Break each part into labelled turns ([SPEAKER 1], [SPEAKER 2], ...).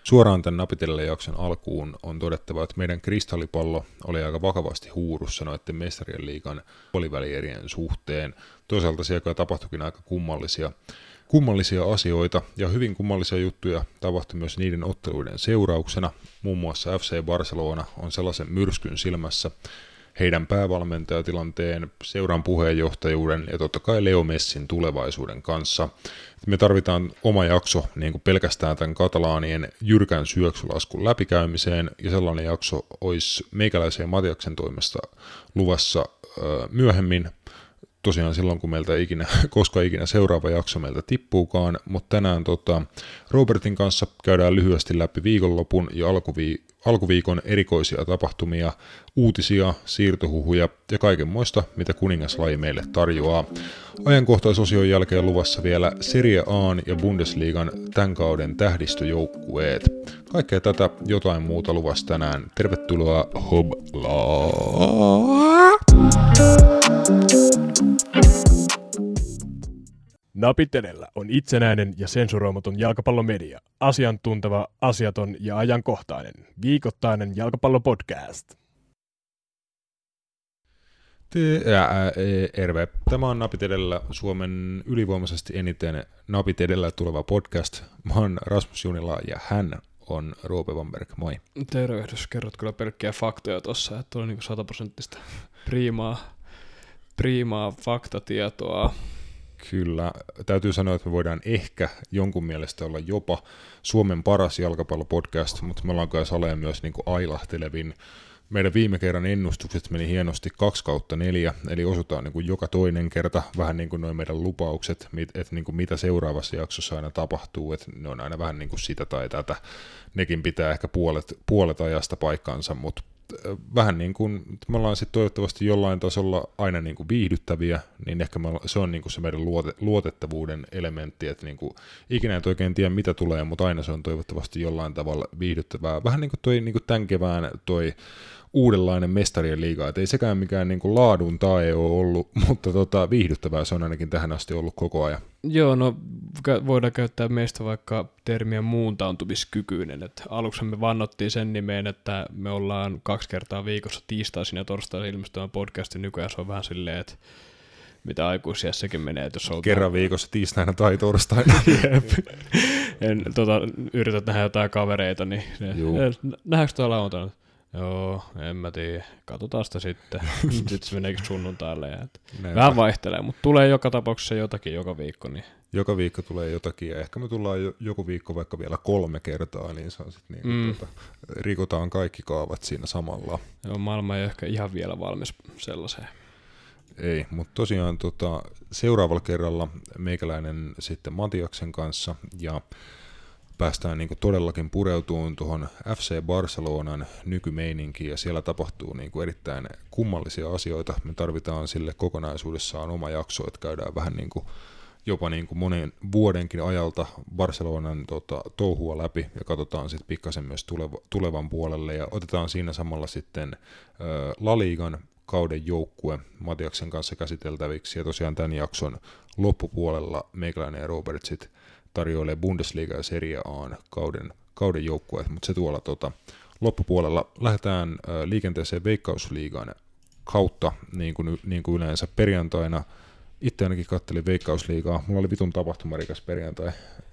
[SPEAKER 1] Suoraan tämän Napitelle jakson alkuun on todettava, että meidän kristallipallo oli aika vakavasti huurussa noiden mestarien liigan puolivälierien suhteen. Toisaalta siellä tapahtuikin aika kummallisia asioita ja hyvin kummallisia juttuja tapahtui myös niiden otteluiden seurauksena. Muun muassa FC Barcelona on sellaisen myrskyn silmässä heidän päävalmentajatilanteen, seuran puheenjohtajuuden ja totta kai Leo Messin tulevaisuuden kanssa. Me tarvitaan oma jakso niin kuin pelkästään tämän katalaanien jyrkän syöksylaskun läpikäymiseen, ja sellainen jakso olisi meikäläisen Matiaksen toimesta luvassa myöhemmin, tosiaan silloin kun meiltä koska ikinä seuraava jakso meiltä tippuukaan, mutta tänään Robertin kanssa käydään lyhyesti läpi viikonlopun ja alkuviikon erikoisia tapahtumia, uutisia, siirtohuhuja ja kaikenmoista, mitä kuningaslaji meille tarjoaa. Ajankohtaisosion jälkeen luvassa vielä Serie A:n ja Bundesliigan tämän kauden tähdistöjoukkueet. Kaikkea tätä jotain muuta luvassa tänään. Tervetuloa Hoblaa!
[SPEAKER 2] Napit edellä on itsenäinen ja sensuroimaton jalkapallomedia. Asiantunteva, asiaton ja ajankohtainen. Viikoittainen jalkapallopodcast.
[SPEAKER 1] Terve. Tämä on Napit edellä, Suomen ylivoimaisesti eniten Napit edellä tuleva podcast. Mä oon Rasmus Junila ja hän on Roope Wamberg. Moi.
[SPEAKER 3] Tervehdys. Kerrot kyllä pelkkiä faktoja tossa, että oli niinku 100% priimaa faktatietoa.
[SPEAKER 1] Kyllä. Täytyy sanoa, että me voidaan ehkä jonkun mielestä olla jopa Suomen paras jalkapallopodcast, mutta me ollaan kai saleen myös niin kuin ailahtelevin. Meidän viime kerran ennustukset meni hienosti 2/4, eli osutaan niin kuin joka toinen kerta, vähän niin kuin noin meidän lupaukset, että niin kuin mitä seuraavassa jaksossa aina tapahtuu, että ne on aina vähän niin kuin sitä tai tätä. Nekin pitää ehkä puolet ajasta paikkansa, mutta vähän niin kuin me ollaan sitten toivottavasti jollain tasolla aina niin kuin viihdyttäviä, niin ehkä se on niin kuin se meidän luotettavuuden elementti, että niin kuin ikinä et oikein tiedä mitä tulee, mutta aina se on toivottavasti jollain tavalla viihdyttävää. Vähän niin kuin niin kuin tämän kevään toi uudenlainen mestarien liiga, että ei sekään mikään niin kuin laadun tae ole ollut, mutta viihdyttävää se on ainakin tähän asti ollut koko ajan.
[SPEAKER 3] Joo, no voidaan käyttää meistä vaikka termiä muuntaantumiskykyinen. Että aluksi me vannottiin sen nimeen, että me ollaan 2 kertaa viikossa tiistaisin ja torstaisin ilmestyvän podcastin. Nykyään se on vähän silleen, että mitä aikuisiässäkin menee. Että jos
[SPEAKER 1] kerran viikossa tiistaina tai torstaina.
[SPEAKER 3] Yrität nähdä jotain kavereita, niin nähdäänkö tuolla lauantaina? Joo, en mä tiedä. Katsotaan sitä sitten. Sitten se meneekin sunnuntaille. Vähän vaihtelee, mutta tulee joka tapauksessa jotakin joka viikko. Niin.
[SPEAKER 1] Joka viikko tulee jotakin, ja ehkä me tullaan joku viikko vaikka vielä 3 kertaa, niin se on sitten rikotaan kaikki kaavat siinä samalla.
[SPEAKER 3] Joo, maailma ei ole ehkä ihan vielä valmis sellaiseen.
[SPEAKER 1] Ei, mutta tosiaan seuraavalla kerralla meikäläinen sitten Matiaksen kanssa, ja päästään niin kuin todellakin pureutumaan tuohon FC Barcelonan nykymeininkiin, ja siellä tapahtuu niin kuin erittäin kummallisia asioita. Me tarvitaan sille kokonaisuudessaan oma jakso, että käydään vähän niin kuin jopa niin kuin monen vuodenkin ajalta Barcelonan touhua läpi, ja katsotaan sitten pikkasen myös tulevan puolelle, ja otetaan siinä samalla sitten La Ligan kauden joukkue Matiaksen kanssa käsiteltäviksi, ja tosiaan tämän jakson loppupuolella meikäläinen ja Robert sitten tarjoilee Bundesliga ja Serie A:n kauden joukkueet, mutta se tuolla loppupuolella lähdetään liikenteeseen Veikkausliigan kautta, niin kuin yleensä perjantaina. Itse ainakin kattelin Veikkausliigaa. Mulla oli vitun tapahtumarikas perjantai.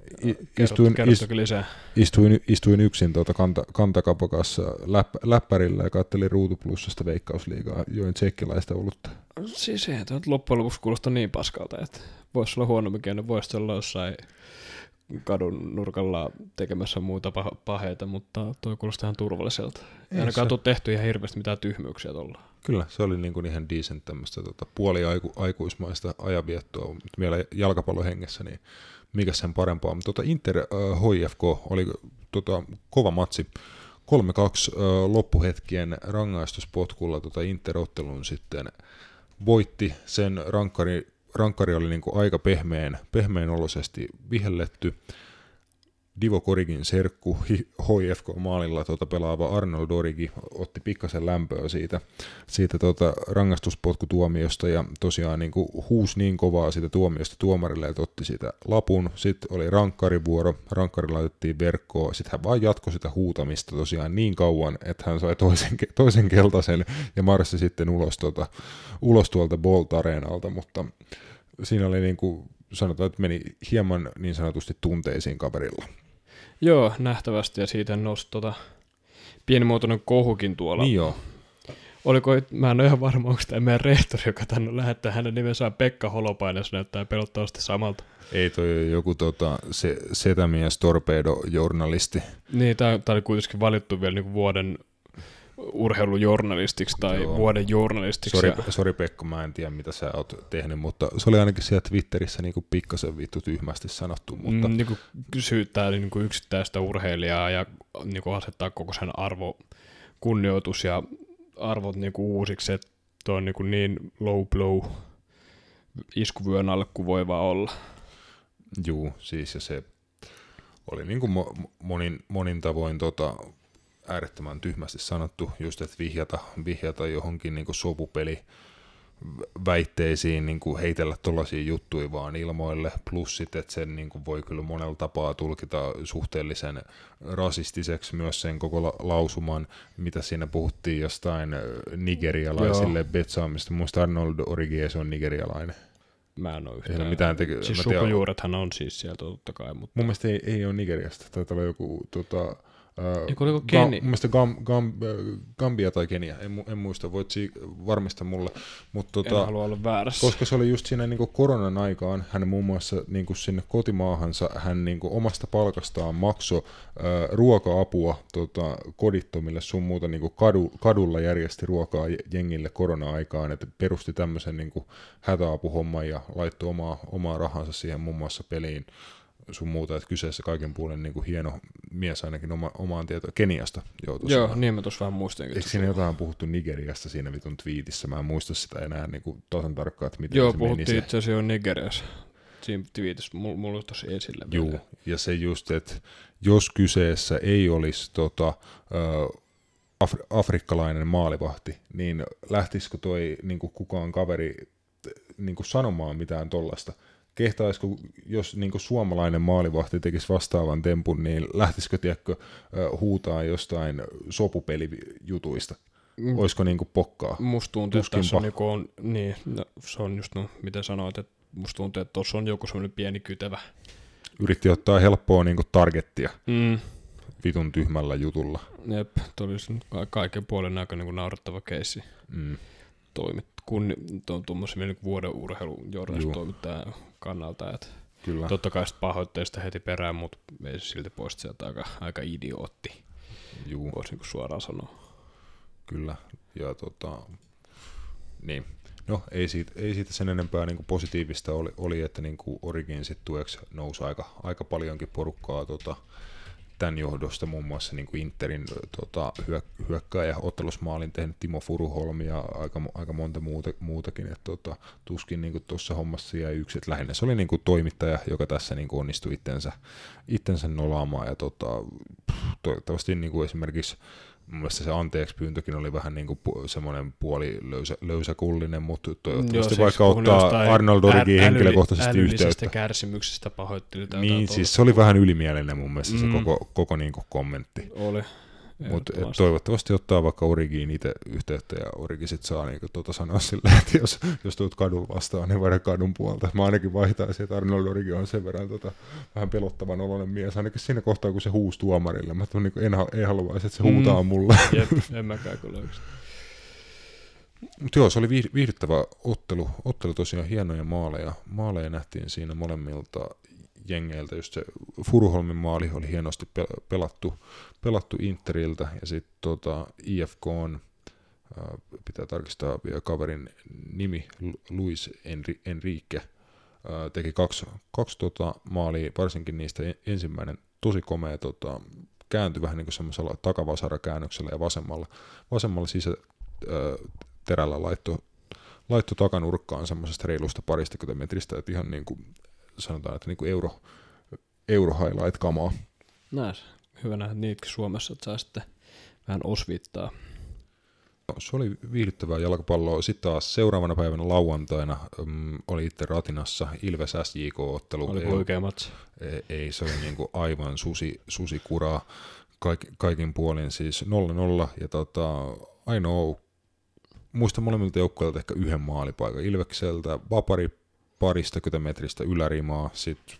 [SPEAKER 1] Istuin yksin kantakapakassa läppärillä ja kattelin Ruutuplussasta Veikkausliigaa, join tsekkiläistä olutta.
[SPEAKER 3] Siis eihän tämä loppujen lopuksi kuulostaa niin paskalta, että voisi olla huonomminkin, voisi olla jossain kadun nurkalla tekemässä muita paheita, mutta toi kuulostaa ihan turvalliselta. Ei ainakaan tule tehty ihan hirveästi mitään tyhmyyksiä tuolla.
[SPEAKER 1] Kyllä, se oli niin kuin ihan decent tämmöistä puoliaikuismaista ajanviettoa, mutta vielä jalkapallohengessä, niin mikä sen parempaa. Mutta Inter HIFK oli kova matsi. 3-2 loppuhetkien rangaistuspotkulla Inter-ottelun sitten voitti. Sen rankkari oli niin kuin aika pehmeän oloisesti vihelletty. Divock Origin serkku, HIFK-maalilla pelaava Arnold Origi otti pikkasen lämpöä siitä rangaistuspotkutuomiosta ja tosiaan niin kuin huusi niin kovaa siitä tuomiosta tuomarille, että otti siitä lapun. Sitten oli rankkarivuoro, rankkari laitettiin verkkoon, sitten hän vaan jatkoi sitä huutamista tosiaan niin kauan, että hän sai toisen keltaisen ja marssi sitten ulos tuolta Bolt-areenalta, mutta siinä oli niin kuin sanotaan, että meni hieman niin sanotusti tunteisiin kaverilla.
[SPEAKER 3] Joo, nähtävästi, ja siitä nousi pienimuotoinen kohukin tuolla.
[SPEAKER 1] Niin joo.
[SPEAKER 3] Oliko, mä en ole ihan varma, onko tämä meidän rehtori, joka tänne lähettää, hänen nimensä on Pekka Holopainen, se näyttää pelottavasti samalta.
[SPEAKER 1] Ei toi joku setämies torpedo-journalisti.
[SPEAKER 3] Niin, tämä oli kuitenkin valittu vielä niin kuin vuoden urheilujournalistiksi tai
[SPEAKER 1] Joo.
[SPEAKER 3] Vuoden journalistiksi.
[SPEAKER 1] Sori Pekka, mä en tiedä mitä sä oot tehnyt, mutta se oli ainakin siellä Twitterissä niin kuin pikkasen vittu tyhmästi sanottu. Mutta
[SPEAKER 3] niin kuin syyttää niin kuin yksittäistä urheilijaa ja niin kuin asettaa koko sen kunnioitus ja arvot niin kuin uusiksi, että tuo on niin low blow iskuvyön alle kuin voi vaan olla.
[SPEAKER 1] Juu, siis ja se oli niin kuin monin tavoin äärettömän tyhmästi sanottu, just että vihjata johonkin niin kuin sopupeli väitteisiin niin kuin heitellä tollaisia juttuja vaan ilmoille, plus sitten, että sen niin kuin voi kyllä monella tapaa tulkita suhteellisen rasistiseksi myös sen koko lausuman, mitä siinä puhuttiin jostain nigerialaisille betsaamista. Muista Arnold Origi, se on nigerialainen.
[SPEAKER 3] Mä en ole yhtään. Siis sukujuurethan on siis sieltä totta kai. Mutta
[SPEAKER 1] mun mielestä ei ole Nigeriasta. Taitaa olla joku
[SPEAKER 3] oliko Kenia?
[SPEAKER 1] Mun mielestä Gambia tai Kenia, en muista, voit varmistaa mulle. Mutta
[SPEAKER 3] en halua olla väärässä.
[SPEAKER 1] Koska se oli just siinä niin koronan aikaan, hän muun muassa niin sinne kotimaahansa, hän niin omasta palkastaan maksoi ruoka-apua kodittomille sun muuta, niin kadulla järjesti ruokaa jengille korona-aikaan, että perusti tämmöisen niin hätäapuhomman ja laittoi omaa rahansa siihen muun muassa peliin. Sun muuta, että kyseessä kaiken puolen niin kuin hieno mies ainakin omaan tietoon. Keniasta
[SPEAKER 3] Joo, niin mä tuossa vähän muistin.
[SPEAKER 1] Eikö siinä jotain puhuttu Nigeriasta siinä vitun twiitissä? Mä en muista sitä enää niin kuin tasan tarkkaan, että miten
[SPEAKER 3] joo,
[SPEAKER 1] se meni. Joo,
[SPEAKER 3] puhuttiin itse asiassa jo Nigeriassa. Siinä twiitissä mulla oli tosi esillä.
[SPEAKER 1] Joo, ja se just, että jos kyseessä ei olisi afrikkalainen maalivahti, niin lähtisikö toi niin kuin kukaan kaveri niin kuin sanomaan mitään tollasta? Kehtaisiko, jos niin kuin suomalainen maalivahti tekisi vastaavan tempun, niin lähtisikö, tiedätkö, huutaa jostain sopupelijutuista? Olisiko niin kuin pokkaa?
[SPEAKER 3] Musta tuntuu, että tässä on, se on just miten sanoit, että musta tuntuu, että tuossa on joku semmoinen pieni kytevä.
[SPEAKER 1] Yritti ottaa helppoa niin kuin targettia vitun tyhmällä jutulla.
[SPEAKER 3] Jep, toi olisi kaiken puolen aika niin kuin naurettava keissi. Kun on tuommoisen niin vuoden urheilujournalista toimittajan kannalta, että
[SPEAKER 1] kyllä.
[SPEAKER 3] Totta kai sitten pahoittelee sitä heti perään, mutta ei se silti poista sieltä aika idiootti, voisi niin suoraan sanoa.
[SPEAKER 1] Kyllä, ja niin. No ei siitä sen enempää niin kuin positiivista oli, että niin kuin Origin sitten tueksi nousi aika paljonkin porukkaa tämän johdosta, muun muassa niin kuin Interin hyökkääjä ottelusmaalin tehnyt Timo Furuholm ja aika monta muutakin, että tuskin niin tuossa hommassa jäi yksi, että lähinnä se oli niin kuin toimittaja, joka tässä niin kuin onnistui itsensä nolaamaan, ja toivottavasti niin kuin esimerkiksi mun mielestä se anteeksi pyyntökin oli vähän niin kuin semmoinen puoli löysäkullinen, mutta toivottavasti siis vaikka ottaa Arnold Origi henkilökohtaisesti yhteyttä.
[SPEAKER 3] Kärsimyksestä pahoitteli.
[SPEAKER 1] Niin, siis se oli vähän ylimielinen mun mielestä se koko niin kuin kommentti.
[SPEAKER 3] Oli.
[SPEAKER 1] Mutta toivottavasti ottaa vaikka Origiin itse yhteyttä ja Origi sitten saa niin sanoa silleen, että jos tulet kadun vastaan, niin vaihda kadun puolta. Mä ainakin vaihtaisin, että Arnold Origi on sen verran vähän pelottavan oloinen mies, ainakin siinä kohtaa, kun se huusi tuomarille. Mä niin en haluaisi, että se huutaa mulle.
[SPEAKER 3] Jep, en mäkään kyllä oikeasti.
[SPEAKER 1] Mutta joo, se oli viihdyttävä ottelu tosiaan, hienoja maaleja. Maaleja nähtiin siinä molemmilta jengeiltä, just se Furuholmin maali oli hienosti pelattu Interiltä, ja sitten IFK on, pitää tarkistaa vielä kaverin nimi, Luis Enrique, teki kaksi maalia, varsinkin niistä ensimmäinen tosi komea, kääntyi vähän niin kuin semmoisella takavasarakäännöksellä ja vasemmalla sisäterällä laittoi takanurkkaan semmoisesta reilusta 20 metristä, että ihan niin kuin sanotaan, että niin kuin euro highlight-kamaa.
[SPEAKER 3] Näin. Hyvä nähdä niitäkin Suomessa, että saa sitten vähän osvittaa.
[SPEAKER 1] Se oli viihdyttävää jalkapalloa. Sitten taas seuraavana päivänä lauantaina oli itse Ratinassa Ilves SJK-ottelu.
[SPEAKER 3] Oli huikea matsi.
[SPEAKER 1] Ei, se oli niinku aivan susikuraa kaikin puolin, siis 0-0. Ja ainoa, muistan molemmilta joukkueilta ehkä yhden maalipaikan. Ilvekseltä vapari paristakymmentä metristä ylärimaa, sitten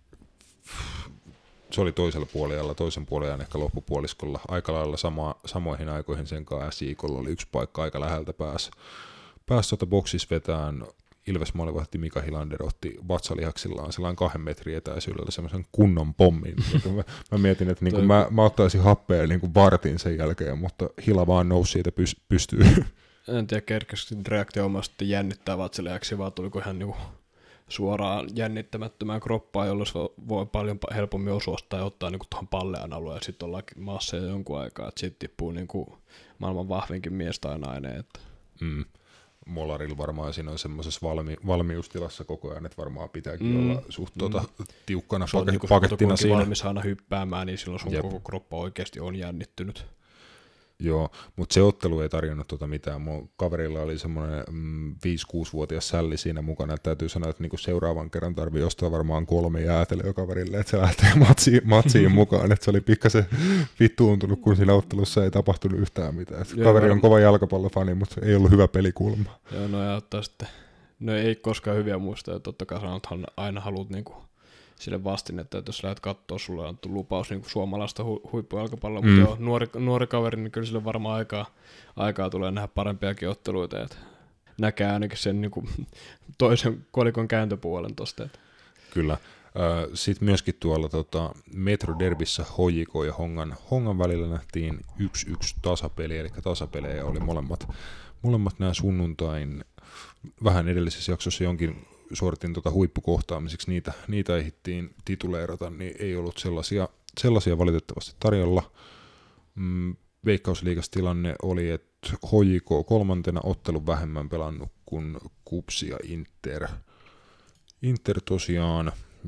[SPEAKER 1] se oli toisella puolella, toisen puolella ehkä loppupuoliskolla. Aika lailla samoihin aikoihin sen kanssa SJK:lla oli yksi paikka aika läheltä pääsi boksissa vetään. Ilves maalivahti Mika Hilander otti vatsalihaksillaan sellainen 2 metrin etäisyydellä semmoisen kunnon pommin. Mä mietin, että niinku mä ottaisin happea niinku vartin sen jälkeen, mutta Hila vaan nousi siitä pystyyn.
[SPEAKER 3] En tiedä, kerkesikö reaktio omasti jännittää vatsalihaksi, vaan tuliko ihan niinku suoraan jännittämättömään kroppaan, jolloin se voi paljon helpommin osua tai ottaa niinku tuohon pallean alueen ja sitten ollaan maassa jo jonkun aikaa, että siitä tippuu niinku maailman vahvinkin mies tai nainen. Että.
[SPEAKER 1] Molarilla varmaan siinä on semmoisessa valmiustilassa koko ajan, että varmaan pitääkin olla suht tiukkana pakettina siinä.
[SPEAKER 3] Kun valmis aina hyppäämään, niin silloin sun koko kroppa oikeasti on jännittynyt.
[SPEAKER 1] Joo, mutta se ottelu ei tarjonnut mitään. Mun kaverilla oli semmoinen 5-6-vuotias sälli siinä mukana, että täytyy sanoa, että niinku seuraavan kerran tarvii ostaa varmaan 3 jäätelöä kaverille, että se lähtee matsiin mukaan, että se oli pikkasen vittuuntunut, kun siinä ottelussa ei tapahtunut yhtään mitään. Joo, kaveri on kova jalkapallofani, mutta ei ollut hyvä pelikulma.
[SPEAKER 3] Joo, no ja ottaa sitten, no ei koskaan hyviä muistaa, että totta kai sanothan aina haluat niinku sille vastinetta, että jos lähdet katsoa, sulle on annettu lupaus niin suomalaista huippujalkapalloa, mutta joo, nuori kaveri, niin kyllä sille varmaan aikaa tulee nähdä parempiakin otteluita, että näkee ainakin sen niin kuin toisen kolikon kääntöpuolen tosta.
[SPEAKER 1] Kyllä. Sitten myöskin tuolla Metro Derbissä HJK ja Hongan välillä nähtiin 1-1 tasapeli, eli tasapelejä oli molemmat nämä sunnuntain, vähän edellisessä jaksossa jonkin sortin huippukohtaamiseksi, niitä ehdittiin tituleerata, niin ei ollut sellaisia valitettavasti tarjolla. Veikkausliigassa tilanne oli, että HJK 3. ottelun vähemmän pelannut kuin KuPS ja Inter. Inter tosiaan,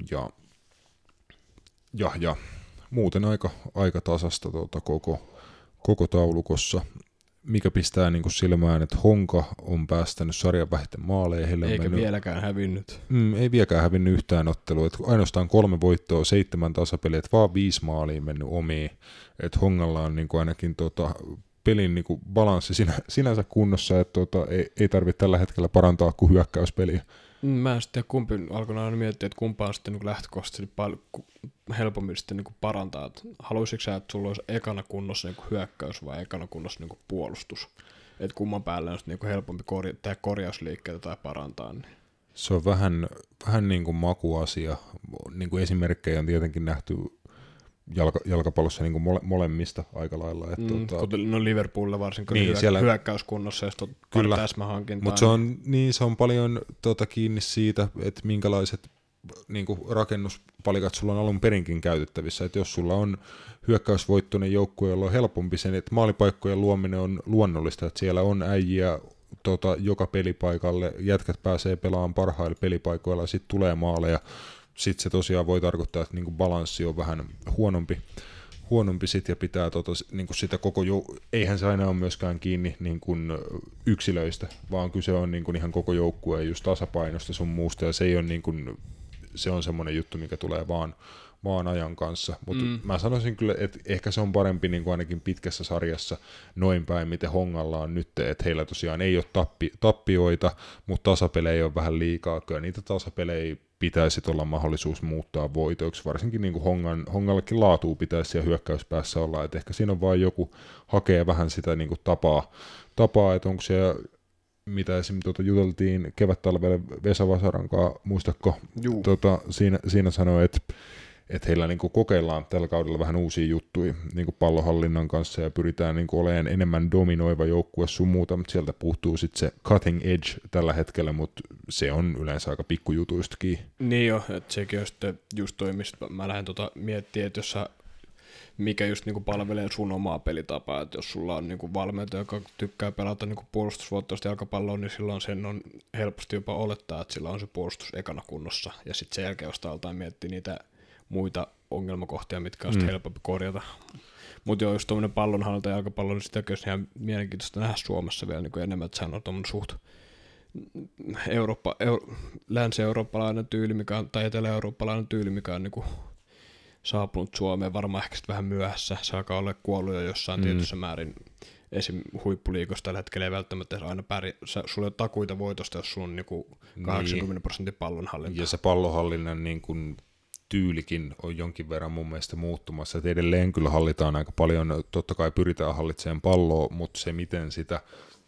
[SPEAKER 1] ja muuten aika tasasta koko taulukossa. Mikä pistää niinku silmään, että Honka on päästänyt sarjan vähiten maaleihin.
[SPEAKER 3] Eikä vieläkään hävinnyt.
[SPEAKER 1] Ei vieläkään hävinnyt yhtään ottelua. Ainoastaan 3 voittoa, 7 tasapeliä, vaan 5 maaliin mennyt omiin. Et Hongalla on niinku ainakin pelin niinku balanssi sinänsä kunnossa, että ei tarvitse tällä hetkellä parantaa kuin hyökkäyspeliä.
[SPEAKER 3] Mä en sitten kumpi alkoi aina miettiä, että kumpaan sitten niin lähtökohtaisesti paljon helpommin sitten niin parantaa. Haluaisitko sä, että sulla olisi ekana kunnossa niin hyökkäys vai ekana kunnossa niin puolustus? Että kumman päälle on niin helpompi tehdä korjausliikkeitä tai parantaa? Niin.
[SPEAKER 1] Se on vähän niin kuin makuasia. Niin kuin esimerkkejä on tietenkin nähty jalkapallossa niin kuin molemmista aika lailla.
[SPEAKER 3] No Liverpoolilla varsinkin niin, siellä hyökkäyskunnossa ja sitten täsmähankintaa.
[SPEAKER 1] Mutta se on paljon kiinni siitä, että minkälaiset niin kuin rakennuspalikat sulla on alun perinkin käytettävissä. Et jos sulla on hyökkäysvoittoinen joukkue, jolla on helpompi sen, että maalipaikkojen luominen on luonnollista, että siellä on äijiä joka pelipaikalle, jätkät pääsee pelaamaan parhailla pelipaikoilla ja sitten tulee maaleja. Sitten se tosiaan voi tarkoittaa, että niinku balanssi on vähän huonompi sit ja pitää niinku sitä eihän se aina ole myöskään kiinni niinku yksilöistä, vaan kyse on niinku ihan koko joukkueen just tasapainosta sun muusta ja se ei ole niinku, se on semmoinen juttu, mikä tulee vaan ajan kanssa, mutta mä sanoisin kyllä, että ehkä se on parempi niin kuin ainakin pitkässä sarjassa noin päin, miten Hongalla on nyt, että heillä tosiaan ei ole tappioita, mutta tasapelejä on vähän liikaa, kyllä niitä tasapelejä pitäisi olla mahdollisuus muuttaa voitoiksi, varsinkin niin kuin Hongallakin laatua pitäisi siellä hyökkäyspäässä olla, että ehkä siinä on vain joku hakee vähän sitä niin kuin tapaa, että onko siellä mitä esimerkiksi juteltiin kevättalvelle Vesa Vasaran kanssa, muistatko? Siinä sanoi, että heillä niinku kokeillaan tällä kaudella vähän uusia juttuja niinku pallohallinnan kanssa ja pyritään niinku olemaan enemmän dominoiva joukkue sun muuta, mutta sieltä puuttuu sitten se cutting edge tällä hetkellä, mutta se on yleensä aika pikkujutuistakin.
[SPEAKER 3] Niin jo, että sekin on sitten just toi, mistä mä lähden miettimään, että jos sä mikä just niinku palvelee sun omaa pelitapaa, että jos sulla on niinku valmentaja, joka tykkää pelata niinku puolustusvoittoista jalkapalloa, niin silloin sen on helposti jopa olettaa, että sillä on se puolustus ekana kunnossa, ja sitten sen jälkeen vasta aletaan miettiä niitä muita ongelmakohtia, mitkä on sitten helpompi korjata. Mutta joo, just tuommoinen pallonhallinta ja jalkapallo, niin sitäkin olisi ihan mielenkiintoista nähdä Suomessa vielä niin enemmän, että sehän on tuommoinen suht länsi-eurooppalainen tyyli, tai etelä-eurooppalainen tyyli, mikä on niin saapunut Suomeen varmaan ehkä vähän myöhässä. Se alkaa olla kuollut jo jossain tietyssä määrin. Esim. Huippuliikossa tällä hetkellä ei välttämättä aina sulla on takuita voitosta, jos sulla on niinku 80% pallonhallinta.
[SPEAKER 1] Ja se pallonhallinnan niin kuin tyylikin on jonkin verran mun mielestä muuttumassa. Et edelleen kyllä hallitaan aika paljon, totta kai pyritään hallitsemaan palloa, mutta se miten sitä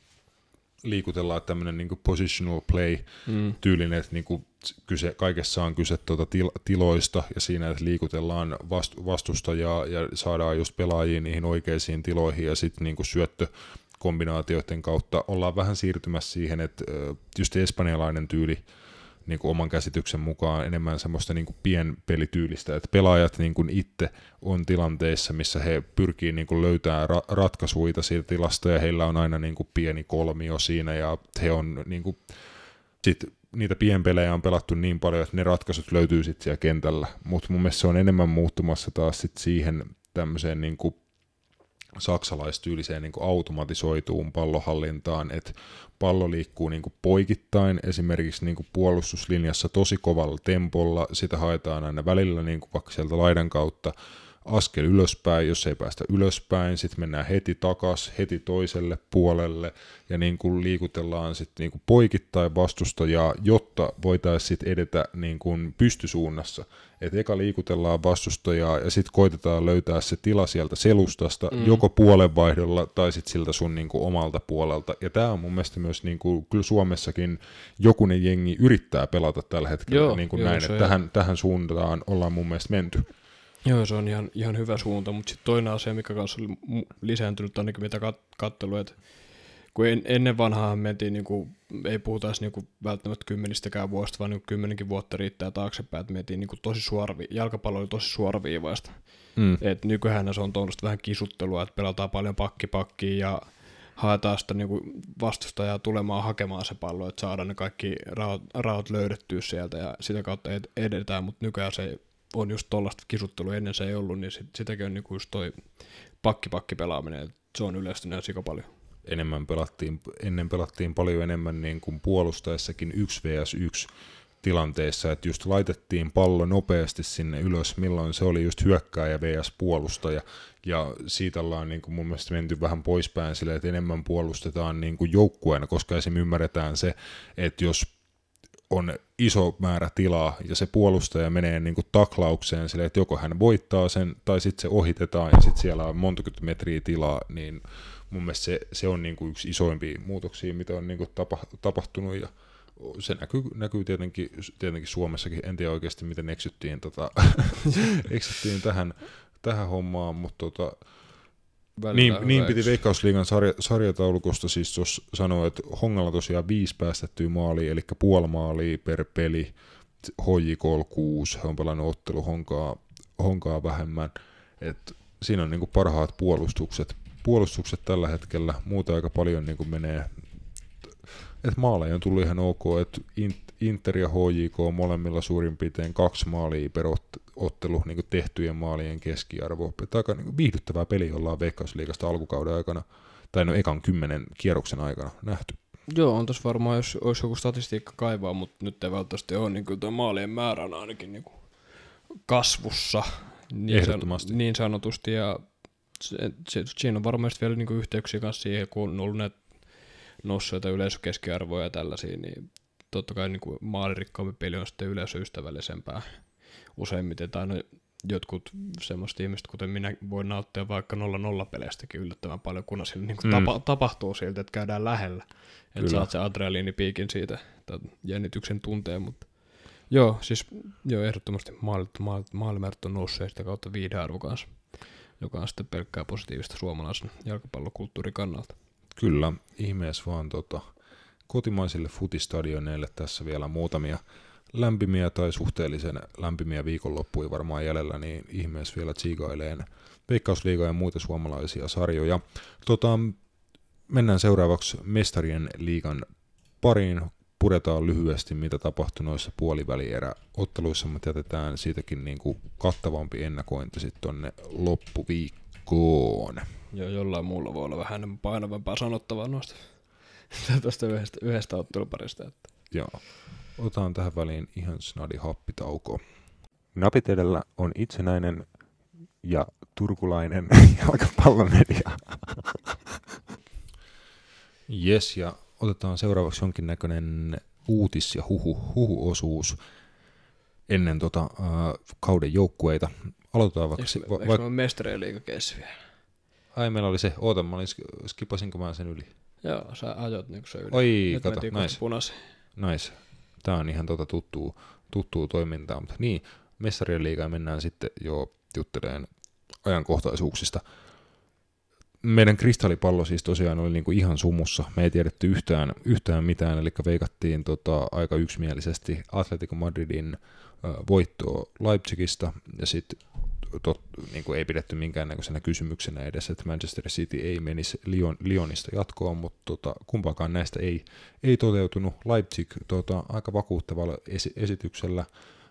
[SPEAKER 1] liikutellaan tämmöinen niin kuin positional play tyylinen, että niin kuin kaikessa on kyse tiloista ja siinä, että liikutellaan vastustajaa ja saadaan just pelaajia niihin oikeisiin tiloihin ja sitten niin kuin syöttökombinaatioiden kautta ollaan vähän siirtymässä siihen, että just espanjalainen tyyli niin kuin oman käsityksen mukaan enemmän semmoista niin kuin pienpelityylistä, että pelaajat niin kuin itse on tilanteissa, missä he pyrkii niin kuin löytämään ratkaisuja siitä tilasta ja heillä on aina niin kuin pieni kolmio siinä ja he on niin kuin, sit niitä pienpelejä on pelattu niin paljon, että ne ratkaisut löytyy sitten siellä kentällä, mutta mun mielestä se on enemmän muuttumassa taas sit siihen tämmöiseen niin kuin saksalaistyylliseen niin kuin automatisoituun pallohallintaan, että pallo liikkuu niin kuin poikittain, esimerkiksi niin kuin puolustuslinjassa tosi kovalla tempolla, sitä haetaan aina välillä niin kuin vaikka sieltä laidan kautta askel ylöspäin, jos ei päästä ylöspäin, sitten mennään heti takas, heti toiselle puolelle ja niin kuin liikutellaan sitten niin kuin poikittain vastustajaa, jotta voitaisiin sitten edetä niin kuin pystysuunnassa. Et eka liikutellaan vastustajaa ja sitten koitetaan löytää se tila sieltä selustasta joko puolenvaihdolla tai sitten siltä sun niin kuin omalta puolelta. Ja tämä on mun mielestä myös niin kuin, kyllä Suomessakin jokunen jengi yrittää pelata tällä hetkellä niin kuin näin, että tähän suuntaan ollaan mun mielestä menty.
[SPEAKER 3] Joo, se on ihan hyvä suunta, mutta sitten toinen asia, mikä kanssa oli lisääntynyt ainakin mitä katselua, että kun ennen vanhaan mentiin, niin kuin, ei puhuta edes niin kuin välttämättä 10 vuosista, vaan niin 10 vuotta riittää taaksepäin, että mentiin niin kuin jalkapallo oli tosi suoraviivaista. Et nykyään se on tuollaista vähän kisuttelua, että pelataan paljon pakkia ja haetaan sitä niin kuin vastustajaa tulemaan hakemaan se pallo, että saadaan ne kaikki raot löydettyä sieltä ja sitä kautta edetään, mutta nykyään se on just tollaista kisuttelua, ennen se ei ollut, niin sitäkin on niinku just toi pakki pelaaminen, että se on yleistynyt sika paljon.
[SPEAKER 1] Ennen pelattiin paljon enemmän niin kuin puolustaessakin 1vs1 tilanteessa, että just laitettiin pallo nopeasti sinne ylös, milloin se oli just hyökkääjä vs puolustaja, ja siitä ollaan niin kuin mun mielestä menty vähän poispäin sille, että enemmän puolustetaan niin kuin joukkueena, koska esimerkiksi ymmärretään se, että jos on iso määrä tilaa ja se puolustaja menee niin kuin taklaukseen silleen, että joko hän voittaa sen tai sitten se ohitetaan ja sitten siellä on montakymmentä metriä tilaa, niin mun mielestä se on niin kuin yksi isoimpia muutoksia, mitä on niin kuin tapahtunut ja se näkyy tietenkin Suomessakin, en tiedä oikeasti miten eksyttiin tähän hommaan, mutta niin piti Veikkausliigan sarjataulukosta siis tuossa sanoa, että Hongalla tosiaan 5 päästettyä maalia, eli puoli maalia per peli, HJK 6, he on pelannut ottelu Honkaa vähemmän, että siinä on niinku parhaat puolustukset tällä hetkellä, muuta aika paljon niinku menee, että maaleja on tullut ihan ok, että Inter ja HJK on molemmilla suurin piirtein 2 maalia per ottelu niin tehtyjen maalien keskiarvo. Aika niin viihdyttävää peliä ollaan Veikkausliigasta alkukauden aikana, tai no ekan 10 kierroksen aikana nähty.
[SPEAKER 3] Joo, on tossa varmaan, jos olisi joku statistiikka kaivaa, mutta nyt ei välttämättä ole, niin tuo maalien määrä on ainakin niin kasvussa niin sanotusti, ja siinä on varmasti vielä niin yhteyksiä kanssa siihen, kun on ollut näitä nousseita yleisökeskiarvoja ja tällaisia, niin totta kai niin maalirikkaampi peli on sitten yleisöystävällisempää useimmiten, tai no, jotkut semmoiset ihmiset, kuten minä, voi nauttia vaikka 0-0-peleistäkin yllättävän paljon, kun siinä niin tapahtuu siltä, että käydään lähellä, että saat se adrenaliinipiikin siitä, jännityksen tunteen, mutta joo, siis ehdottomasti maalimäärät on noussut ja sitä kautta viihdearvo kanssa, joka on sitten pelkkää positiivista suomalaisen jalkapallokulttuurin kannalta.
[SPEAKER 1] Kyllä, ihmeessä vaan kotimaisille futistadioneille tässä vielä muutamia lämpimiä tai suhteellisen lämpimiä viikonloppuja varmaan jäljellä, niin ihmeessä vielä tsiigaileen Veikkausliigaa ja muita suomalaisia sarjoja. Mennään seuraavaksi Mestarien liigan pariin. puretaan lyhyesti, mitä tapahtui noissa puolivälieräotteluissa, mutta jätetään siitäkin niin kuin kattavampi ennakointi sitten tonne loppuviikkoon.
[SPEAKER 3] Joo, jollain muulla voi olla vähän painavampaa sanottavaa noista tuosta yhdestä otteluparista. Että.
[SPEAKER 1] Joo. Otetaan tähän väliin ihan snadi happitauko. Napit edellä on itsenäinen ja turkulainen jalkapallomedia. Jes, ja otetaan seuraavaksi jonkinnäköinen uutis- ja huhu-osuus ennen kauden joukkueita. Aloitetaan vaikka...
[SPEAKER 3] Eikö me ole mestarien liiga kessi vielä?
[SPEAKER 1] Ai, meillä oli se. Skipasinko mä sen yli?
[SPEAKER 3] Joo, sä ajot niin kuin se yli.
[SPEAKER 1] Oi,
[SPEAKER 3] nyt
[SPEAKER 1] kato, nice. Tää on ihan tuttua toimintaa, mutta niin, mestarien liigaa mennään sitten jo jutteleen ajankohtaisuuksista. Meidän kristallipallo siis tosiaan oli niinku ihan sumussa. Me ei tiedetty yhtään mitään, eli veikattiin aika yksimielisesti Atletico Madridin voittoa Leipzigistä, ja sitten niinku ei pidetty minkäännäköisenä kysymyksenä edes, että Manchester City ei menisi Lyonista jatkoon, mutta kumpaakaan näistä ei toteutunut. Leipzig aika vakuuttavalla esityksellä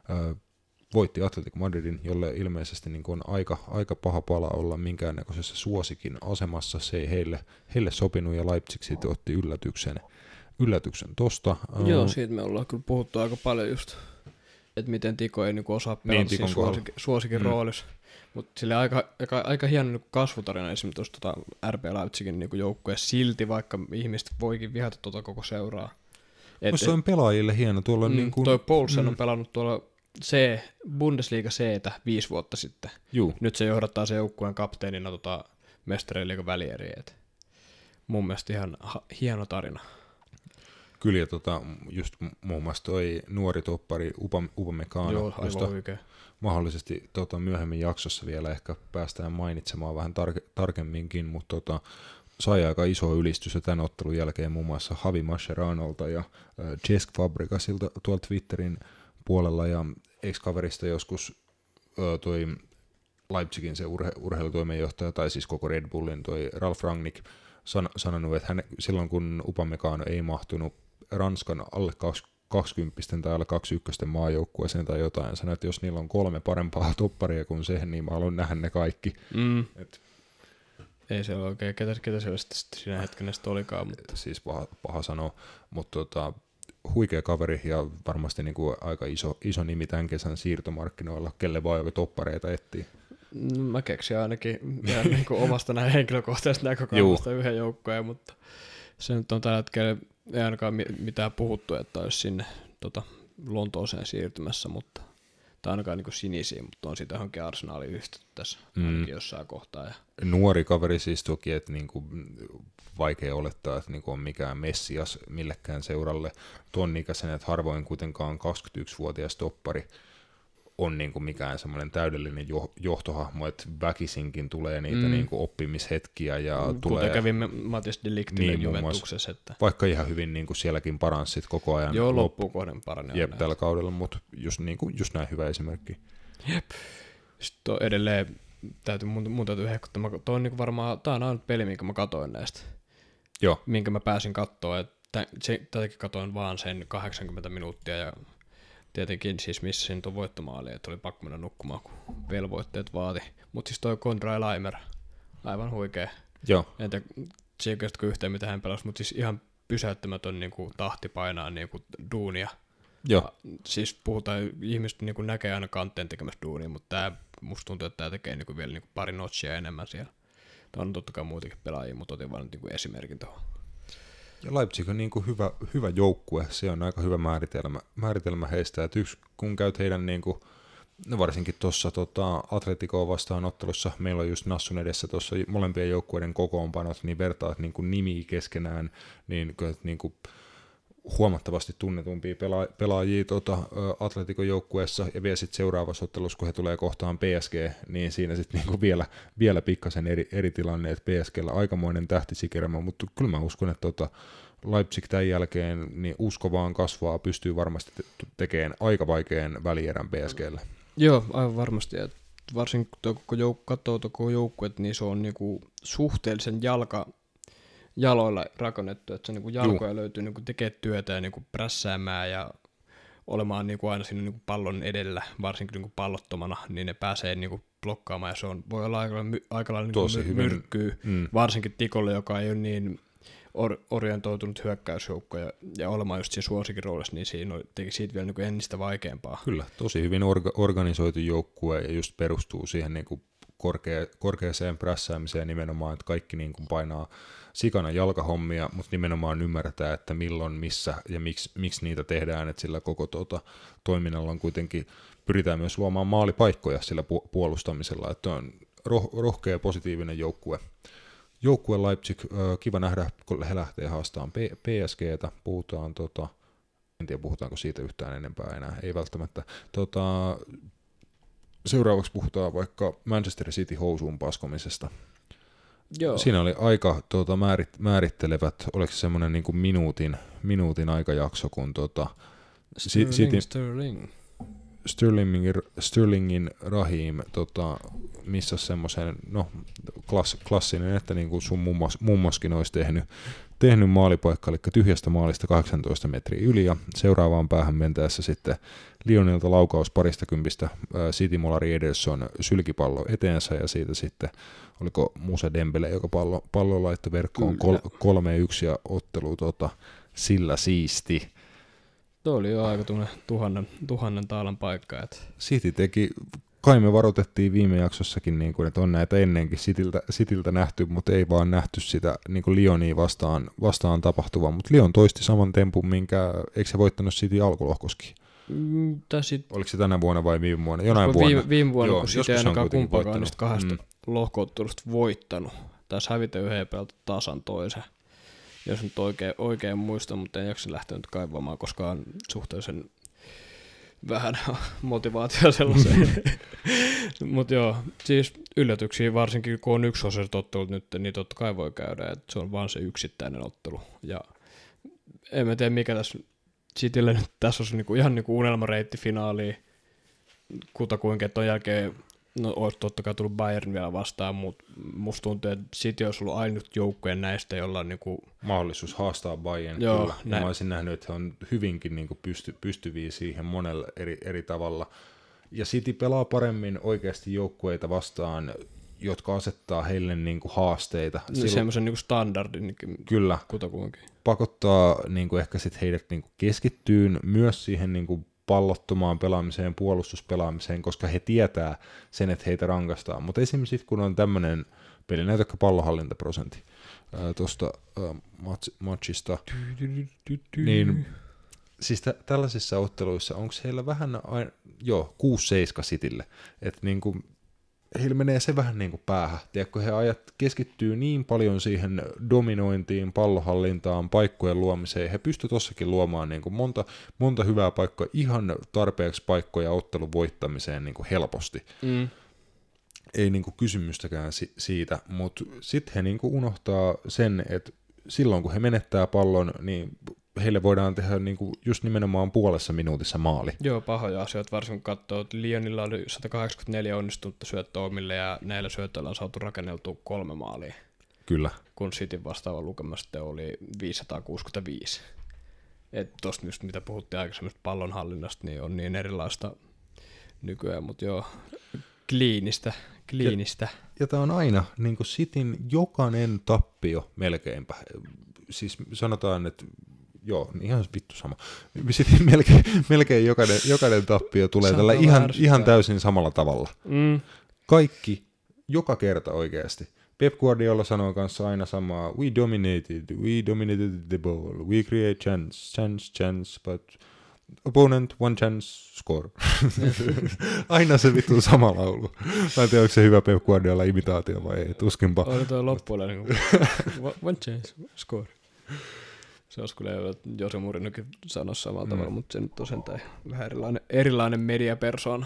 [SPEAKER 1] voitti Atletico Madridin, jolle ilmeisesti niin on aika paha pala olla minkäännäköisessä suosikin asemassa. Se ei heille sopinut, ja Leipzig sitten otti yllätyksen tosta.
[SPEAKER 3] Joo, siitä me ollaan kyllä puhuttu aika paljon just, että miten Tiko ei niinku osaa pelata siinä suosikin roolissa. Mutta sille aika hieno niinku kasvutarina esimerkiksi tuossa RB Leipzigin niinku joukkueessa silti, vaikka ihmiset voikin vihata koko seuraa.
[SPEAKER 1] Se on pelaajille hieno. Tuolla on
[SPEAKER 3] toi Poulsen on pelannut tuolla Bundesliga C:tä 5 vuotta sitten.
[SPEAKER 1] Juu.
[SPEAKER 3] Nyt se johdattaa se joukkueen kapteenina mestarien liigan välieriä. Mun mielestä ihan hieno tarina.
[SPEAKER 1] Kyllä, ja just muun muassa toi nuori toppari Upamecano, josta mahdollisesti myöhemmin jaksossa vielä ehkä päästään mainitsemaan vähän tarkemminkin, mutta sai aika iso ylistys tämän ottelun jälkeen muun muassa Javi Mascheranolta ja Cesc Fabregasilta tuolla Twitterin puolella, ja ex-kaverista joskus toi Leipzigin se urheilutoimenjohtaja, tai siis koko Red Bullin toi Ralf Rangnick sanonut, että silloin kun Upamecano ei mahtunut Ranskan alle 20 tai alle 21 maajoukkueeseen tai jotain, sanoi, että jos niillä on 3 parempaa topparia kuin se, niin mä haluan nähdä ne kaikki.
[SPEAKER 3] Ei se ole oikein, ketä se sitten siinä hetkenä olikaan. Mutta.
[SPEAKER 1] Siis paha sanoa, mutta huikea kaveri ja varmasti niin kuin aika iso nimi tämän kesän siirtomarkkinoilla, kelle vaan joka toppareita etsii.
[SPEAKER 3] Mä keksin ainakin ihan niin kuin omasta näin henkilökohtaisesta näkökulmasta yhden joukkojen, mutta se nyt on tällä hetkellä ei ainakaan mitään puhuttu, että olisi sinne Lontooseen siirtymässä, mutta tai ainakaan niin kuin sinisiä, mutta on siitä johonkin Arsenaaliin yhdistetty tässä ainakin jossain kohtaa. Ja.
[SPEAKER 1] Nuori kaveri siis toki, että niin kuin vaikea olettaa, että niin kuin on mikään messias millekään seuralle ton ikäisenä, että harvoin kuitenkaan 21-vuotias toppari on niin kuin mikään semmoinen täydellinen johtohahmo, että väkisinkin tulee niitä niin kuin oppimishetkiä. Ja
[SPEAKER 3] kuten kävimme Matis de Ligtille Juventuksessa. Että.
[SPEAKER 1] Vaikka ihan hyvin niin kuin sielläkin paranssit koko ajan.
[SPEAKER 3] Joo, loppuun kohden parani.
[SPEAKER 1] Jep, tällä kaudella, mutta just näin hyvä esimerkki.
[SPEAKER 3] Jep. Sitten edelleen mun täytyy hehkuttaa. Tämä on niin varmaan, tämä on aina peli, minkä mä katoin näistä.
[SPEAKER 1] Joo.
[SPEAKER 3] Minkä mä pääsin katsoa. Tätäkin katoin vaan sen 80 minuuttia ja tietenkin siis missä siinä on voittomaali, että oli pakko mennä nukkumaan, kun velvoitteet vaati. Mutta siis toi Konrad Laimer, aivan huikea.
[SPEAKER 1] Joo.
[SPEAKER 3] Entä se ei oikeastaan yhtään mitä hän pelasi, mutta siis ihan pysäyttämätön niin kuin tahti painaa niin kuin duunia.
[SPEAKER 1] Joo.
[SPEAKER 3] Siis puhutaan, ihmiset niin kuin näkee aina Kanteen tekemässä duunia, mutta musta tuntuu, että tämä tekee niin kuin vielä niin kuin pari notchia enemmän siellä. Tämä on totta kai muutakin pelaajia, mutta otin vaan niin kuin esimerkin tuohon.
[SPEAKER 1] Ja Leipzig on niin kuin hyvä joukkue, se on aika hyvä määritelmä heistä, että kun käyt heidän niin kuin, varsinkin tuossa Atleticoa vastaan ottelussa, meillä on just Nassun edessä tuossa molempien joukkueiden kokoonpanot, niin vertaat niin kuin nimiä keskenään, niin kuin huomattavasti tunnetumpia pelaajia Atleticon joukkueessa, ja vielä sitten seuraavassa ottelussa, kun he tulee kohtaan PSG, niin siinä sitten niinku vielä pikkasen eri tilanne, että PSGllä aikamoinen tähtisikerma, mutta kyllä mä uskon, että Leipzig tämän jälkeen niin usko vaan kasvaa, pystyy varmasti tekemään aika vaikean välierän PSGlle.
[SPEAKER 3] Joo, aivan varmasti, että varsinkin kun katsoo koko joukkuet, niin se on niinku suhteellisen jaloilla rakennettu, että se niin kuin jalkoja löytyy niin kuin tekee työtä ja niin kuin prässäämään ja olemaan niin kuin aina siinä niin kuin pallon edellä, varsinkin niin kuin pallottomana, niin ne pääsee niin kuin blokkaamaan, ja se voi olla aika lailla niin myrkkyä, varsinkin Tikolle, joka ei ole niin orientoitunut hyökkäysjoukko ja olemaan just siinä suosikin roolissa, niin siinä teki siitä vielä niin kuin entistä vaikeampaa.
[SPEAKER 1] Kyllä, tosi hyvin organisoitu joukkue ja just perustuu siihen niin kuin korkeaseen prässäämiseen nimenomaan, että kaikki niin kuin painaa sikana jalkahommia, mutta nimenomaan ymmärretään, että milloin, missä ja miksi niitä tehdään, että sillä koko toiminnalla on kuitenkin, pyritään myös luomaan maalipaikkoja sillä puolustamisella, että on rohkea positiivinen joukkue. Joukkue Leipzig, kiva nähdä, kun he lähtee haastamaan PSGtä, puhutaan, en tiedä puhutaanko siitä yhtään enempää enää, ei välttämättä. Seuraavaksi puhutaan vaikka Manchester City housuun paskomisesta. Joo. Siinä oli aika määrittelevät, oliko se semmoinen niin kuin minuutin aikajakso, kun Sterlingin Raheem missä semmoisen, no klassinen, että niin kuin sun mummoskin olisi tehnyt maalipaikka, eli tyhjästä maalista 18 metriä yli, ja seuraavaan päähän mentäessä sitten Lyonilta laukaus paristakympistä City-molari Ederson sylkipallo eteensä, ja siitä sitten oliko Musa Dembele, joka pallo laittoi verkkoon 3-1, ja ottelu sillä siisti.
[SPEAKER 3] Tuo oli jo aika tuhannen taalan paikka. Että.
[SPEAKER 1] City teki, kai me varoitettiin viime jaksossakin, niin kuin, että on näitä ennenkin Cityltä nähty, mutta ei vaan nähty sitä niin kuin Lyonia vastaan tapahtuvaa, mutta Lyon toisti saman tempun, eikö se voittanut City alkulohkoskin? Oliko se tänä vuonna vai viime vuonna? Jonain vuonna.
[SPEAKER 3] Viime vuonna, joo, kun City ei ainakaan kumpaakaan niistä kahdesta lohko-ottelusta voittanut. Taisi hävitä yhden pelata tasan toisen. Jos nyt oikein muista, mutta en jaksa lähteä nyt kaivamaan, koska on suhteellisen vähän motivaatio sellaiseen. Mutta joo, siis yllätyksiä, varsinkin kun on yksi ottelu nyt, niin totta kai voi käydä, että se on vaan se yksittäinen ottelu. Ja en mä tiedä, mikä tässä Citylle nyt tässä olisi niinku, ihan niinku unelmareitti finaaliin, kutakuinkin, että on jälkeen no olisi totta kai tullut Bayern vielä vastaan, mutta musta tuntuu, että City olisi ollut ainut joukkueen näistä, jolla on niinku
[SPEAKER 1] mahdollisuus haastaa Bayern. Joo, kyllä. Mä olisin nähnyt, että he on hyvinkin niinku pystyviä siihen monella eri tavalla. Ja City pelaa paremmin oikeasti joukkueita vastaan, jotka asettaa heille niinku haasteita.
[SPEAKER 3] Semmoisen niinku standardin
[SPEAKER 1] kyllä,
[SPEAKER 3] kutakuinkin.
[SPEAKER 1] Pakottaa niinku ehkä sit heidät niinku keskittyyn myös siihen niinku pallottomaan pelaamiseen, puolustuspelaamiseen, koska he tietää sen, että heitä rankastaa. Mutta esimerkiksi kun on tämmöinen peli, näytäkö pallohallintaprosentti tuosta matchista, niin siis tällaisissa otteluissa, onko heillä vähän, 6-7 Citylle, että niinku heillä menee se vähän niin kuin päähän. Tiedätkö, he keskittyy niin paljon siihen dominointiin, pallohallintaan, paikkojen luomiseen. He pystyvät tossakin luomaan niin kuin monta hyvää paikkaa, ihan tarpeeksi paikkoja ottelun voittamiseen niin kuin helposti. Ei niin kuin kysymystäkään siitä, mutta sitten he niin kuin unohtaa sen, että silloin kun he menettää pallon, niin heille voidaan tehdä niinku just nimenomaan puolessa minuutissa maali.
[SPEAKER 3] Joo, pahoja asioita, varsinkin kun katsoo, että Lyonilla oli 184 onnistunutta syöttöä omille, ja näillä syöttöillä on saatu rakenneltua 3 maalia.
[SPEAKER 1] Kyllä.
[SPEAKER 3] Kun Cityn vastaava lukema sitten oli 565. Että tosta just mitä puhuttiin aikaisemmasta pallonhallinnasta, niin on niin erilaista nykyään, mutta joo, kliinistä.
[SPEAKER 1] Ja tämä on aina niin kuin Cityn jokainen tappio melkeinpä. Siis sanotaan, että joo, ihan vittu sama. Sitten melkein jokainen tappio tulee tällä ihan täysin samalla tavalla. Kaikki, joka kerta oikeasti. Pep Guardiola sanoo kanssa aina samaa, we dominated the ball, we create chance, but opponent, one chance, score. Aina se vittu sama laulu. Mä en tiedä, onko se hyvä Pep Guardiola imitaatio vai ei, tuskinpa.
[SPEAKER 3] Oli tuo loppuilla niin one chance, score. Se olisi kyllä Jose Mourinhokin sanoa samalla tavalla, mutta se nyt on sentään vähän erilainen mediapersoona.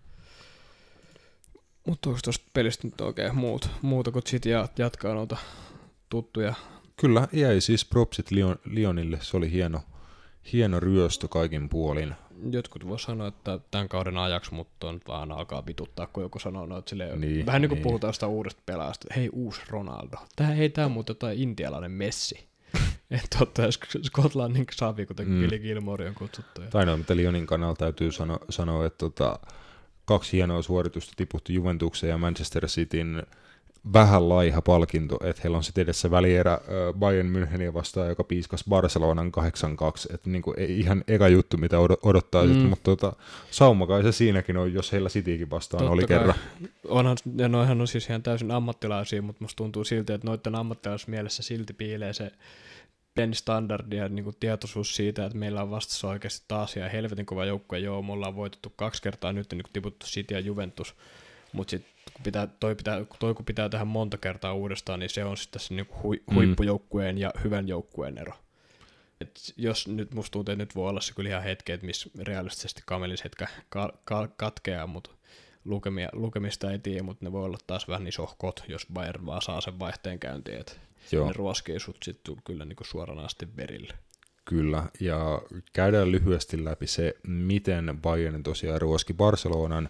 [SPEAKER 3] Mutta onko tuosta pelistä nyt oikein muuta kuin City jatkaa noita tuttuja?
[SPEAKER 1] Kyllä, jäi siis propsit Lyonille, se oli hieno ryöstö kaikin puolin.
[SPEAKER 3] Jotkut voi sanoa, että tämän kauden ajaksi, mutta on vaan alkaa vituttaa, kun joku sanoo, no, että silleen,
[SPEAKER 1] Niin,
[SPEAKER 3] vähän niin kuin
[SPEAKER 1] niin.
[SPEAKER 3] puhutaan sitä uudesta pelaajasta, hei uusi Ronaldo, tää on muuten jotain intialainen Messi. Että ottaisi Skotlannin Xavi, kuten Billy Gilmore on kutsuttu.
[SPEAKER 1] Tai no, mitä Lyonin kannalta täytyy sanoa, että 2 hienoa suoritusta tiputti Juventuksen ja Manchester Cityn vähän laiha palkinto, että heillä on sitten edessä välierä Bayern Müncheniä vastaan, joka piiskasi Barcelonan 8-2, että niinku ei ihan eka juttu, mitä odottaa, mutta saumakai se siinäkin on, jos heillä Citykin vastaan
[SPEAKER 3] Totta
[SPEAKER 1] oli
[SPEAKER 3] kai.
[SPEAKER 1] kerran.
[SPEAKER 3] Onhan, ja noihän on siis ihan täysin ammattilaisia, mutta musta tuntuu silti, että noiden ammattilaismielessä silti piilee se pieni standardi ja niin kuin tietoisuus siitä, että meillä on vastassa oikeasti taas ja helvetin kova joukkue. Joo, me ollaan voitettu 2 kertaa nyt, niin kuin tiputtu City ja Juventus, mutta sitten kun pitää tehdä monta kertaa uudestaan, niin se on sitten se niin huippujoukkueen ja hyvän joukkueen ero. Et jos nyt musta tuntuu, että nyt voi olla se kyllä ihan hetki, että missä realistisesti kamelis hetkä katkeaa, mutta lukemista ei tiedä, mutta ne voi olla taas vähän isohkot, jos Bayern vaan saa sen vaihteen käyntiin, että ne ruoskii sut sitten kyllä niin kuin suoranaisesti verille.
[SPEAKER 1] Kyllä, ja käydään lyhyesti läpi se, miten Bayern tosiaan ruoski Barcelonan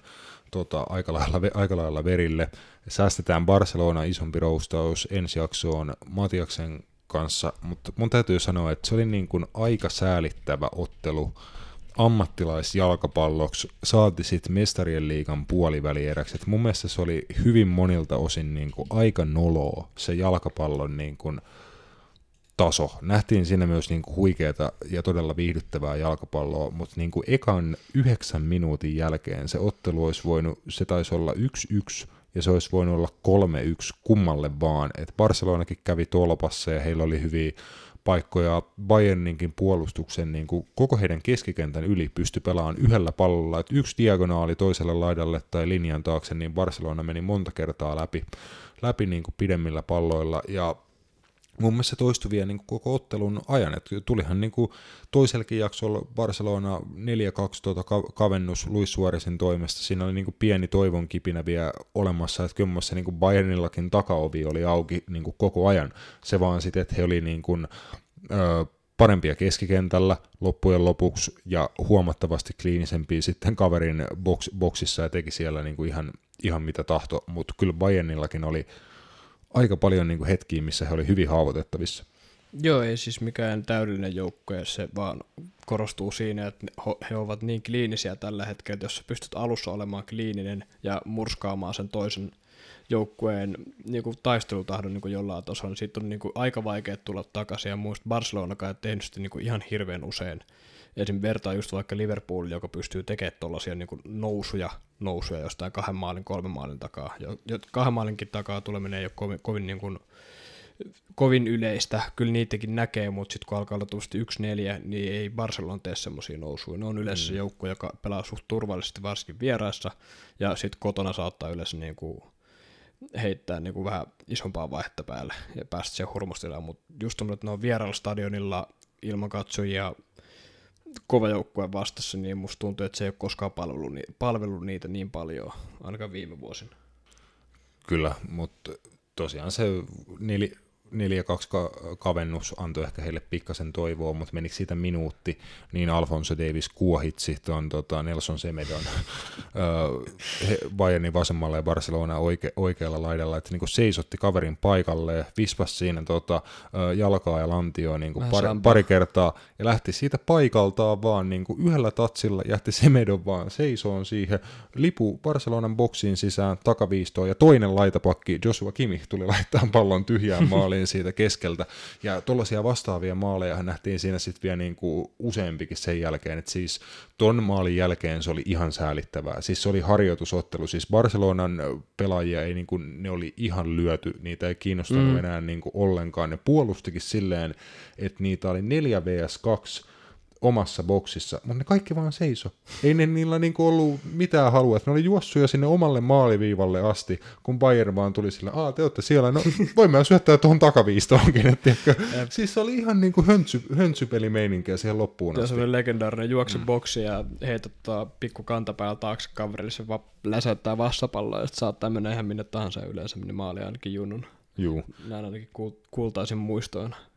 [SPEAKER 1] aika lailla verille. Säästetään Barcelona isompi roustaus ensi jaksoon Matiaksen kanssa, mutta mun täytyy sanoa, että se oli niin kuin aika säälittävä ottelu ammattilaisjalkapalloksi, saati sitten Mestarien liigan puolivälieräksi. Et mun mielestä se oli hyvin monilta osin niin kuin aika noloa se jalkapallon niin kuin taso. Nähtiin siinä myös niin kuin huikeata ja todella viihdyttävää jalkapalloa, mutta niin kuin ekan 9 minuutin jälkeen se ottelu olisi voinut, se taisi olla 1-1 ja se olisi voinut olla 3-1 kummalle vaan. Et Barcelonakin kävi tolpassa ja heillä oli hyviä paikkoja. Bayerninkin puolustuksen niin kuin koko heidän keskikentän yli pystyi pelaamaan yhdellä pallolla, että yksi diagonaali toiselle laidalle tai linjan taakse, niin Barcelona meni monta kertaa läpi niin kuin pidemmillä palloilla, ja mun mielestä se toistui vielä niin kuin koko ottelun ajan, että tulihan niin kuin toisellakin jaksolla Barcelona 4-2 kavennus Luis Suarezin toimesta, siinä oli niin kuin pieni toivon kipinä vielä olemassa, että kyllä niin kuin Bayernillakin takaovi oli auki niin kuin koko ajan, se vaan sitten, että he oli niin kuin, parempia keskikentällä loppujen lopuksi ja huomattavasti kliinisempiä sitten kaverin boksissa ja teki siellä niin kuin ihan mitä tahto, mutta kyllä Bayernillakin oli aika paljon niin kuin hetkiä, missä he oli hyvin haavoitettavissa.
[SPEAKER 3] Joo, ei siis mikään täydellinen joukkue, se vaan korostuu siinä, että he ovat niin kliinisiä tällä hetkellä, että jos sä pystyt alussa olemaan kliininen ja murskaamaan sen toisen joukkueen niin kuin taistelutahdon niin kuin jollain tasolla, niin siitä on niin kuin aika vaikea tulla takaisin, ja muista Barcelonakaan ei tehnyt sitä niin kuin ihan hirveän usein. Esim. Vertaa just vaikka Liverpool, joka pystyy tekemään tuollaisia niin kuin nousuja jostain 2 maalin, 3 maalin takaa. 2 maalinkin takaa tuleminen ei ole kovin yleistä. Kyllä niitäkin näkee, mutta sitten kun alkaa olla tuosta 1-4, niin ei Barcelona tee semmoisia nousuja. Ne on yleensä se joukko, joka pelaa suht turvallisesti varsinkin vieraissa, ja sitten kotona saattaa yleensä niin kuin heittää niin kuin vähän isompaa vaihetta päälle ja päästä siihen hurmostilaan. Mutta just tommoinen, että ne on vierailla stadionilla ilman katsojia kova joukkue vastassa, niin musta tuntuu, että se ei ole koskaan palvellut niitä niin paljon, ainakaan viime vuosina.
[SPEAKER 1] Kyllä, mutta tosiaan se 4-2 kavennus antoi ehkä heille pikkasen toivoa, mutta menikö siitä minuutti, niin Alphonso Davies kuohitsi tuon Nelson Semedon Bayernin vasemmalla ja Barcelona oikealla laidalla, että niinku seisotti kaverin paikalle, vispasi siinä jalkaa ja lantioa niinku pari kertaa ja lähti siitä paikaltaan vaan niinku yhdellä tatsilla, jätti Semedon vaan seisoon siihen, lipu Barcelonan boksiin sisään takaviistoon ja toinen laitapakki Joshua Kimmich tuli laittaa pallon tyhjään maaliin siitä keskeltä, ja tuollaisia vastaavia maaleja nähtiin siinä sitten vielä niinku useampikin sen jälkeen, että siis ton maalin jälkeen se oli ihan säälittävää, siis se oli harjoitusottelu, siis Barcelonan pelaajia ei niinku, ne oli ihan lyöty, niitä ei kiinnostanut enää niinku ollenkaan, ne puolustikin silleen, että niitä oli 4-2 omassa boksissa, mutta ne kaikki vaan seiso. Ei ne niillä niinku ollut mitään halua, että ne oli juossut jo sinne omalle maaliviivalle asti, kun Bayern vaan tuli sille, te olette siellä, no voimme syöttää tuohon takaviistoonkin, että siis se oli ihan niinku höntsypelimeininkiä siihen loppuun asti.
[SPEAKER 3] Se oli legendaarinen juokse boksi ja heitä pikku kantapäällä taakse kaverille, se vaan läsäyttää vastapalloa, ja sitten saattaa mennä ihan minne tahansa yleensä, minne maali ainakin junnun.
[SPEAKER 1] Juu.
[SPEAKER 3] Näin ainakin kultaisin muistoina.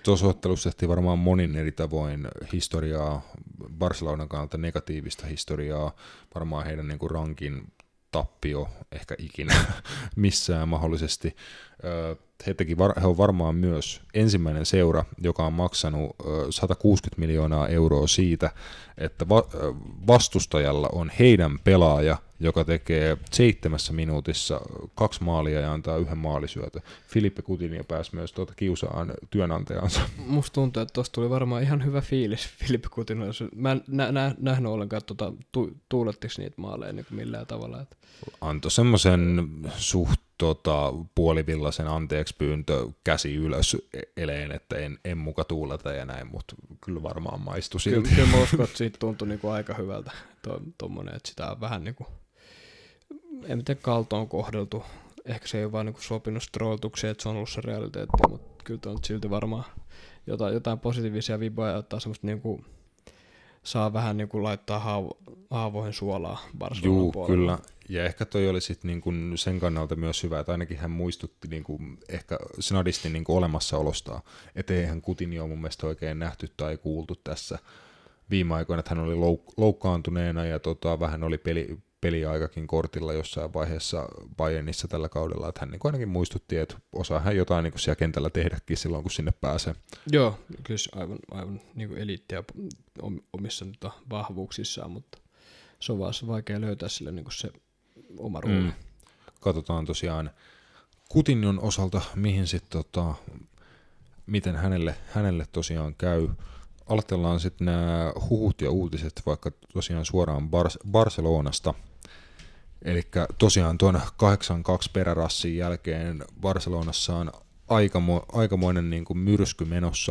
[SPEAKER 1] Tuossa ottelussa tehtiin varmaan monin eri tavoin historiaa, Barcelonan kannalta negatiivista historiaa, varmaan heidän niin kuin rankin tappio ehkä ikinä missään mahdollisesti. He on varmaan myös ensimmäinen seura, joka on maksanut 160 miljoonaa euroa siitä, että vastustajalla on heidän pelaaja, joka tekee 7 minuutissa 2 maalia ja antaa 1 maalisyötön. Filipe Coutinho pääsi myös kiusaan työnantajansa.
[SPEAKER 3] Musta tuntuu, että tuosta tuli varmaan ihan hyvä fiilis Filipe Coutinho. Mä en nähnyt ollenkaan, tuulettiko niitä maaleja niin millään tavalla. Että
[SPEAKER 1] antoi semmoisen suht puolivillaisen anteeksi pyyntö käsi ylös eleen, että en muka tuuleta ja näin, mutta kyllä varmaan maistui silti.
[SPEAKER 3] Kyllä mä uskon, että siitä tuntui niinku aika hyvältä tuommoinen, että sitä on vähän niinku, en tiedä kaltoon kohdeltu. Ehkä se ei ole vaan niinku sopinut stroiltukseen, että se on ollut se realiteetti, mutta kyllä on silti varmaan jotain positiivisia viboja ja ottaa semmoista niinku, saa vähän niinku laittaa haavoihin suolaa Barcelonan puolella.
[SPEAKER 1] Kyllä. Ja ehkä toi oli sitten niinku sen kannalta myös hyvä, että ainakin hän muistutti niinku ehkä Snadistin niinku olemassaolostaan. Että eihän Coutinho mun mielestä oikein nähty tai kuultu tässä viime aikoina, että hän oli loukkaantuneena ja vähän oli peliaikakin kortilla jossain vaiheessa Bayernissa tällä kaudella, että hän niinku ainakin muistutti, että osaa hän jotain niinku siellä kentällä tehdäkin silloin, kun sinne pääsee.
[SPEAKER 3] Joo, kyllä aivan niinku eliittiä omissa vahvuuksissaan, mutta se on vaan vaikea löytää sille niinku se oma rooli.
[SPEAKER 1] Katsotaan tosiaan Coutinhon osalta, miten hänelle tosiaan käy. Aloitellaan sitten nämä huhut ja uutiset vaikka tosiaan suoraan Barcelonasta. Eli tosiaan tuon 8-2 perärassin jälkeen Barcelonassa on aikamoinen niin kuin myrsky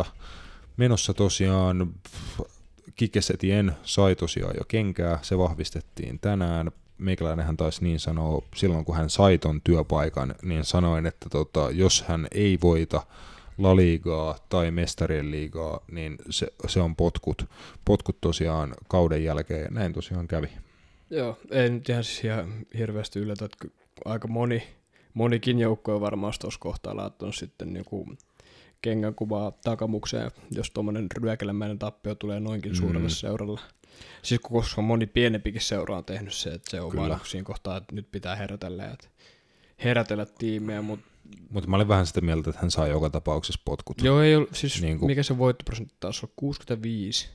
[SPEAKER 1] menossa tosiaan. Kike Setien sai tosiaan jo kenkää, se vahvistettiin tänään. Meikäläinenhän taisi niin sanoa silloin, kun hän sai ton työpaikan, niin sanoin, että jos hän ei voita La Ligaa tai Mestarien liigaa, niin se on potkut tosiaan kauden jälkeen, ja näin tosiaan kävi.
[SPEAKER 3] Joo, ei nyt ihan hirveästi yllätä, että aika monikin joukko on varmaan tuossa kohtaa laittanut sitten niinku kengän kuvaa takamukseen, jos tuommoinen ryökelämäinen tappio tulee noinkin suurelle seuralle. Siis koska moni pienempikin seura on tehnyt se, että se on vaan siinä kohtaa, että nyt pitää herätellä tiimejä,
[SPEAKER 1] Mutta mä olin vähän sitä mieltä, että hän saa joka tapauksessa potkut.
[SPEAKER 3] Joo, ei ole, siis niin mikä se voittoprosentti taas on, 65.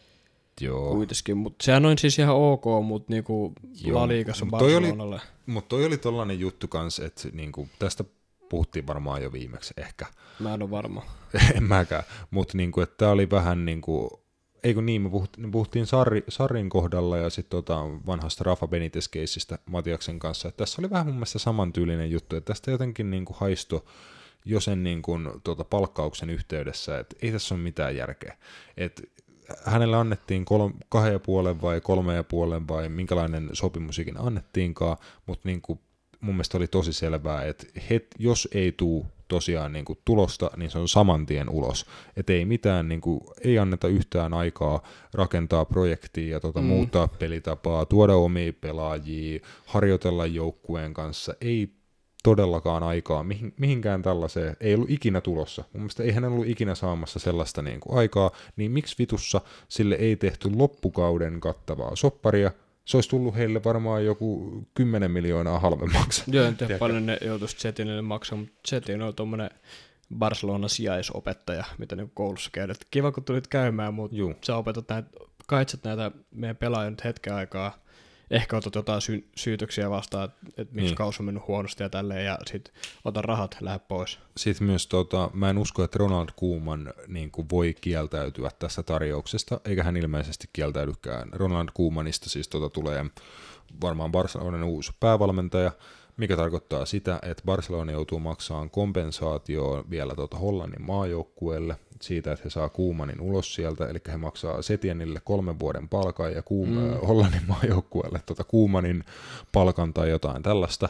[SPEAKER 1] Joo.
[SPEAKER 3] Kuitenkin, mutta sehän on siis ihan ok, mutta niinku La Ligassa Barcelonalle.
[SPEAKER 1] Mutta toi oli tollainen juttu kanssa, että niinku, tästä puhuttiin varmaan jo viimeksi ehkä.
[SPEAKER 3] Mä en ole varma.
[SPEAKER 1] En mäkään, mutta niinku, että tää oli vähän niinku, eikö niin, me puhuttiin Sarrin kohdalla ja sitten vanhasta Rafa Benitez-keissistä Matiaksen kanssa, että tässä oli vähän mun mielestä samantyylinen juttu, että tästä jotenkin niinku haisto jo sen niinku, palkkauksen yhteydessä, että ei tässä ole mitään järkeä, että hänelle annettiin 2,5 vai 3,5 vai minkälainen sopimus ikinä annettiinkaan, mutta niinku, mun mielestä oli tosi selvää, että jos ei tule tosiaan niin kuin tulosta, niin se on saman tien ulos. Että ei mitään, niin kuin, ei anneta yhtään aikaa rakentaa projektia ja muuttaa pelitapaa, tuoda omia pelaajia, harjoitella joukkueen kanssa. Ei todellakaan aikaa mihinkään tällaiseen. Ei ollut ikinä tulossa. Mun mielestä ei hän ollut ikinä saamassa sellaista niin kuin aikaa, niin miksi vitussa sille ei tehty loppukauden kattavaa sopparia? Se olisi tullut heille varmaan joku 10 miljoonaa halvemmaksi.
[SPEAKER 3] Joo, en tiedä paljon ne joutuisi Zetinille maksaa, mutta Zetin on tuommoinen Barcelonan sijaisopettaja, mitä niin koulussa käydään. Kiva, kun tulit käymään, mutta sä opetat kaitsat näitä meidän pelaajia nyt hetken aikaa. Ehkä otat jotain syytöksiä vastaan, että miksi kausi on mennyt huonosti ja tälleen, ja sitten ota rahat, lähde pois.
[SPEAKER 1] Sitten myös, mä en usko, että Ronald Koeman niin kuin voi kieltäytyä tästä tarjouksesta, eikä hän ilmeisesti kieltäydykään. Ronald Koemanista siis tulee varmaan Barcelonan uusi päävalmentaja, mikä tarkoittaa sitä, että Barcelona joutuu maksamaan kompensaatioon vielä Hollannin maajoukkueelle siitä, että he saa Koemanin ulos sieltä, eli he maksaa Setienille 3 vuoden palkan ja Hollannin maajoukkueelle Koemanin palkan tai jotain tällaista,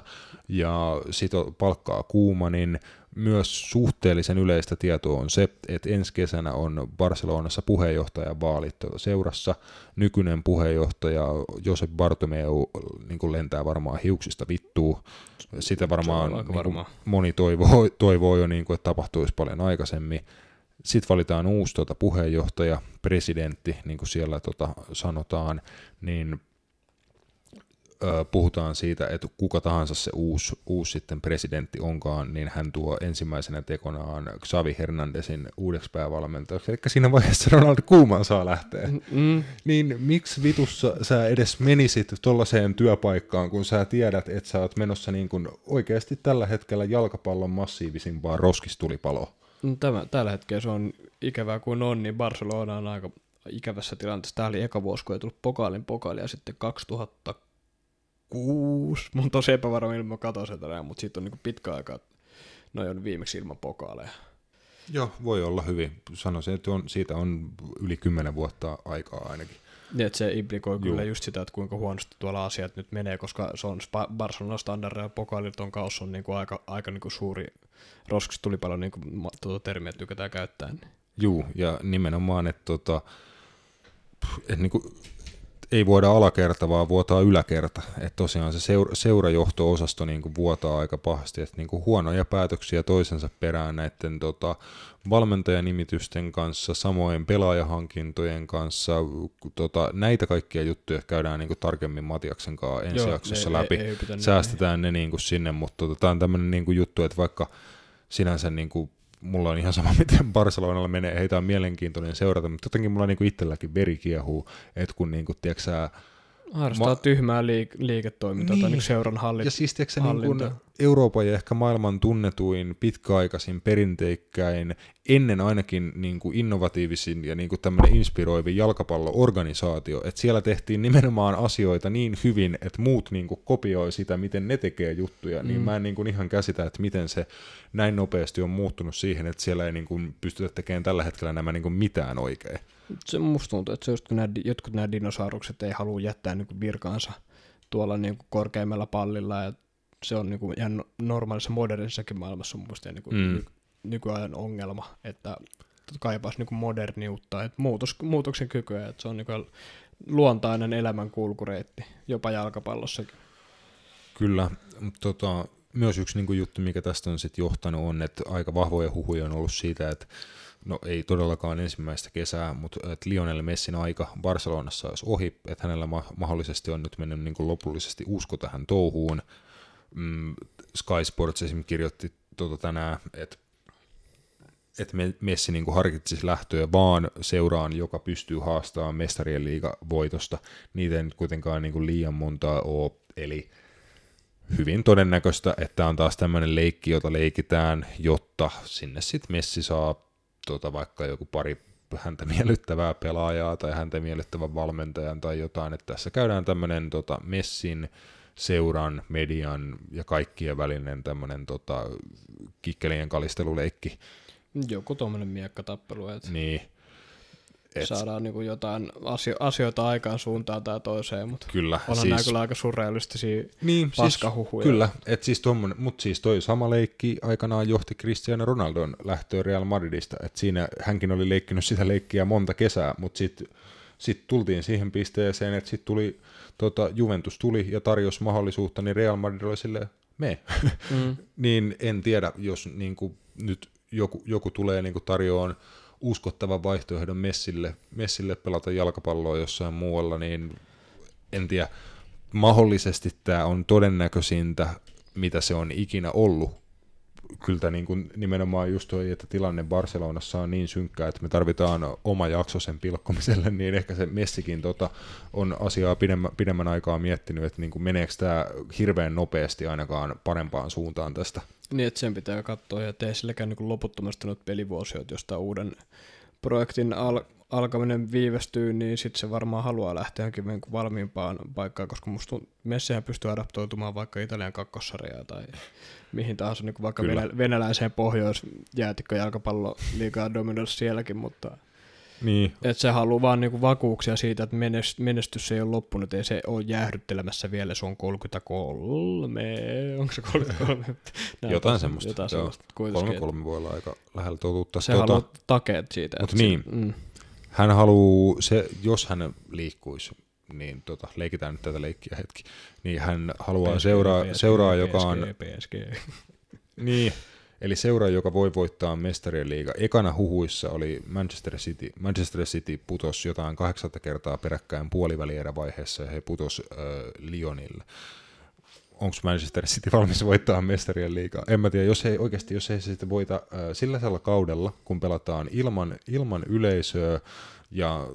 [SPEAKER 1] ja sitten palkkaa Koemanin. Myös suhteellisen yleistä tietoa on se, että ensi kesänä on Barcelonassa puheenjohtajan vaalit seurassa. Nykyinen puheenjohtaja Josep Bartomeu niin lentää varmaan hiuksista vittuun. Sitä varmaan moni toivoo jo, että tapahtuisi paljon aikaisemmin. Sitten valitaan uusi puheenjohtaja, presidentti, niin kuin siellä sanotaan, niin puhutaan siitä, että kuka tahansa se uusi sitten presidentti onkaan, niin hän tuo ensimmäisenä tekonaan Xavi Hernandezin uudeksi päävalmentajaksi. Eli siinä vaiheessa Ronald Koeman saa lähteä. Niin miksi vitussa sä edes menisit tollaiseen työpaikkaan, kun sä tiedät, että sä oot menossa niin kuin oikeasti tällä hetkellä jalkapallon massiivisimpaan roskistulipaloon?
[SPEAKER 3] Tällä hetkellä se on ikävää kuin on, niin Barcelona on aika ikävässä tilanteessa. Tämä oli eka vuosi, kun ei tullut pokaali ja sitten 2006. Mun on tosi epävarma, milloin mä katsoin sen tänään, mutta siitä on niin pitkä aika, no on viimeksi ilman pokaaleja.
[SPEAKER 1] Joo, voi olla hyvin. Sanoisin, että siitä on yli 10 vuotta aikaa ainakin.
[SPEAKER 3] Ja että se implikoi kyllä just sitä, että kuinka huonosti tuolla asiat nyt menee, koska se on Barcelonan standardeja pokaaliton kaus on niin kuin aika niin kuin suuri roskistulipalo, niin kuin termiä tykätään käyttää. Niin.
[SPEAKER 1] Juu, ja nimenomaan, että niin kuin ei voida alakerta, vaan vuotaa yläkerta. Että tosiaan se seurajohto-osasto niin kuin vuotaa aika pahasti, että niin kuin huonoja päätöksiä toisensa perään näiden valmentajanimitysten kanssa, samoin pelaajahankintojen kanssa. Näitä kaikkia juttuja käydään niin kuin tarkemmin Matiaksen kanssa ensi jaksossa läpi. Säästetään ne niin kuin sinne, mutta tämä on tämmöinen niin kuin juttu, että vaikka sinänsä niin kuin mulla on ihan sama, miten Barcelonalla menee, heitä on mielenkiintoinen seurata, mutta jotenkin mulla niinku itselläkin veri kiehuu, että kun niinku, tiiäksä,
[SPEAKER 3] harrastaa tyhmää liiketoimintaa tai seuran hallintaa.
[SPEAKER 1] Ja siis tiiäksä, niin Euroopan ja ehkä maailman tunnetuin, pitkäaikaisin, perinteikkäin, ennen ainakin niin kuin innovatiivisin ja niin kuin tämmöinen inspiroivin jalkapallo-organisaatio, että siellä tehtiin nimenomaan asioita niin hyvin, että muut niin kuin kopioi sitä, miten ne tekee juttuja, niin mä en niin kuin ihan käsitä, että miten se näin nopeasti on muuttunut siihen, että siellä ei niin kuin pystytä tekemään tällä hetkellä nämä niin kuin mitään oikein.
[SPEAKER 3] Se musta tuntuu, että se just kun jotkut nämä dinosaurukset ei halua jättää niin kuin virkaansa tuolla niin kuin korkeimmalla pallilla, ja se on niin kuin ihan normaalissa modernisessakin maailmassa mun mielestä niin kuin nykyajan ongelma, että kaipaisi niin kuin moderniutta, että muutoksen kykyä, että se on niin kuin luontainen elämän kulkureitti, jopa jalkapallossakin.
[SPEAKER 1] Kyllä, mutta myös yksi niin kuin juttu, mikä tästä on sitten johtanut, on, että aika vahvoja huhuja on ollut siitä, että no ei todellakaan ensimmäistä kesää, mutta että Lionel Messin aika Barcelonassa olisi ohi, että hänellä mahdollisesti on nyt mennyt niin kuin lopullisesti usko tähän touhuun. Sky Sports esimerkiksi kirjoitti tänään, että Messi niin kuin harkitsisi lähtöä vaan seuraan, joka pystyy haastamaan mestarien liigavoitosta. Niitä ei nyt kuitenkaan niin kuin liian montaa ole, eli hyvin todennäköistä, että on taas tämmöinen leikki, jota leikitään, jotta sinne sitten Messi saa vaikka joku pari häntä miellyttävää pelaajaa tai häntä miellyttävän valmentajan tai jotain, että tässä käydään tämmöinen Messin, seuran, median ja kaikkien välinen tämmöinen kikkelien kalisteluleikki.
[SPEAKER 3] Joku tuommoinen miekkatappelu, että
[SPEAKER 1] niin,
[SPEAKER 3] saadaan niinku jotain asioita aikaan suuntaan tai toiseen, mutta
[SPEAKER 1] kyllä,
[SPEAKER 3] onhan nämä kyllä aika surrealistisia paskahuhuja.
[SPEAKER 1] Siis, kyllä, mutta siis toi sama leikki aikanaan johti Cristiano Ronaldon lähtöön Real Madridista, että siinä hänkin oli leikkinyt sitä leikkiä monta kesää, mutta sitten tultiin siihen pisteeseen, että sitten tuli Juventus tuli ja tarjosi mahdollisuutta, niin Real Madrid oli silleen, niin en tiedä, jos niinku nyt joku tulee niinku tarjoamaan uskottavan vaihtoehdon Messille pelata jalkapalloa jossain muualla, niin en tiedä, mahdollisesti tämä on todennäköisintä, mitä se on ikinä ollut. Kyllä niin kuin nimenomaan just toi, että tilanne Barcelonassa on niin synkkää, että me tarvitaan oma jakso sen pilkkomiselle, niin ehkä se Messikin on asiaa pidemmän aikaa miettinyt, että niin kuin meneekö tämä hirveän nopeasti ainakaan parempaan suuntaan tästä.
[SPEAKER 3] Niin, että sen pitää katsoa ja tee silläkään niin loputtomasti noita pelivuosia, että jos tämä uuden projektin alkaminen viivästyy, niin sitten se varmaan haluaa lähteä johonkin valmiimpaan paikkaan, koska musta Messihän pystyy adaptoitumaan vaikka Italian kakkossarjaa tai mihin tahansa, niin vaikka venäläiseen pohjois-jäätikköjalkapalloliigaan dominoida sielläkin, mutta
[SPEAKER 1] niin.
[SPEAKER 3] Että se haluaa vaan niinku vakuuksia siitä, että menestys ei ole loppunut, ei se ole jäähdyttelemässä vielä, se on 33, onko se 33?
[SPEAKER 1] Jotain semmoista. 33 voi olla aika lähellä totuutta.
[SPEAKER 3] Se haluaa takeet siitä.
[SPEAKER 1] Mutta niin, hän haluaa, jos hän liikkuisi, niin leikitään nyt tätä leikkiä hetki, niin hän haluaa seuraa, joka on...
[SPEAKER 3] PSG.
[SPEAKER 1] Niin, Eli seura, joka voi voittaa mestarien liiga. Ekana huhuissa oli Manchester City. Manchester City putosi jotain 8 kertaa peräkkäin puolivälierävaiheessa ja he putosi Lyonille. Onko Manchester City valmis voittaa mestarien liigaa? En mä tiedä, jos ei sitten voita sillä kaudella, kun pelataan ilman yleisöä ja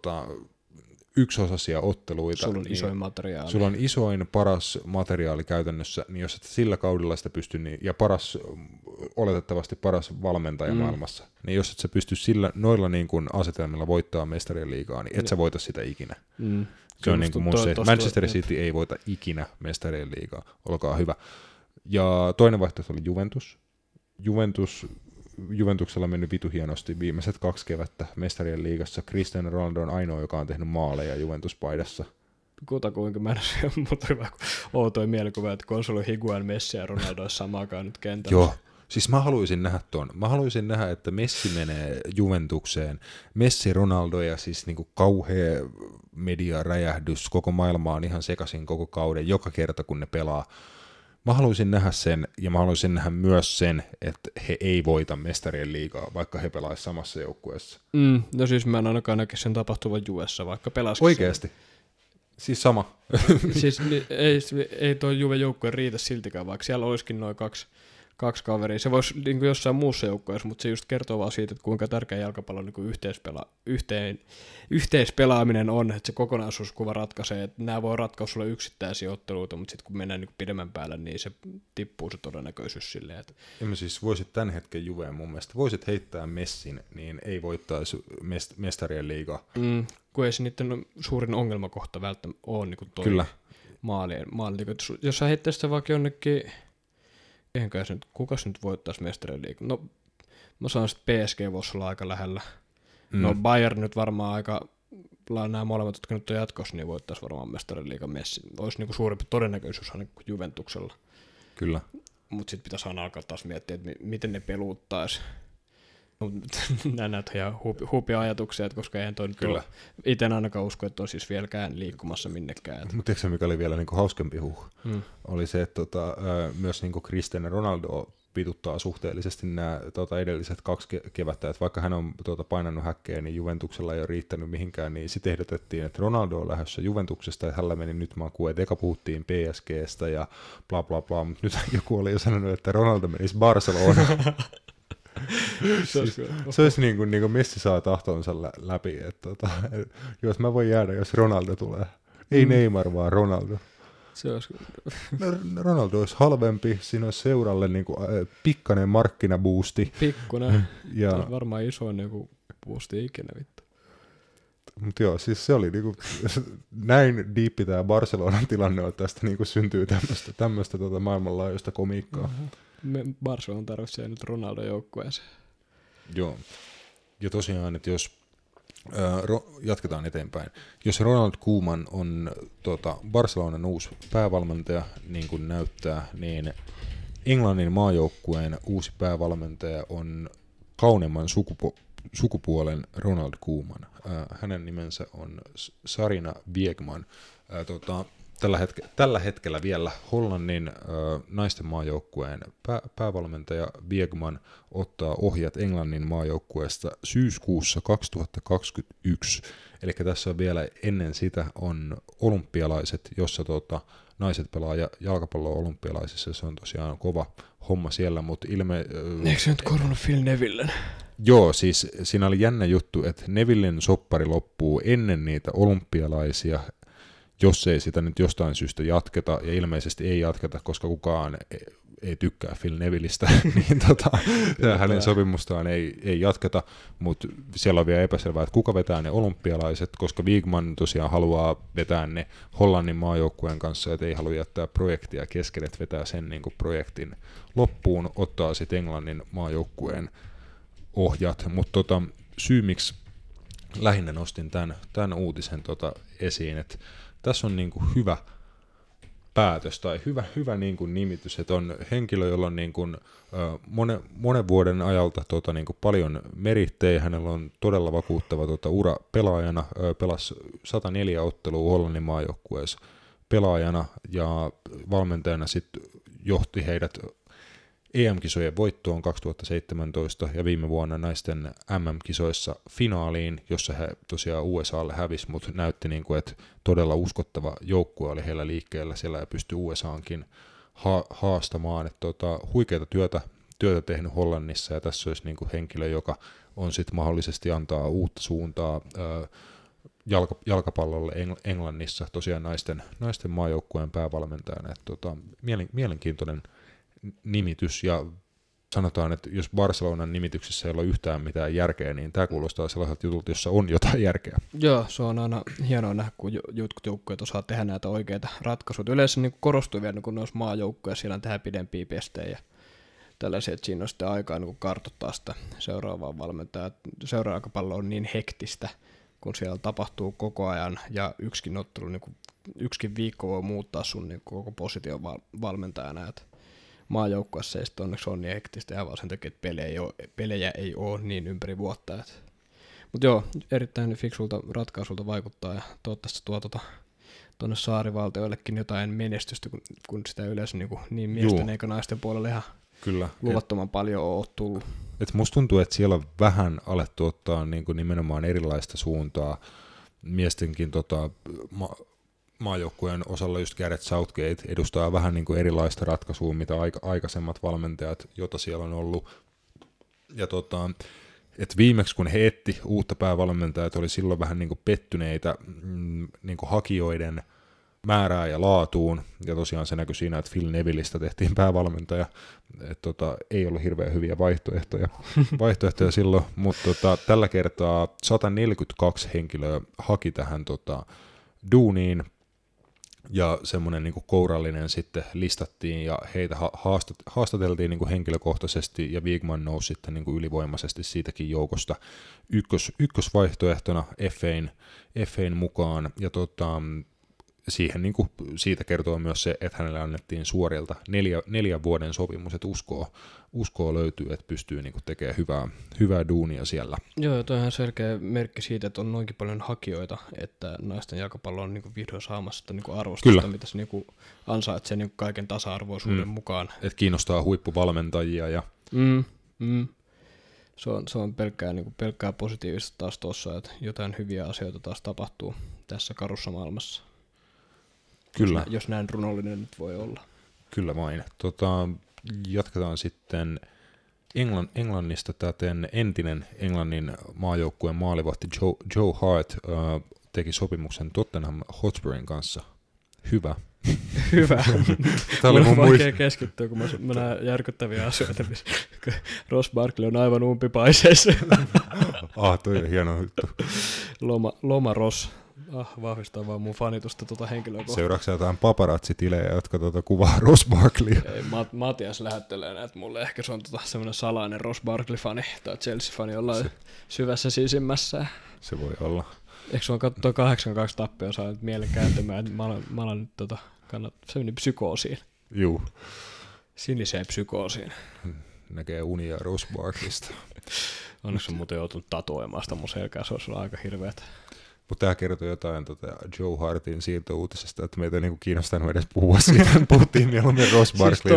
[SPEAKER 1] yksiosaisia otteluita.
[SPEAKER 3] Sulla on isoin materiaali.
[SPEAKER 1] Sulla on isoin, paras materiaali käytännössä, niin jos et sillä kaudella sitä pysty, ja oletettavasti paras valmentaja maailmassa, niin jos et sä pysty noilla niin kuin asetelmilla voittaa mestarien liigaa, niin et sä voita sitä ikinä. Se on niin kuin mun se, Manchester City ei voita ikinä mestarien liigaa, olkaa hyvä. Ja toinen vaihtoehto oli Juventuksella on mennyt vitu hienosti viimeiset 2 kevättä mestarien liigassa. Cristiano Ronaldo on ainoa, joka on tehnyt maaleja Juventus-paidassa.
[SPEAKER 3] Kutakuinka mä en ole, mutta hyvä outoin mielikuva, että konsoli Higuain, Messi ja Ronaldo olisi samaakaan nyt kentällä.
[SPEAKER 1] Joo, siis mä haluaisin nähdä ton. Mä haluaisin nähdä, että Messi menee Juventukseen. Messi, Ronaldo ja siis niinku kauhea mediaräjähdys. Koko maailma on ihan sekaisin koko kauden, joka kerta kun ne pelaa. Mä haluaisin nähdä sen, ja mä haluaisin nähdä myös sen, että he ei voita mestarien liigaa, vaikka he pelaisivat samassa joukkueessa.
[SPEAKER 3] No siis mä en ainakaan näkisi sen tapahtuvan Juvessa, vaikka pelaisikin.
[SPEAKER 1] Oikeasti? Siis sama?
[SPEAKER 3] Siis ei tuo Juve joukkue riitä siltikään, vaikka siellä olisikin noin kaksi kaveria. Se voisi niin kuin jossain muussa joukkueessa, mutta se just kertoo vaan siitä, että kuinka tärkeä jalkapallon niin yhteispelaaminen on, että se kokonaisuuskuva ratkaisee, että nämä voi ratkaista sulle yksittäisiä otteluita, mutta sitten kun mennään niin pidemmän päälle, niin se tippuu se todennäköisyys silleen. Että...
[SPEAKER 1] Ja mä siis voisit tämän hetken Juveen mun mielestä, voisit heittää Messin, niin ei voittaisi mestarien liigaa.
[SPEAKER 3] Kun ei se niiden suurin ongelmakohta välttämättä ole niin toi
[SPEAKER 1] Kyllä.
[SPEAKER 3] maali. Jos sä heittäisit sitä vaikka jonnekin... Kukas nyt voittaisi mestarien liigaa? No, mä sanoisin, että PSG voisi olla aika lähellä. No, Bayern nyt varmaan aika, nämä molemmat, jotka nyt on jatkossa, niin voittaisi varmaan mestarien liigan Messi. Olisi niinku suurempi todennäköisyys aina kuin Juventuksella.
[SPEAKER 1] Kyllä.
[SPEAKER 3] Mutta sitten pitäisi aina alkaa taas miettiä, että miten ne peluuttaisi. Nämä näyttää ihan huupia ajatuksia, koska eihän toi nyt ole, itse en ainakaan usko, että on siis vieläkään liikkumassa minnekään.
[SPEAKER 1] Mutta tiedätkö mikä oli vielä niinku hauskempi oli se, että myös niinku Cristiano Ronaldo pituttaa suhteellisesti nämä edelliset 2 kevättä, että vaikka hän on painanut häkkejä, niin Juventuksella ei ole riittänyt mihinkään, niin sitten ehdotettiin, että Ronaldo on lähdössä Juventuksesta, että hänellä meni nyt makuun, että eka puhuttiin PSGstä ja bla bla bla, mutta nyt joku oli jo sanonut, että Ronaldo menisi Barcelonaan. Se olisi niin kuin Messi saa tahtonsa läpi, että jos mä voin jäädä, jos Ronaldo tulee. Ei Neymar, vaan Ronaldo.
[SPEAKER 3] Se olisi...
[SPEAKER 1] Ronaldo olisi halvempi, siinä olisi seuralle niin kuin, pikkainen markkinabuusti.
[SPEAKER 3] Pikkuinen, ja... varmaan isoin niin boosti ikinä vittu.
[SPEAKER 1] Mutta joo, siis se oli niinku, näin diippi tämä Barcelonan tilanne on, että tästä niinku syntyy tämmöistä maailmanlaajuista komiikkaa.
[SPEAKER 3] Barcelona tarvitsee nyt Ronaldo joukkueeseen.
[SPEAKER 1] Joo, ja tosiaan, että jos jatketaan eteenpäin, jos Ronald Koeman on Barcelonan uusi päävalmentaja, niin kuin näyttää, niin Englannin maajoukkueen uusi päävalmentaja on kauneimman sukupuolen Ronald Koeman. Hänen nimensä on Sarina Wiegman. Tällä hetkellä vielä Hollannin naisten maajoukkueen päävalmentaja Wiegman ottaa ohjat Englannin maajoukkueesta syyskuussa 2021. Eli tässä on vielä ennen sitä on olympialaiset, jossa naiset pelaa jalkapalloa olympialaisissa. Se on tosiaan kova homma siellä, mutta
[SPEAKER 3] eikö se nyt korunut Phil Nevillen?
[SPEAKER 1] Joo, siis siinä oli jännä juttu, että Nevillen soppari loppuu ennen niitä olympialaisia, jos ei sitä nyt jostain syystä jatketa, ja ilmeisesti ei jatketa, koska kukaan ei tykkää Phil Nevilleistä, niin hänen sopimustaan ei jatketa, mutta siellä on vielä epäselvää, että kuka vetää ne olympialaiset, koska Wiegman tosiaan haluaa vetää ne Hollannin maajoukkueen kanssa, että ei halua jättää projektia kesken, että vetää sen niin kuin projektin loppuun, ottaa sitten Englannin maajoukkueen ohjat, mutta syy, miksi lähinnä nostin tämän uutisen esiin, että tässä on niinku hyvä päätös tai hyvä niinku nimitys, että on henkilö, jolla on niinku, monen vuoden ajalta niinku paljon merittejä, hänellä on todella vakuuttava ura pelaajana, pelasi 104 ottelua Hollannin maajoukkueessa pelaajana ja valmentajana sitten johti heidät EM-kisojen voittoon 2017 ja viime vuonna naisten MM-kisoissa finaaliin, jossa he tosiaan USAlle hävisi, mutta näytti niin kuin, että todella uskottava joukkue oli heillä liikkeellä siellä ja pystyi USAankin haastamaan. Että huikeata työtä tehnyt Hollannissa ja tässä olisi niin kuin henkilö, joka on sitten mahdollisesti antaa uutta suuntaa jalkapallolle Englannissa tosiaan naisten maajoukkueen päävalmentajana. Että mielenkiintoinen nimitys ja sanotaan, että jos Barcelonan nimityksessä ei ole yhtään mitään järkeä, niin tämä kuulostaa sellaiselta jutulta, jossa on jotain järkeä.
[SPEAKER 3] Joo, se on aina hienoa nähdä, kun jotkut joukkueet osaa tehdä näitä oikeita ratkaisuja. Yleensä niin korostuu vielä, kun ne olisi maajoukkueja, siellä tehdään pidempiä pestejä ja tällaisia, että siinä on sitten aikaa niin kartoittaa sitä seuraavaa valmentajaa. Seuraava jalkapallo on niin hektistä, kun siellä tapahtuu koko ajan ja yksikin ottelu, niin yksikin viikko voi muuttaa sun niin koko position valmentajana. Että maajoukkueessa ei sitten onneksi ole niin hektistä ja vaan sen takia, että pelejä ei ole niin ympäri vuotta. Mutta joo, erittäin fiksulta ratkaisulta vaikuttaa ja toivottavasti tuo tuonne saarivaltioillekin jotain menestystä, kun sitä yleensä niin miesten eikä naisten puolella ihan
[SPEAKER 1] kyllä
[SPEAKER 3] luvattoman paljon ole tullut.
[SPEAKER 1] Et musta tuntuu, että siellä on vähän alettu ottaa niin kuin nimenomaan erilaista suuntaa. Miestenkin maajoukkueen osalla just Gareth Southgate edustaa vähän niin kuin erilaista ratkaisua, mitä aikaisemmat valmentajat, jota siellä on ollut. Ja että viimeksi kun he etti uutta päävalmentajaa, oli silloin vähän niin kuin pettyneitä niin kuin hakijoiden määrää ja laatuun, ja tosiaan se näkyi siinä, että Phil Nevilleistä tehtiin päävalmentaja, että ei ollut hirveän hyviä vaihtoehtoja silloin, mutta tällä kertaa 142 henkilöä haki tähän duuniin, ja semmoinen niin kuin kourallinen sitten listattiin, ja heitä haastateltiin niin kuin henkilökohtaisesti, ja Wigman nousi sitten niin kuin ylivoimaisesti siitäkin joukosta ykkösvaihtoehtona FA:n mukaan, ja siihen niin kuin, siitä kertoo myös se, että hänelle annettiin suorilta 4 vuoden sopimus, että uskoa löytyy, että pystyy niin kuin, tekemään hyvää duunia siellä.
[SPEAKER 3] Joo, toi on ihan selkeä merkki siitä, että on noinkin paljon hakijoita, että naisten jalkapallo on niin kuin vihdoin saamassa sitä niin kuin arvostusta, kyllä, mitä se niin kuin ansaitsee niin kuin kaiken tasa-arvoisuuden mukaan.
[SPEAKER 1] Että kiinnostaa huippuvalmentajia. Ja
[SPEAKER 3] Se on pelkkää positiivista taas tuossa, että jotain hyviä asioita taas tapahtuu tässä karussa maailmassa.
[SPEAKER 1] Kyllä.
[SPEAKER 3] Jos näin runollinen nyt voi olla.
[SPEAKER 1] Kyllä vain. Jatketaan sitten Englannista täten entinen Englannin maajoukkueen maalivahti Joe Hart teki sopimuksen Tottenham Hotspirin kanssa. Hyvä.
[SPEAKER 3] Hyvä.
[SPEAKER 1] Tämä oli mun
[SPEAKER 3] vaikea keskittyä, kun mä näen järkyttäviä asioita, missä Ross Barkley on aivan umpipaiseissa.
[SPEAKER 1] Toi on hieno juttu.
[SPEAKER 3] Loma Ross. Vahvistaa vaan mun fanitusta henkilöä kohtaan.
[SPEAKER 1] Seuraavaksi jotain paparazzi-tilejä, jotka kuvaa Ross Barkley.
[SPEAKER 3] Ei, Matias lähettelee näitä mulle. Ehkä se on semmoinen salainen Ross Barkley-fani tai Chelsea-fani, jollain syvässä sisimmässä.
[SPEAKER 1] Se voi olla.
[SPEAKER 3] Eikö se on katsoa 8-2 tappia, saa nyt mielen kääntymään, että mä alan nyt se meni psykoosiin.
[SPEAKER 1] Juu.
[SPEAKER 3] Siniseen psykoosiin.
[SPEAKER 1] Näkee unia Ross Barkleysta.
[SPEAKER 3] Onneksi on muuten joutunut tatuoimaan sitä mun selkää, se olisi ollut aika hirveätä.
[SPEAKER 1] Mutta tämä kertoo jotain Joe Hartin siirtouutisesta, että meitä ei niinku kiinnostanut edes puhua siitä. Puhuttiin mieluummin Ross Barkleyn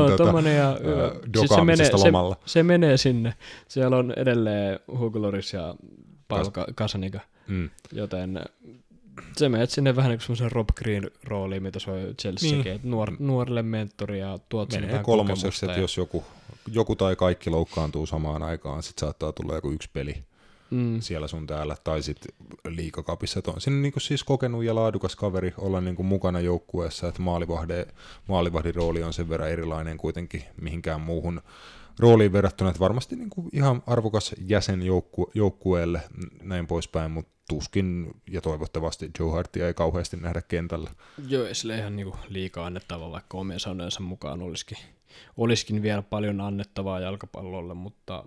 [SPEAKER 1] dokaamisesta lomalla.
[SPEAKER 3] Se menee sinne. Siellä on edelleen Hugo Lloris ja Paolo Casanica, joten se menee sinne vähän niin kuin semmoisen Rob Green rooliin, mitä se on Chelseakin, niin. Nuorille mentori ja tuot sinne vähän
[SPEAKER 1] kolmoseksi, että jos joku tai kaikki loukkaantuu samaan aikaan, sitten saattaa tulla joku yksi peli. Siellä sun täällä, tai sitten liigacupissa. On siinä niinku siis kokenut ja laadukas kaveri olla niinku mukana joukkueessa, että maalivahdin rooli on sen verran erilainen kuitenkin mihinkään muuhun rooliin verrattuna, että varmasti niinku ihan arvokas jäsen joukkueelle näin poispäin, mutta tuskin ja toivottavasti Joe Hartia ei kauheasti nähdä kentällä.
[SPEAKER 3] Joo, ei sille ihan niinku liikaa annettavaa, vaikka omien sanojensa mukaan olisikin vielä paljon annettavaa jalkapallolle, mutta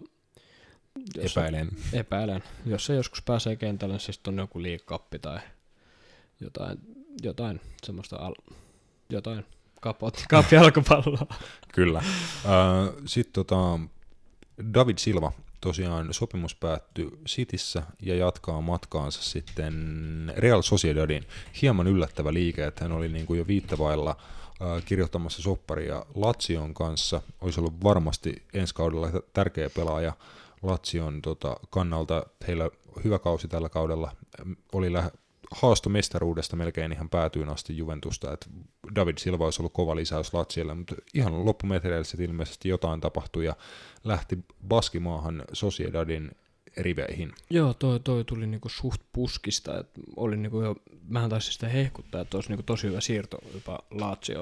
[SPEAKER 3] Epäilen. Jos se joskus pääsee kentälle, niin siis on joku liigakappi tai jotain semmoista, jotain kappi jalkapalloa.
[SPEAKER 1] Kyllä. Sitten David Silva tosiaan sopimus päättyi Cityssä ja jatkaa matkaansa sitten Real Sociedadin. Hieman yllättävä liike, että hän oli niin kuin jo viittavailla kirjoittamassa sopparia Lazion kanssa. Olisi ollut varmasti ensi kaudella tärkeä pelaaja Lazion kannalta. Heillä hyvä kausi tällä kaudella oli haasto mestaruudesta melkein ihan päätyyn asti Juventusta, että David Silva olisi ollut kova lisäys Laziolle, mutta ihan loppumetreillä ilmeisesti jotain tapahtui ja lähti baskimaahan Sociedadin riveihin.
[SPEAKER 3] Joo, toi tuli niinku suht puskista, että oli niinku jo, mähän taisin sitä hehkuttaa, että olisi niinku tosi hyvä siirto jopa Lazioon.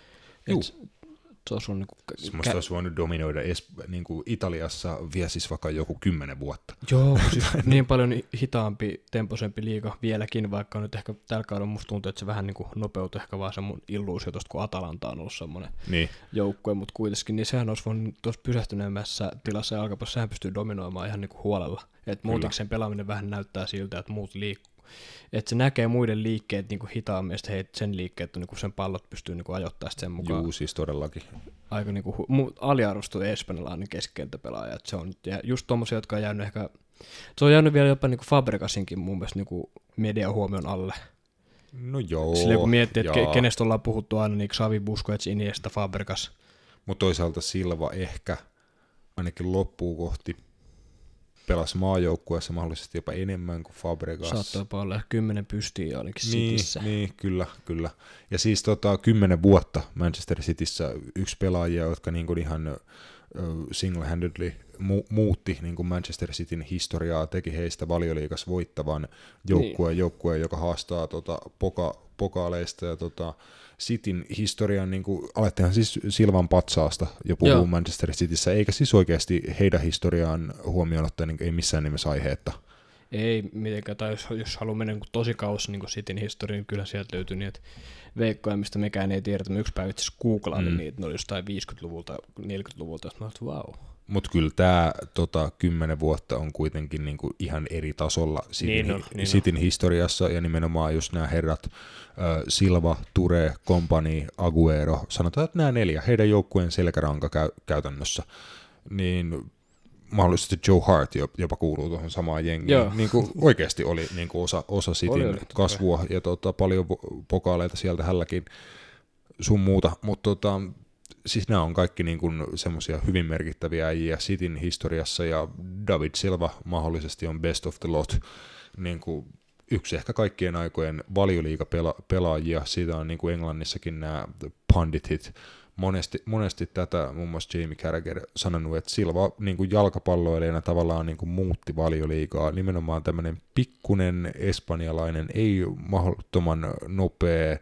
[SPEAKER 3] Se olisi niinku
[SPEAKER 1] semmoista olisi voinut dominoida niinku Italiassa vielä siis vaikka joku 10 vuotta.
[SPEAKER 3] Joo, siis niin paljon hitaampi, tempoisempi liiga vieläkin, vaikka nyt ehkä tällä kaudella musta tuntuu, että se vähän niinku nopeutui ehkä vaan se mun illuusio tosta, kun Atalanta on ollut semmoinen joukkue, mutta kuitenkin, niin sehän olisi voinut tuossa pysähtyneemmässä tilassa jalkapallossa, sehän pystyy dominoimaan ihan niinku huolella. Että muutenkin sen pelaaminen vähän näyttää siltä, että muut liikkuu. Että se näkee muiden liikkeet niinku hitaammin, ja sitten sen liikkeet, niinku sen pallot pystyy niinku ajoittamaan sen mukaan.
[SPEAKER 1] Juu, siis todellakin.
[SPEAKER 3] Aika niinku aliarvostuu espanjalainen keskikenttäpelaaja. Se on just tommosia, jotka on jäänyt ehkä, se on jäänyt vielä jopa niinku Fabregasinkin mun mielestä niinku median huomion alle.
[SPEAKER 1] No joo.
[SPEAKER 3] Silleen kun miettii, että kenestä ollaan puhuttu aina, niin Xavi, Busquets, Iniesta, Fabregas.
[SPEAKER 1] Mutta toisaalta Silva ehkä ainakin loppuun kohti pelasi maajoukkueessa mahdollisesti jopa enemmän kuin Fabregas.
[SPEAKER 3] Saattaa jopa olla 10 pystiä ainakin Cityssä.
[SPEAKER 1] Niin, kyllä. Ja siis 10 vuotta Manchester Cityssä yksi pelaajia, jotka niin kuin ihan single-handedly muutti niin kuin Manchester Cityn historiaa, teki heistä Valioliigas voittavan joukkueen, joka haastaa pokaaleista ja Cityn historian, niin kuin, alettehan siis Silvan patsaasta jo puhuu Manchester Cityssä, eikä siis oikeasti heidän historiaan huomioon ottaa, niin ei missään nimessä aiheetta.
[SPEAKER 3] Ei mitenkään, tai jos haluaa mennä niin tosi kauas niin Cityn historiaan, niin kyllä sieltä löytyy niitä veikkoja, mistä mekään ei tiedä, että me yksi päivä itse asiassa googlaan niitä, ne oli jostain 50-luvulta, 40-luvulta, että mä oon, wow.
[SPEAKER 1] Mutta kyllä tämä 10 vuotta on kuitenkin niinku ihan eri tasolla Cityn historiassa, ja nimenomaan just nämä herrat Silva, Toure, Kompany, Agüero, sanotaan, että nämä 4, heidän joukkueen selkäranka käytännössä, niin mahdollisesti Joe Hart jopa kuuluu tuohon samaan jengiin. Niin kuin oikeasti oli niin kuin osa Cityn kasvua, ja paljon pokaaleita sieltä hälläkin sun muuta, mutta siis nämä on kaikki niin kuin semmoisia hyvin merkittäviä äijiä Cityn historiassa, ja David Silva mahdollisesti on best of the lot, niin kuin yksi ehkä kaikkien aikojen valioliigapelaajia. Siitä on niin kuin Englannissakin nämä punditit monesti tätä, muun muassa Jamie Carragher sanonut, että Silva niin kuin jalkapalloilijana tavallaan niin kuin muutti Valioliigaa, nimenomaan tämmöinen pikkunen espanjalainen, ei mahdottoman nopea,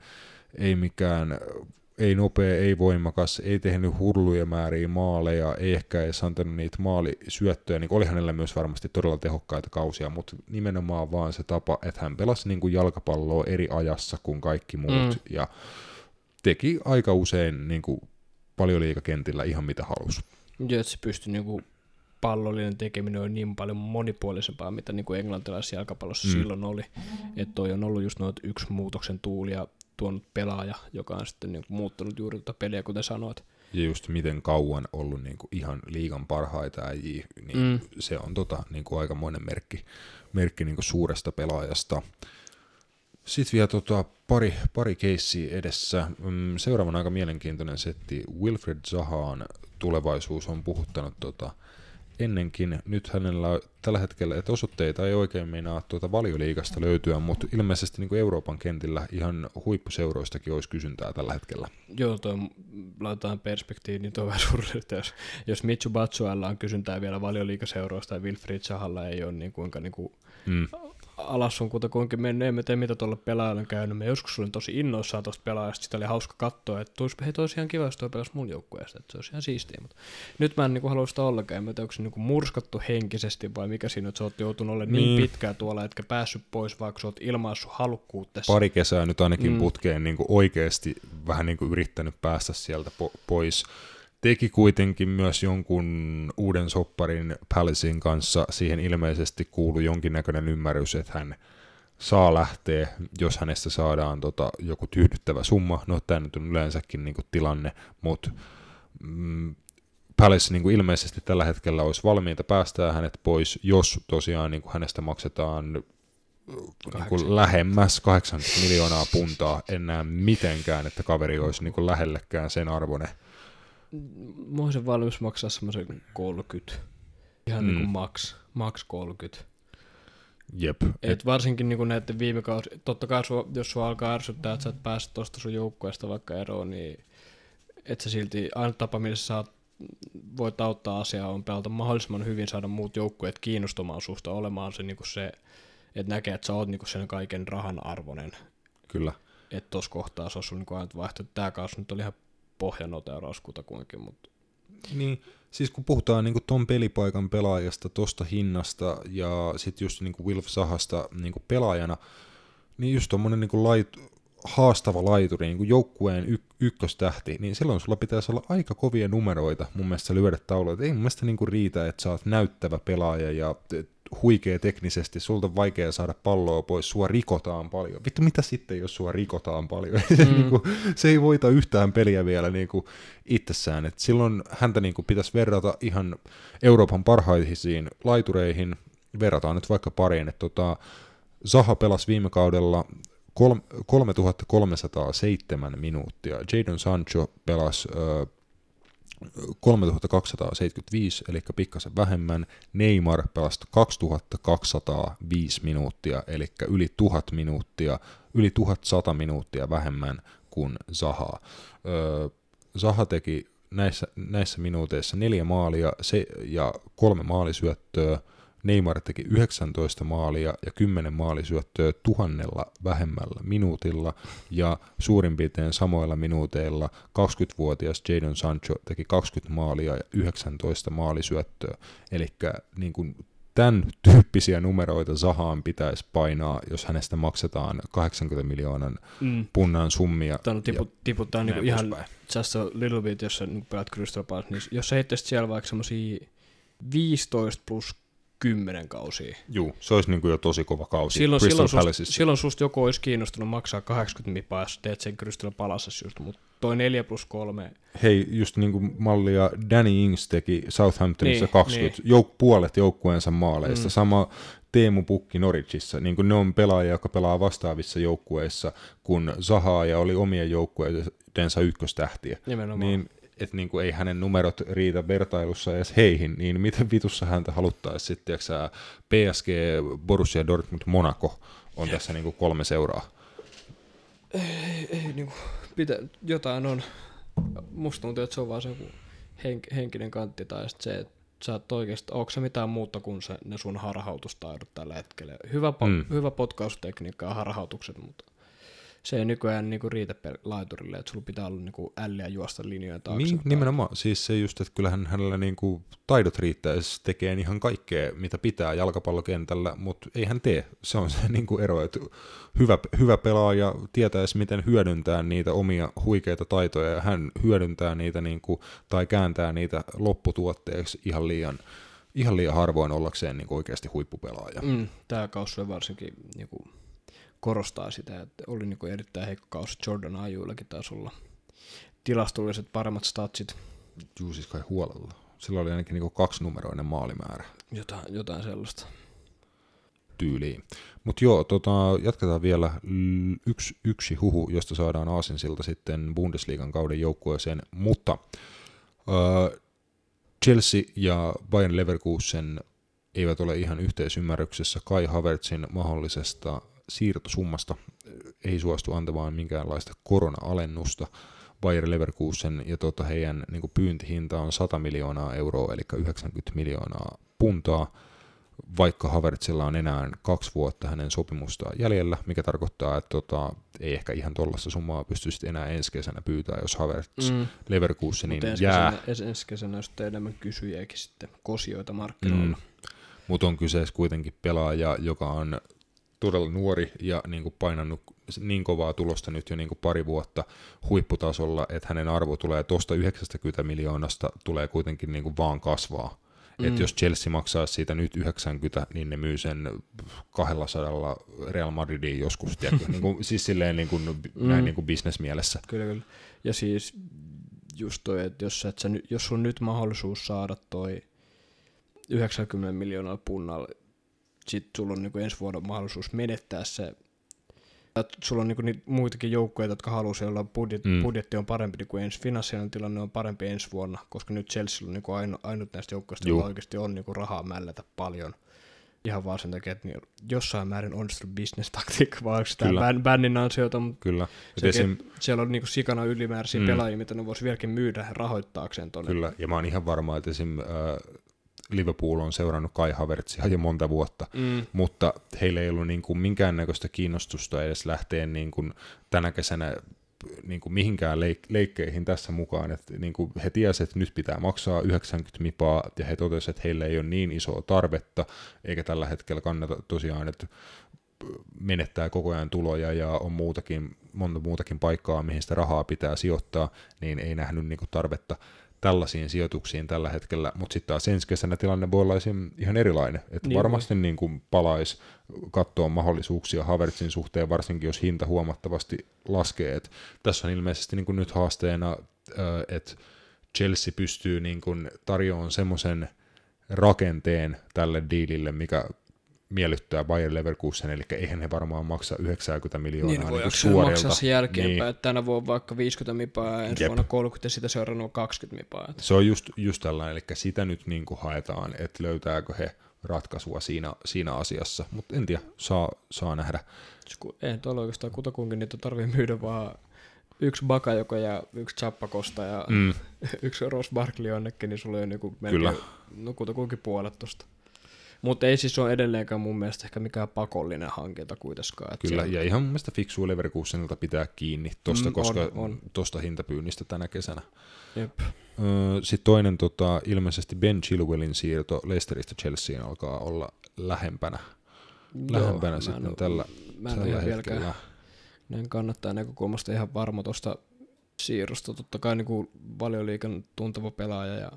[SPEAKER 1] ei nopea, ei voimakas, ei tehnyt hurluja määriä maaleja, ei ehkä edes antanut niitä maalisyöttöjä, niin oli hänellä myös varmasti todella tehokkaita kausia, mutta nimenomaan vaan se tapa, että hän pelasi niin kuin jalkapalloa eri ajassa kuin kaikki muut, ja teki aika usein niin kuin Valioliigakentillä ihan mitä halusi.
[SPEAKER 3] Joo, että se pystyi niin kuin pallollinen tekeminen on niin paljon monipuolisempaa, mitä niin kuin englantilaisessa jalkapallossa silloin oli. Että toi on ollut just noita yksi muutoksen tuuli ja tuonut pelaaja, joka on sitten niin kuin muuttanut juuri tuota peliä, kuten sanoit.
[SPEAKER 1] Ja just miten kauan ollut niin kuin ihan liigan parhaita äijiä, niin se on niin kuin aikamoinen merkki niin kuin suuresta pelaajasta. Sitten vielä pari keissiä edessä. Seuraavan aika mielenkiintoinen setti. Wilfried Zahaan tulevaisuus on puhuttanut ennenkin. Nyt hänellä tällä hetkellä, että osoitteita ei oikein meinaa Valioliigasta löytyä, mutta ilmeisesti niin kuin Euroopan kentillä ihan huippuseuroistakin olisi kysyntää tällä hetkellä.
[SPEAKER 3] Joo, laitetaan perspektiiviin, niin tuo on vähän surrealista. Jos Michu Batshuaylla on kysyntää vielä Valioliigaseuroista ja Wilfried Zahalla ei ole, niin kuinka alas on kuitenkin mennyt, emme tiedä mitä tuolla pelaajalle on käynyt. Me joskus olin tosi innoissaan tuosta pelaajasta, sitä oli hauska katsoa, että olisi ihan kiva, jos tuo pelasi mun joukkueesta, että se olisi ihan siistiä. Mutta nyt mä en halua sitä ollenkaan, en tiedä, onko se murskattu henkisesti vai mikä siinä, että sä oot joutunut olemaan niin pitkään tuolla, etkä päässyt pois, vaikka sä oot ilmaissut halukkuutesi.
[SPEAKER 1] Pari kesää nyt ainakin putkeen niin oikeasti vähän niin yrittänyt päästä sieltä pois. Teki kuitenkin myös jonkun uuden sopparin Palacin kanssa. Siihen ilmeisesti kuului jonkinnäköinen ymmärrys, että hän saa lähteä, jos hänestä saadaan joku tyydyttävä summa. No tämä nyt on yleensäkin niin kuin tilanne, mutta Palace niin kuin ilmeisesti tällä hetkellä olisi valmiita päästää hänet pois, jos tosiaan niin kuin hänestä maksetaan niin kuin lähemmäs 80 miljoonaa puntaa. En näe mitenkään, että kaveri olisi niin kuin lähellekään sen arvoinen.
[SPEAKER 3] Mä olisin valmis maksaa semmoisen 30. Ihan niin kuin max 30.
[SPEAKER 1] Jep.
[SPEAKER 3] Et varsinkin niin kuin näiden viime kausi, totta kai jos sua alkaa ärsyttää, että sä et pääse tuosta sun joukkueesta vaikka eroon, niin et sä silti, aina tapa, millä sä voit auttaa asiaa, on pelata mahdollisimman hyvin, saada muut joukkueet kiinnostumaan susta, olemaan se, niin kuin se että näkee, että sä oot niin kuin sen kaiken rahan arvoinen.
[SPEAKER 1] Kyllä.
[SPEAKER 3] Että tossa kohtaa se on sun niin ainut vaihtoehto. Tää kausi nyt oli ihan pohjanoteeraus kutakuinkin, mutta...
[SPEAKER 1] Niin, siis kun puhutaan niin kuin ton pelipaikan pelaajasta, tosta hinnasta ja sitten just niin kuin Wilf Zahasta niin kuin pelaajana, niin just tommonen niin kuin haastava laituri, niin kuin joukkueen ykköstähti, niin silloin sulla pitäisi olla aika kovia numeroita mun mielestä lyödä tauluja. Ei mun mielestä niin kuin riitä, että sä oot näyttävä pelaaja ja huikea teknisesti, sulta on vaikea saada palloa pois, sua rikotaan paljon. Vittu, mitä sitten, jos sua rikotaan paljon? Se ei voita yhtään peliä vielä niin kuin itsessään. Et silloin häntä niin kuin pitäisi verrata ihan Euroopan parhaisiin laitureihin. Verrataan nyt vaikka pariin. Zaha pelasi viime kaudella 3307 minuuttia. Jadon Sancho pelasi 3275, eli pikkasen vähemmän. Neymar pelasi 2205 minuuttia, eli yli 1000 minuuttia, yli 1100 minuuttia vähemmän kuin Zaha. Zaha teki näissä minuuteissa 4 maalia ja 3 maalisyöttöä. Neymar teki 19 maalia ja 10 maalisyöttöä 1000 vähemmällä minuutilla, ja suurin piirtein samoilla minuuteilla 20-vuotias Jadon Sancho teki 20 maalia ja 19 maalisyöttöä. Eli niin kuin tämän tyyppisiä numeroita Zahaan pitäisi painaa, jos hänestä maksetaan 80 miljoonan punnan summia.
[SPEAKER 3] Tämä tiputtaa niin ihan just a little bit, jos sä niin pelaat Crystal Palace, niin jos sä heittäisit siellä vaikka semmosia 15 plus 10 kausia.
[SPEAKER 1] Juu, se olisi niin kuin jo tosi kova kausi.
[SPEAKER 3] Silloin susta joku olisi kiinnostunut maksaa 80 mipaa, jos teet sen Crystal Palacessa just, mutta toi 4+3.
[SPEAKER 1] Hei, just niin kuin mallia Danny Ings teki Southamptonissa
[SPEAKER 3] niin,
[SPEAKER 1] 20, puolet joukkueensa maaleista. Sama Teemu Pukki Norwichissa, niin kuin ne on pelaajia, jotka pelaa vastaavissa joukkueissa, kun Zaha ja oli omien joukkueidensa ykköstähtiä. Niin että niinku ei hänen numerot riitä vertailussa edes heihin, niin miten vitussa häntä haluttaisiin sitten, PSG, Borussia Dortmund, Monaco on tässä niinku 3 seuraa.
[SPEAKER 3] Ei niinku, jotain on, musta tuntuu, että se on vaan se joku henkinen kantti, tai sitten se, että sä oot oikeasti, onko se mitään muuta kuin ne sun harhautustaidot tällä hetkellä. Hyvä potkaustekniikka ja harhautukset, mutta se ei nykyään niinku riitä laiturille, että sulla pitää olla niinku älliä juosta linjoja taakse.
[SPEAKER 1] Niin, nimenomaan. Siis se just, että kyllähän hänellä niinku taidot riittää, ja se tekee ihan kaikkea, mitä pitää jalkapallokentällä, mutta ei hän tee. Se on se niinku ero, että hyvä pelaaja tietäisi, miten hyödyntää niitä omia huikeita taitoja, ja hän hyödyntää niitä niinku, tai kääntää niitä lopputuotteeksi ihan liian harvoin ollakseen niinku oikeasti huippupelaaja.
[SPEAKER 3] Tämä kausi varsinkin niinku korostaa sitä, että oli niinku erittäin heikko kausi. Jordan Ajuyllakin taisi olla tilastolliset paremmat statsit.
[SPEAKER 1] Juu, siis kai huolella. Sillä oli ainakin niinku 2-numeroinen maalimäärä.
[SPEAKER 3] Jotain sellaista.
[SPEAKER 1] Tyyliin. Mutta joo, jatketaan vielä yksi huhu, josta saadaan aasinsilta sitten Bundesliigan kauden joukkueeseen, mutta Chelsea ja Bayern Leverkusen eivät ole ihan yhteisymmärryksessä Kai Havertzin mahdollisesta siirtosummasta. Ei suostu antamaan minkäänlaista korona-alennusta. Bayer Leverkusen ja heidän niin kuin pyyntihinta on 100 miljoonaa euroa, eli 90 miljoonaa puntaa, vaikka Havertzilla on enää 2 vuotta hänen sopimustaan jäljellä, mikä tarkoittaa, että ei ehkä ihan tuollaista summaa pystyisi enää ensi kesänä pyytää, jos Havertz Leverkusenin jää.
[SPEAKER 3] Ensi kesänä olisi enemmän kysyjiäkin sitten kosioita markkinoilla.
[SPEAKER 1] Mutta on kyseessä kuitenkin pelaaja, joka on todella nuori ja niin kuin painannut niin kovaa tulosta nyt jo niin kuin pari vuotta huipputasolla, että hänen arvo tulee tuosta 90 miljoonasta, tulee kuitenkin niin kuin vaan kasvaa. Että jos Chelsea maksaa siitä nyt 90, niin ne myy sen 200 Real Madridiin joskus, niin kuin, siis silleen niin kuin, näin niin kuin bisnesmielessä.
[SPEAKER 3] Kyllä. Ja siis just toi, että jos sulla on nyt mahdollisuus saada toi 90 miljoonaa punnalla, sit sulla on niinku ensi vuoden mahdollisuus menettää se. Sulla on niinku niitä muitakin joukkoja, jotka haluaa, joilla budjetti on parempi kuin ensi. Finanssiaalinen tilanne on parempi ensi vuonna, koska nyt Chelsea on niinku ainut näistä joukkoista, joilla oikeasti on niinku rahaa mällätä paljon. Ihan vaan sen takia, että jossain määrin onnistunut business-taktiikka, vaan onko tämä bännin ansiota, mutta
[SPEAKER 1] kyllä.
[SPEAKER 3] Siellä on niinku sikana ylimääräisiä pelaajia, mitä ne voisi vieläkin myydä rahoittaakseen tuonne.
[SPEAKER 1] Kyllä, ja mä oon ihan varma, että esim. Liverpool on seurannut Kai Havertzia jo monta vuotta, mutta heillä ei ollut niin kuin minkäännäköistä kiinnostusta edes lähteä niin kuin tänä kesänä niin kuin mihinkään leikkeihin tässä mukaan. Että niin kuin he tiesivät, että nyt pitää maksaa 90 mipaa, ja he totesivat, että heillä ei ole niin isoa tarvetta, eikä tällä hetkellä kannata tosiaan, että menettää koko ajan tuloja ja on monta muutakin paikkaa, mihin sitä rahaa pitää sijoittaa, niin ei nähnyt niin kuin tarvetta tällaisiin sijoituksiin tällä hetkellä, mutta sitten taas ensi kesänä tilanne voi olla ihan erilainen, että niin varmasti niin kuin palaisi katsoa mahdollisuuksia Havertzin suhteen, varsinkin jos hinta huomattavasti laskee. Et tässä on ilmeisesti niin kuin nyt haasteena, että Chelsea pystyy niin kuin tarjoamaan semmoisen rakenteen tälle diilille, mikä miellyttää Bayer Leverkusen, eli eihän ne varmaan maksa 90 miljoonaa
[SPEAKER 3] niin voi
[SPEAKER 1] suorilta.
[SPEAKER 3] maksaa sen jälkeenpäin, että tänä vuonna vaikka 50 mipaa ja ensi vuonna 30 ja sitä seuraavana 20 mipaa.
[SPEAKER 1] Se on just tällainen, eli sitä nyt niin kuin haetaan, että löytääkö he ratkaisua siinä asiassa, mutta en tiedä, saa nähdä.
[SPEAKER 3] Ei tuolla oikeastaan kutakunkin niitä tarvii myydä vaan yksi Bakayoko ja yksi Zappakosta ja yksi Ross Barkley jonnekin, niin sulla on joku melkein kutakunkin puolet tuosta. Mutta ei siis ole edelleenkään mun mielestä ehkä mikään pakollinen hankinta kuitenkaan.
[SPEAKER 1] Kyllä, ja ihan mun mielestä fiksua Leverkusenilta pitää kiinni tosta, koska tosta hintapyynnistä tänä kesänä.
[SPEAKER 3] Jep.
[SPEAKER 1] Sitten toinen ilmeisesti Ben Chilwellin siirto Leicesteristä Chelseaan alkaa olla lähempänä sitten tällä hetkellä.
[SPEAKER 3] Näin kannattaa näkökulmasta ihan varma tuosta siirrosta. Totta kai niin Valioliigan tuntava pelaaja ja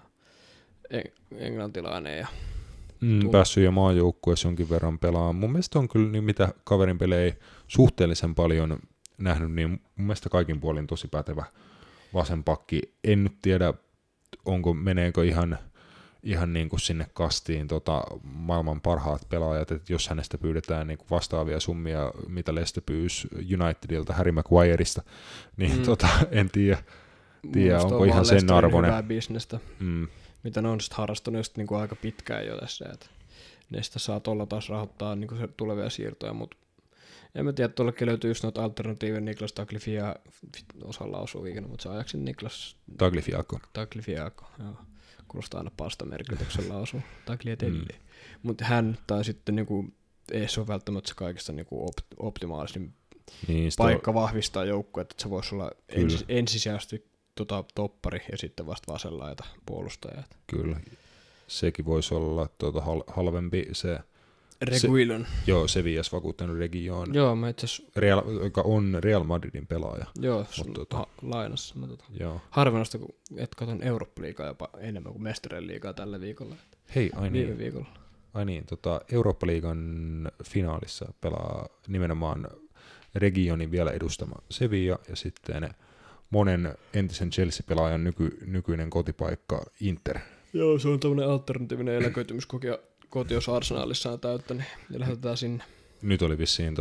[SPEAKER 3] englantilainen ja
[SPEAKER 1] päässyt jo maajoukkueessa jonkin verran pelaamaan. Mun mielestä on kyllä, niin mitä kaverin pelejä suhteellisen paljon nähnyt, niin mun mielestä kaikin puolin tosi pätevä vasen pakki. En nyt tiedä, meneekö ihan niin kuin sinne kastiin maailman parhaat pelaajat, että jos hänestä pyydetään niin kuin vastaavia summia, mitä Leicester pyysi Unitedilta, Harry Maguireista, niin en tiedä onko ihan sen arvoinen.
[SPEAKER 3] Hyvää bisnestä. Mitä ne on sitten harrastanut just niinku aika pitkään jo tässä, että ne sitä saa tuolla taas rahoittaa niinku tulevia siirtoja, mutta en mä tiedä, tuollekin löytyy just noita alternatiivia, Niklas Tagliafia osaa lausua ikinä, mutta se ajaksin Niklas Tagliafiako, joo. Kuulostaa aina pastamerkiltä, kun se lausuu, Tagliatelli. Mutta hän tai sitten niinku, ei se ole välttämättä se kaikista niinku optimaalisin paikka vahvistaa joukkuetta, että se voisi olla ensisijaisesti toppari ja sitten vasta vasenlaita puolustaja.
[SPEAKER 1] Kyllä. Sekin voisi olla halvempi se
[SPEAKER 3] Reguilon.
[SPEAKER 1] Joo, Sevillas vakuuttanut Reguilon.
[SPEAKER 3] Joo, mä itse asiassa
[SPEAKER 1] joka on Real Madridin pelaaja.
[SPEAKER 3] Joo, lainassa. Joo. Harvinaista, kun et katon Eurooppa-liigaa jopa enemmän kuin Mestarien liigaa tällä viikolla.
[SPEAKER 1] Hei,
[SPEAKER 3] viime viikolla.
[SPEAKER 1] Ai niin, Eurooppa-liigan finaalissa pelaa nimenomaan Reguilonin vielä edustama Sevilla ja sitten monen entisen Chelsea-pelaajan nykyinen kotipaikka Inter.
[SPEAKER 3] Joo, se on tämmöinen alternatiivinen eläköitymiskoti, jos Arsenalissa on täyttä, niin lähdetään sinne.
[SPEAKER 1] Nyt oli vissiin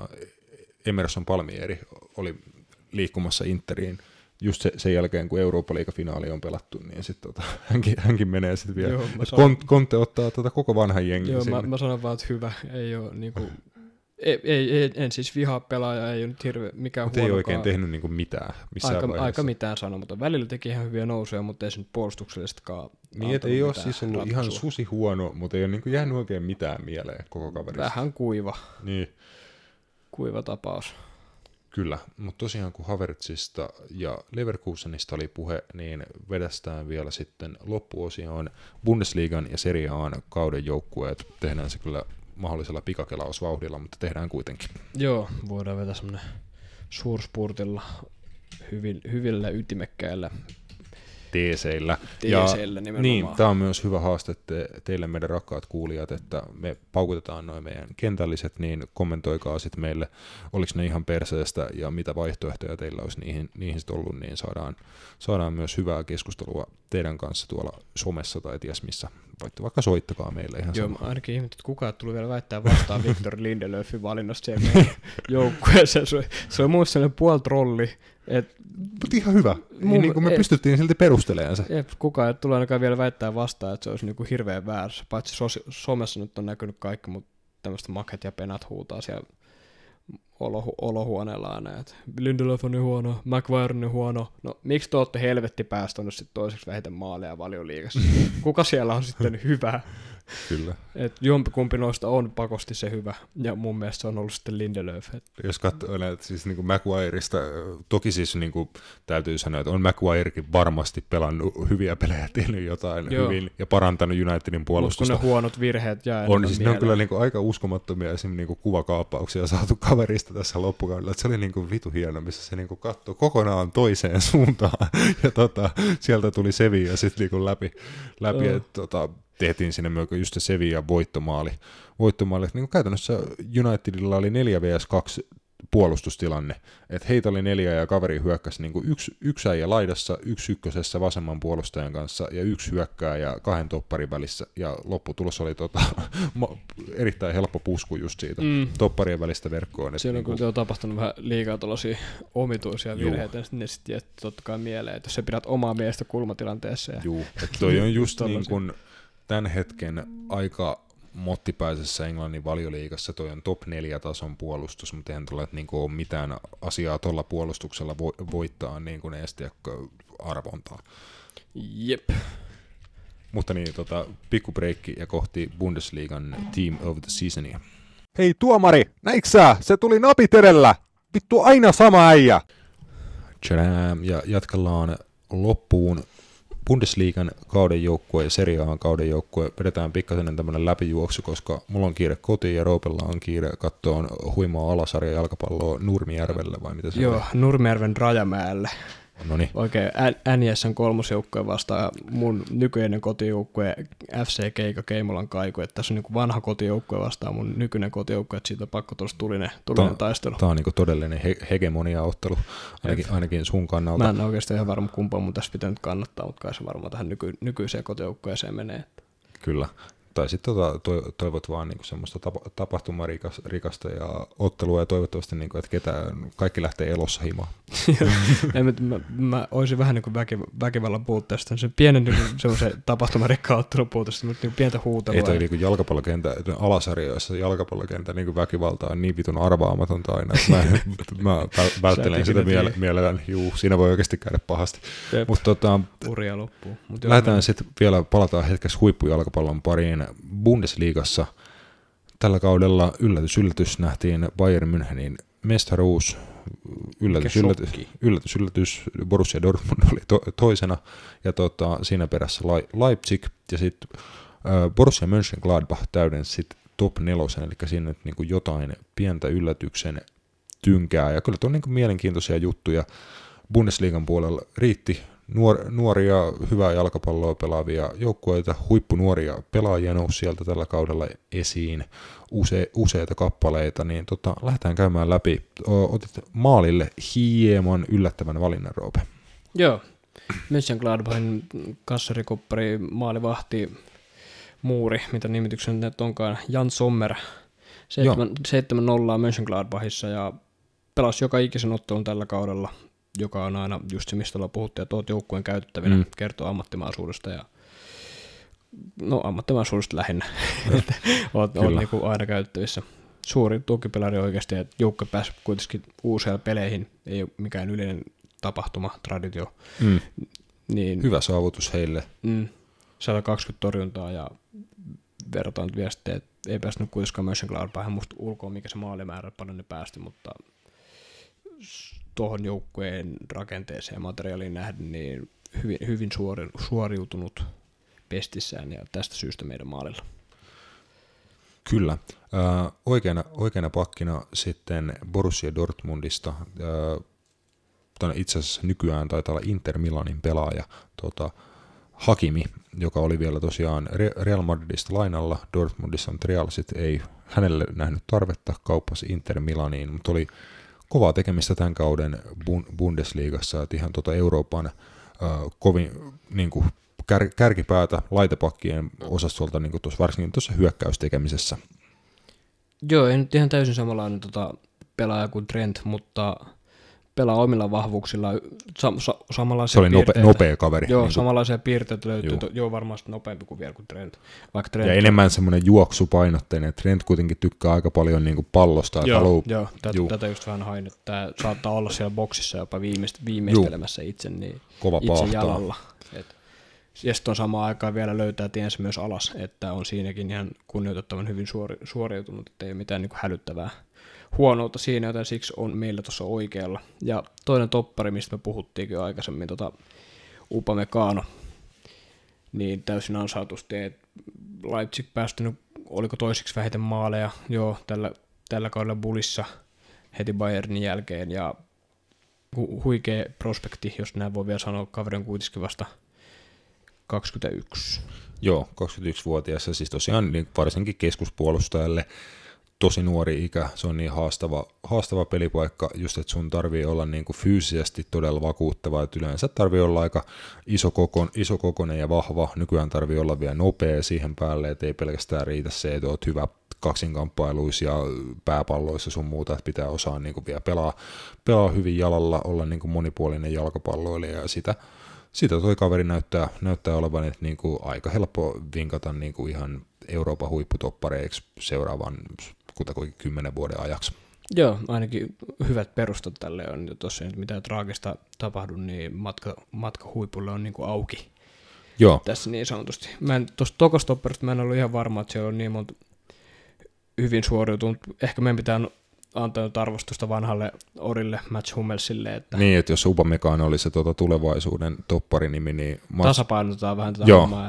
[SPEAKER 1] Emerson Palmieri oli liikkumassa Interiin just sen jälkeen, kun Eurooppa-liigafinaali on pelattu, niin sitten hänkin menee sitten vielä. Joo, Conte ottaa koko vanhan jengin.
[SPEAKER 3] Joo, mä sanon vaan, että hyvä, ei ole niinku en siis vihaa pelaajaa, ei ole nyt mikään huonokaan.
[SPEAKER 1] Ei oikein tehnyt niinku mitään missään vaiheessa.
[SPEAKER 3] Aika mitään sanoa, mutta välillä teki ihan hyviä nousuja, mutta ei se nyt puolustuksellistakaan.
[SPEAKER 1] Niin, että ei ole siis ollut ratkaisua. Ihan susi huono, mutta ei ole niinku jäänyt oikein mitään mieleen koko kaverista.
[SPEAKER 3] Vähän kuiva.
[SPEAKER 1] Niin.
[SPEAKER 3] Kuiva tapaus.
[SPEAKER 1] Kyllä, mutta tosiaan kun Havertzista ja Leverkusenista oli puhe, niin vedästään vielä sitten loppuosioon Bundesliigan ja Serie A:n kauden joukkueet. Tehdään se kyllä mahdollisella pikakelausvauhdilla, mutta tehdään kuitenkin.
[SPEAKER 3] Joo, voidaan vetää semmoinen suurspurtilla hyvillä ytimekkäillä
[SPEAKER 1] teeseillä.
[SPEAKER 3] Teeseillä nimenomaan.
[SPEAKER 1] Niin, tämä on myös hyvä haaste teille meidän rakkaat kuulijat, että me paukutetaan noin meidän kentälliset, niin kommentoikaa sitten meille, oliko ne ihan perseestä ja mitä vaihtoehtoja teillä olisi niihin sit ollut, niin saadaan myös hyvää keskustelua teidän kanssa tuolla somessa tai ties missä. Voitte vaikka soittakaa meille ihan
[SPEAKER 3] Joo,
[SPEAKER 1] sama.
[SPEAKER 3] ainakin ihmettä, että kukaan tuli vielä väittää vastaan Victor Lindelöfin valinnasta siihen meidän joukkueeseen. Se on mun sellainen puolitrolli.
[SPEAKER 1] Mutta ihan hyvä. Niin kuin me pystyttiin silti perustelemaan se.
[SPEAKER 3] Kukaan ei tule ainakaan vielä väittää vastaan, että se olisi niinku hirveän väärässä. Paitsi somessa nyt on näkynyt kaikki, mutta tämmöistä maket ja penat huutaa siellä olohuoneella aina, että Lindelöf on niin huono, Maguire on niin huono. No miksi te olette helvetti päästänyt sitten toiseksi vähiten maaleja Valioliigassa? Kuka siellä on sitten hyvä?
[SPEAKER 1] Kyllä.
[SPEAKER 3] Et jompikumpi noista on pakosti se hyvä, ja mun mielestä se on ollut sitten Lindelöf.
[SPEAKER 1] Jos katsoo näitä siis niin kuin Maguireista, toki siis niin kuin täytyy sanoa, että on Maguirekin varmasti pelannut hyviä pelejä, tehnyt jotain hyvin ja parantanut Unitedin puolustusta.
[SPEAKER 3] Mutta kun ne huonot virheet jää
[SPEAKER 1] on, siis ne on kyllä niin kuin aika uskomattomia esimerkiksi niin kuin kuvakaappauksia saatu kaverista tässä loppukaudella, että se oli niin kuin vitu hieno, missä se niin kuin katsoi kokonaan toiseen suuntaan, ja sieltä tuli Sevilla sitten niin kuin läpi että tehtiin sinne myös just se Sevillan voittomaali. Niin kuin käytännössä Unitedilla oli 4-2 puolustustilanne, että heitä oli 4 ja kaveri hyökkäsi niin kuin yksi äijä laidassa, yksi ykkösessä vasemman puolustajan kanssa ja yksi hyökkääjä 2 topparin välissä, ja lopputulos oli erittäin helppo pusku just siitä topparien välistä verkkoon.
[SPEAKER 3] Siinä on on tapahtunut vähän liikaa tuollaisia omituisia virheitä, niin ne sitten jää totta kai mieleen, että jos sä pidät omaa miestä kulmatilanteessa.
[SPEAKER 1] Joo, että toi on just niin kuin tämän hetken aika mottipäisessä Englannin Valioliigassa toi on top 4 tason puolustus, mutta eihän tuolla niinku ole mitään asiaa tuolla puolustuksella voittaa niin kuin edes arvontaa.
[SPEAKER 3] Jep.
[SPEAKER 1] Mutta niin, pikku breikki ja kohti Bundesliigan Team of the Seasonia.
[SPEAKER 4] Hei tuomari, näitkö sä? Se tuli napit edellä. Vittu aina sama äijä.
[SPEAKER 1] Tchadam, ja jatkellaan loppuun Bundesliigan kauden joukkue ja Serie A:n kauden joukkue. Vedetään pikkasen tämmöinen läpijuoksu, koska mulla on kiire kotiin ja Roopella on kiire katsoa huimaa alasarja jalkapalloa Nurmijärvelle, vai mitä se
[SPEAKER 3] Joo,
[SPEAKER 1] oli?
[SPEAKER 3] Nurmijärven Rajamäelle.
[SPEAKER 1] Noniin.
[SPEAKER 3] Oikein NSN kolmosjoukkoja vastaan mun nykyinen kotijoukkue FC Keika Keimolan Kaiku, että tässä on niin vanha kotijoukkue vastaan mun nykyinen kotijoukkue, että siitä on pakko tuossa tulinen taistelu.
[SPEAKER 1] Tämä on niin todellinen hegemonia-ottelu, ainakin sun kannalta.
[SPEAKER 3] Mä en oikeastaan ihan varma kumpaan mun tässä pitää nyt kannattaa, mutta kai se varmaan tähän nykyiseen kotijoukkueeseen menee.
[SPEAKER 1] Kyllä. Tai sitten toivot vaan niinku semmoista tapahtumarikasta ja ottelua, ja toivottavasti, niinku, että kaikki lähtee elossa himaan.
[SPEAKER 3] mä olisin vähän niin kuin väkivallan puutteesta, se pienen niin semmoisen tapahtumarikkaan ottelun puutteesta, mutta niin pientä huutelua.
[SPEAKER 1] Ei toi niin jalkapallokenttä, alasarjoissa jalkapallokenttä niin väkivaltaa on niin vitun arvaamatonta aina, että mä välttelen sitä mielellään. Juu, siinä voi oikeasti käydä pahasti. Mutta
[SPEAKER 3] uria loppuu.
[SPEAKER 1] Lähdetään sitten vielä, palataan hetkeksi huippujalkapallon pariin. Bundesliigassa tällä kaudella yllätys nähtiin Bayern Münchenin mestaruus. Yllätys, Borussia Dortmund oli toisena, ja siinä perässä Leipzig, ja sitten Borussia Mönchengladbach täydensi sitten top 4, eli siinä nyt niinku jotain pientä yllätyksen tynkää, ja kyllä tuo on niinku mielenkiintoisia juttuja. Bundesliigan puolella riitti nuoria, hyvää jalkapalloa pelaavia joukkueita, huippunuoria pelaajia nousi sieltä tällä kaudella esiin, useita kappaleita, niin lähdetään käymään läpi. Otit maalille hieman yllättävän valinnan, Roope.
[SPEAKER 3] Joo, Mönchengladbachin kassarikuppari, maalivahti, muuri, mitä nimityksen nyt onkaan, Jan Sommer, 7-0 Mönchengladbachissa, ja pelasi joka ikisen ottelun tällä kaudella, joka on aina just se, mistä ollaan puhuttu, ja tuot joukkueen käytettävinä, kertoo ammattimaisuudesta, ja ammattimaisuudesta lähinnä, että on niin kuin aina käytettävissä. Suuri tukipilari oikeasti, että joukkue pääsi kuitenkin uusia peleihin, ei ole mikään yleinen tapahtuma, traditio. Niin,
[SPEAKER 1] hyvä saavutus heille.
[SPEAKER 3] 120 torjuntaa, ja verrataan vielä sitten, että ei päässyt kuitenkaan Mönchengladbachin musta ulkoon, mikä se maalimäärä paljon ne päästi, mutta tuohon joukkueen rakenteeseen ja materiaaliin nähden, niin hyvin suoriutunut pestissään, ja tästä syystä meidän maalilla.
[SPEAKER 1] Kyllä. Oikeana pakkina sitten Borussia Dortmundista. itse asiassa nykyään taitaa olla Inter Milanin pelaaja, Hakimi, joka oli vielä tosiaan Real Madridista lainalla, Dortmundissa, mutta Real sitten ei hänelle nähnyt tarvetta, kauppasi Inter Milaniin, mutta oli kovaa tekemistä tämän kauden Bundesliigassa, että ihan Euroopan kovin niin kuin kärkipäätä laitepakkien osastolta niin varsinkin tuossa hyökkäystekemisessä.
[SPEAKER 3] Joo, ei nyt ihan täysin samanlainen pelaaja kuin Trent, mutta pelaa omilla vahvuuksilla samanlaisia
[SPEAKER 1] se oli nopea kaveri.
[SPEAKER 3] Joo, niin samanlaisia piirteitä löytyy. Joo, varmasti nopeampi kuin vielä kuin Trent.
[SPEAKER 1] Ja enemmän semmoinen juoksupainotteinen. Trent kuitenkin tykkää aika paljon niin kuin pallosta.
[SPEAKER 3] Joo, tätä just vähän hain, että tämä saattaa olla siellä boksissa jopa viimeistelemässä itse jalalla. Ja sitten on samaan aikaan vielä löytää tiensä myös alas, että on siinäkin ihan kunnioitettavan hyvin suoriutunut, että ei ole mitään niin kuin hälyttävää huonoutta siinä, joten siksi on meillä tuossa oikealla. Ja toinen toppari, mistä me puhuttiinkin jo aikaisemmin, Upamecano, niin täysin ansaatusti, että Leipzig päästynyt, oliko toiseksi vähiten maaleja, joo, tällä kaudella Bullissa heti Bayernin jälkeen, ja huikea prospekti, jos näin voi vielä sanoa, kaveri on kuitenkin vasta 21.
[SPEAKER 1] Joo, 21-vuotias, ja siis tosiaan niin varsinkin keskuspuolustajalle tosi nuori ikä, se on niin haastava pelipaikka, just että sun tarvii olla niin kuin fyysisesti todella vakuuttava, että yleensä tarvii olla aika isokokoinen ja vahva, nykyään tarvii olla vielä nopea siihen päälle, että ei pelkästään riitä se, että oot hyvä kaksinkamppailuissa ja pääpalloissa sun muuta, että pitää osaa niin kuin vielä pelaa hyvin jalalla, olla niin kuin monipuolinen jalkapalloilija, ja sitä toi kaveri näyttää olevan, että niin kuin aika helppo vinkata niin kuin ihan Euroopan huipputoppareiksi seuraavan kutakuinkin 10 vuoden ajaksi.
[SPEAKER 3] Joo, ainakin hyvät perustat tälle on. Tuossa ei nyt mitään traagista tapahdu, niin matka huipulle on niin kuin auki.
[SPEAKER 1] Joo.
[SPEAKER 3] Tässä niin sanotusti. Tuosta tokostopperista mä en ollut ihan varma, että siellä on niin monta hyvin suoriutunut. Ehkä meidän pitää antaa nyt arvostusta vanhalle Orille, Mats Hummelsille. Että
[SPEAKER 1] niin, että jos Upamecano oli se tulevaisuuden topparinimi, niin
[SPEAKER 3] tasapainotetaan vähän tätä hommaa.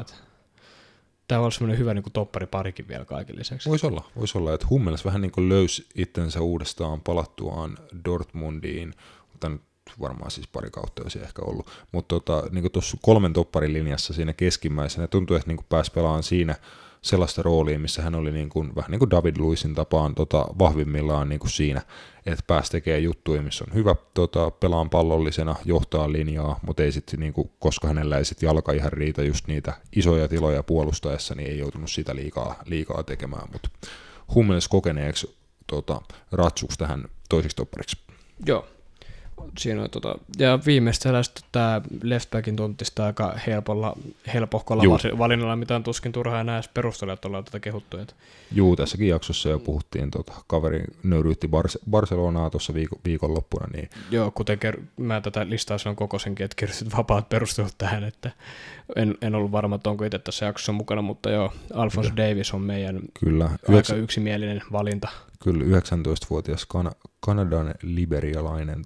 [SPEAKER 3] Tämä on semmoinen hyvä niin kuin toppariparikin vielä kaiken lisäksi.
[SPEAKER 1] Voisi olla, että Hummels vähän niin kuin löysi itsensä uudestaan palattuaan Dortmundiin, mutta nyt varmaan siis pari kautta olisi ehkä ollut, mutta niin tuossa 3 topparin linjassa siinä keskimmäisenä tuntui, että niin kuin pääsi pelaamaan siinä sellaista roolia, missä hän oli niin kuin, vähän niin kuin David Luizin tapaan vahvimmillaan niin kuin siinä, että pääsi tekemään juttuja, missä on hyvä pelaan pallollisena, johtaa linjaa, mutta ei sitten, niin kuin, koska hänellä ei sitten jalka ihan riitä just niitä isoja tiloja puolustaessa, niin ei joutunut sitä liikaa tekemään, mutta Hummels kokeneeksi ratsuksi tähän toisiksi toppariksi.
[SPEAKER 3] Joo. Siinä on ja viimeistään tämä leftbackin tonttista aika helpohkolla valinnalla, mitä on tuskin turhaa enää edes perustella, että ollaan tätä kehuttu.
[SPEAKER 1] Juu, tässäkin jaksossa jo puhuttiin, kaveri nöyryytti Barcelonaa tuossa viikonloppuna. Niin.
[SPEAKER 3] Joo, kuten mä tätä listaa silloin kokoisenkin, että kirjoitit vapaat perustelut tähän, että en ollut varma, että onko itse tässä jaksossa mukana, mutta joo, Alphonso Davies on meidän aika yksimielinen valinta.
[SPEAKER 1] Kyllä, 19-vuotias Kanadan liberialainen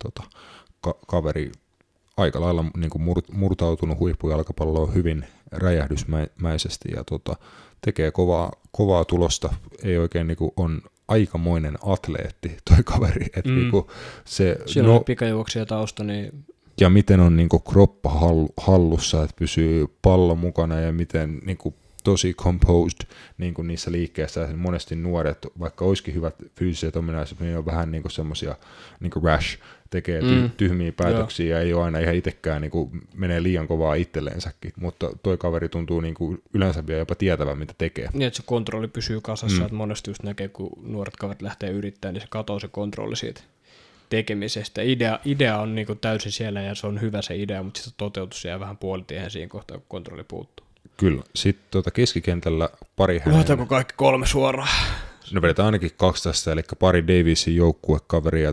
[SPEAKER 1] kaveri, aika lailla niin kuin murtautunut huippujalkapalloon hyvin räjähdysmäisesti ja tekee kovaa tulosta, ei oikein niin kuin on aikamoinen atleetti toi kaveri. Niin kuin
[SPEAKER 3] siellä on pikajuoksija tausta, niin
[SPEAKER 1] ja miten on niin kuin kroppa hallussa, että pysyy pallo mukana ja miten niin kuin tosi composed niin kuin niissä liikkeissä. Monesti nuoret, vaikka olisikin hyvät fyysiset ominaisuudet, niin on vähän niin kuin semmoisia niin kuin rash, tekee tyhmiä päätöksiä ja ei ole aina ihan itsekään niin kuin menee liian kovaa itselleensäkin, mutta toi kaveri tuntuu niin kuin yleensä vielä jopa tietävän, mitä tekee.
[SPEAKER 3] Niin, että se kontrolli pysyy kasassa, että monesti just näkee, kun nuoret kaverit lähtee yrittämään, niin se katoo se kontrolli siitä tekemisestä. Idea on niin kuin täysin siellä ja se on hyvä se idea, mutta sitten toteutus jää vähän puolitiehen siinä kohtaa, kun kontrolli puuttuu.
[SPEAKER 1] Kyllä. Sitten keskikentällä pari hänen...
[SPEAKER 3] Luotaanko kaikki 3 suoraan?
[SPEAKER 1] No vedetään ainakin 2 tästä, eli pari Davisin joukkuekaveria.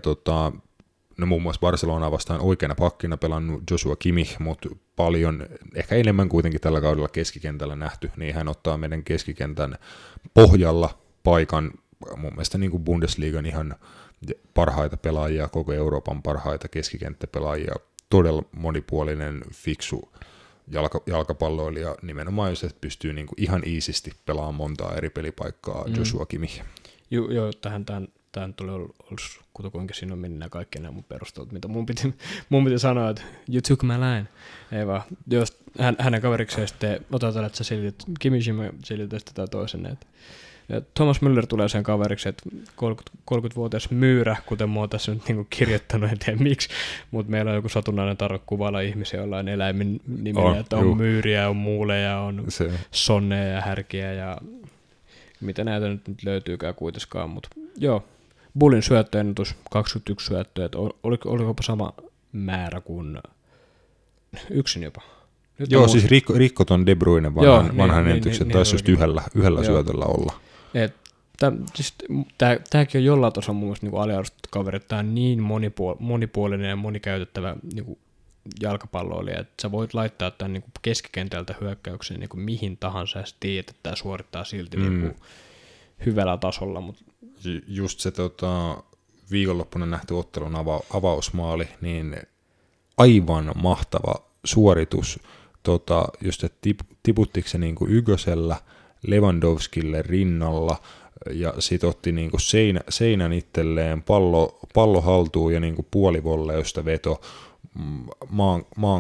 [SPEAKER 1] No muun muassa Barcelonaa vastaan oikeana pakkina pelannut Joshua Kimmich, mutta paljon, ehkä enemmän kuitenkin tällä kaudella keskikentällä nähty, niin hän ottaa meidän keskikentän pohjalla paikan mun mielestä niin kuin Bundesliigan ihan parhaita pelaajia, koko Euroopan parhaita keskikenttäpelaajia, todella monipuolinen, fiksu jalkapalloilija nimenomaan, jos pystyy niinku ihan iisisti pelaamaan montaa eri pelipaikkaa Joshua Kimmich.
[SPEAKER 3] Joo, tähän tämän tämä nyt olisi kuinka siinä on mennyt nämä kaikki nämä mun perustelut, mitä mun piti sanoa, että you took my line. Ei vaan, jos hänen kaverikseen sitten otetaan, että sä selitit, Kimi Shima selitit tätä toisen, että Thomas Müller tulee sen kaveriksi, että 30-vuotias myyrä, kuten mä oon tässä nyt niinku kirjoittanut, en tiedä miksi, mutta meillä on joku satunnainen tarve kuvailla ihmisiä jollain eläimen nimillä, että on myyriä, on muuleja, on sonneja ja härkiä ja mitä näitä nyt löytyykään kuitenkaan, mutta joo, Bullin syöttöennutus 21 syöttöä, että oliko sama määrä kuin yksin jopa? Nyt
[SPEAKER 1] joo, siis rikko ton De Bruyne vanhan ennätyksen, taisi just yhdellä syötöllä olla.
[SPEAKER 3] Tämäkin on jollain tasolla mun mielestä niin aliarvostettu kaveri, että tämä on niin monipuolinen ja monikäytettävä niin jalkapalloilija, että sä voit laittaa tämän niin keskikentältä hyökkäyksen niin mihin tahansa ja sä tiedät, että tämä suorittaa silti niin hyvällä tasolla. Mutta
[SPEAKER 1] just se viikonloppuna nähty ottelun avausmaali, niin aivan mahtava suoritus, just että tiputtiko se niin Ygösellä, Lewandowskille rinnalla, ja sitten otti niin seinän itselleen, pallo haltuun ja niin puolivolleusta veto maan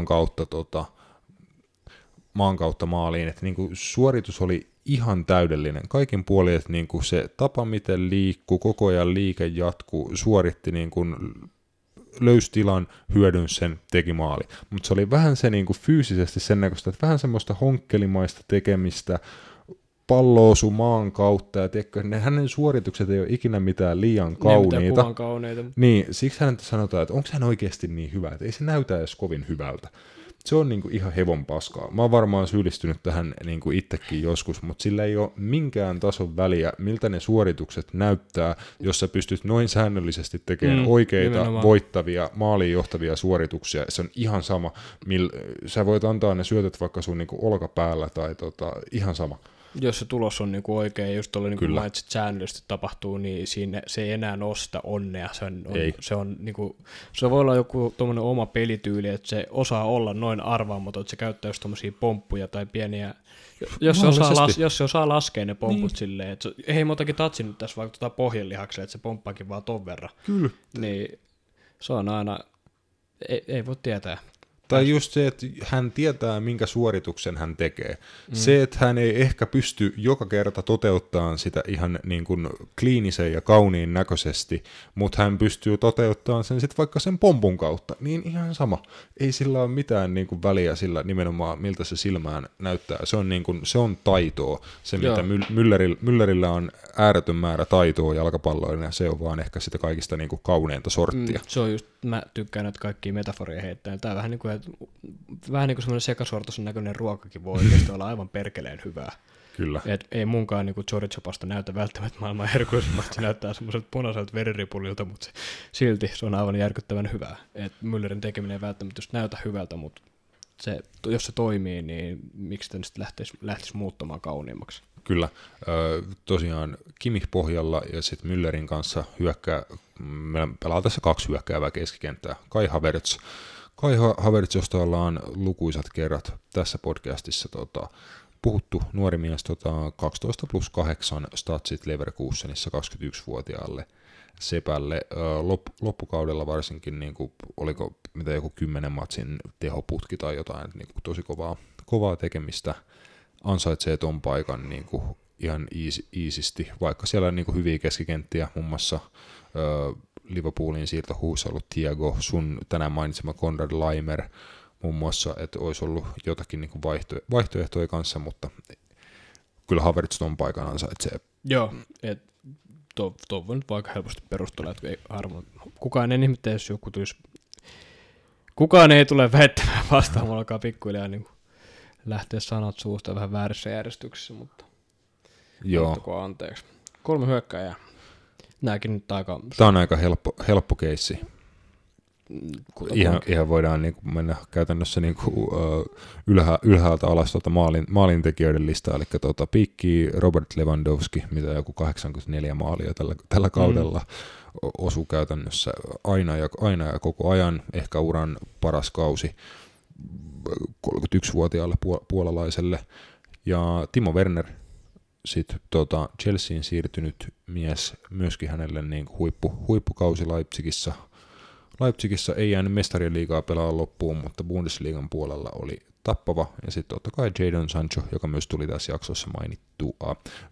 [SPEAKER 1] kautta maaliin, että niin suoritus oli ihan täydellinen kaikin puolin, että niin se tapa miten liikkuu, koko ajan liike jatkuu, suoritti niin löysi tilan, hyödynsi sen, teki maali. Mutta se oli vähän se niin fyysisesti sen näköistä, että vähän semmoista honkkelimaista tekemistä, pallo osui maan kautta, ja hänen suoritukset ei ole ikinä mitään liian kauniita. Niin, siksi häntä sanotaan, että onko hän oikeasti niin hyvä, että ei se näytä edes kovin hyvältä. Se on niinku ihan hevon paskaa. Mä oon varmaan syyllistynyt tähän niinku itsekin joskus, mutta sillä ei ole minkään tason väliä, miltä ne suoritukset näyttää, jos sä pystyt noin säännöllisesti tekemään oikeita, nimenomaan voittavia, maaliin johtavia suorituksia. Se on ihan sama, sä voit antaa ne syötöt vaikka sun niinku olkapäällä tai ihan sama.
[SPEAKER 3] Jos se tulos on niinku oikein, just tuolla niinku mainitsit säännöllisesti tapahtuu, niin siinä se ei enää nosta onnea. Se voi olla joku tuommoinen oma pelityyli, että se osaa olla noin arvaamaton, että se käyttää just tuommoisia pomppuja tai pieniä, jos se osaa laskea ne pomput silleen, että hei mä otankin tatsin nyt tässä vaikka pohjelihakselle, että se pomppaakin vaan ton verran.
[SPEAKER 1] Kyllä.
[SPEAKER 3] Niin se on aina, ei voi tietää.
[SPEAKER 1] Tai just se, että hän tietää, minkä suorituksen hän tekee. Se, että hän ei ehkä pysty joka kerta toteuttamaan sitä ihan niin kuin kliinisen ja kauniin näköisesti, mutta hän pystyy toteuttamaan sen sitten vaikka sen pompun kautta, niin ihan sama. Ei sillä ole mitään niin kuin väliä sillä nimenomaan, miltä se silmään näyttää. Se on, niin kuin, se on taitoa. Se, mitä Müllerillä on ääretön määrä taitoa jalkapalloilla, ja se on vaan ehkä sitä kaikista niin kuin kauneinta sorttia.
[SPEAKER 3] Se on just, mä tykkään näitä kaikkia metaforia heittää. Tämä on vähän niin kuin semmoinen sekasortoisen näköinen ruokakin voi oikeasti olla aivan perkeleen hyvää.
[SPEAKER 1] Kyllä.
[SPEAKER 3] Et ei munkaan niin chorizo-pasta näytä välttämättä maailman herkullisemmalta, se näyttää semmoiselta punaiselta veriripulilta, mutta silti se on aivan järkyttävän hyvää. Et Müllerin tekeminen ei välttämättä just näytä hyvältä, mutta jos se toimii, niin miksi sitä sitten lähtisi muuttamaan kauniimmaksi?
[SPEAKER 1] Kyllä. Tosiaan Kimmich pohjalla ja sitten Müllerin kanssa meillä pelaa tässä 2 hyökkäävää keskikenttää. Kai Havertz, josta ollaan lukuisat kerrat tässä podcastissa puhuttu, nuori mies 12+8 statsit Leverkusenissa 21-vuotiaalle sepälle. Loppukaudella varsinkin, niin kuin, oliko mitä joku 10 matsin tehoputki tai jotain, niin kuin, tosi kovaa tekemistä, ansaitsee ton paikan niin kuin, ihan easysti, vaikka siellä on niin kuin, hyviä keskikenttiä, muun muassa Liverpoolin siirtohuussa ollut Thiago, sun tänään mainitsema Konrad Laimer muun muassa, että olisi ollut jotakin niin kuin vaihtoehtoja kanssa, mutta kyllä Havertz ton paikan ansaitsee.
[SPEAKER 3] Joo, että tuo voi nyt vaikka helposti perustella, että kukaan ei ihmettä, jos joku tulisi, kukaan ei tule väittämään vastaan, mulla alkaa pikkuhiljaa niin lähteä sanat suusta vähän väärissä järjestyksessä, mutta ottakaa anteeksi. 3 hyökkääjää. Nämäkin nyt aika...
[SPEAKER 1] Tämä on aika helppo keissi. Ihan voidaan niin kuin mennä käytännössä niin kuin, ylhäältä alas maalintekijöiden listaa, eli piikki Robert Lewandowski, mitä joku 84 maalia tällä kaudella osuu käytännössä aina ja koko ajan, ehkä uran paras kausi 31-vuotiaalle puolalaiselle, ja Timo Werner sitten Chelseain siirtynyt mies, myöskin hänelle niin huippukausi Leipzigissä ei jäänyt mestarien liigaa pelaa loppuun, mutta Bundesliigan puolella oli tappava. Ja sitten totta kai Jadon Sancho, joka myös tuli tässä jaksossa mainittua.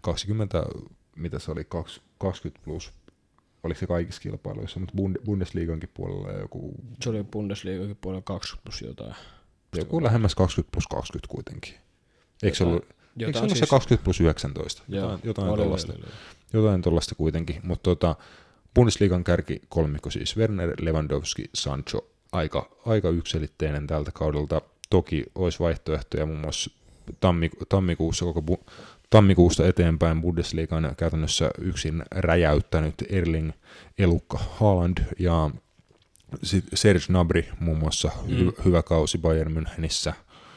[SPEAKER 1] 20 plus, oliko se kaikissa kilpailuissa, mutta Bundesliigankin puolella joku...
[SPEAKER 3] Se oli Bundesliigankin puolella 20 plus jotain.
[SPEAKER 1] Joku lähemmäs 20 plus 20 kuitenkin. Eikö se ollut se 20 plus 19? Jotain tuollaista kuitenkin, mutta Bundesliigan kärkikolmikko siis Werner, Lewandowski, Sancho, aika yksiselitteinen tältä kaudelta. Toki olisi vaihtoehtoja muun muassa tammikuusta eteenpäin Bundesliigan käytännössä yksin räjäyttänyt Erling Elukka Haaland ja Serge Gnabry muun muassa hyvä kausi Bayern Münchenissä.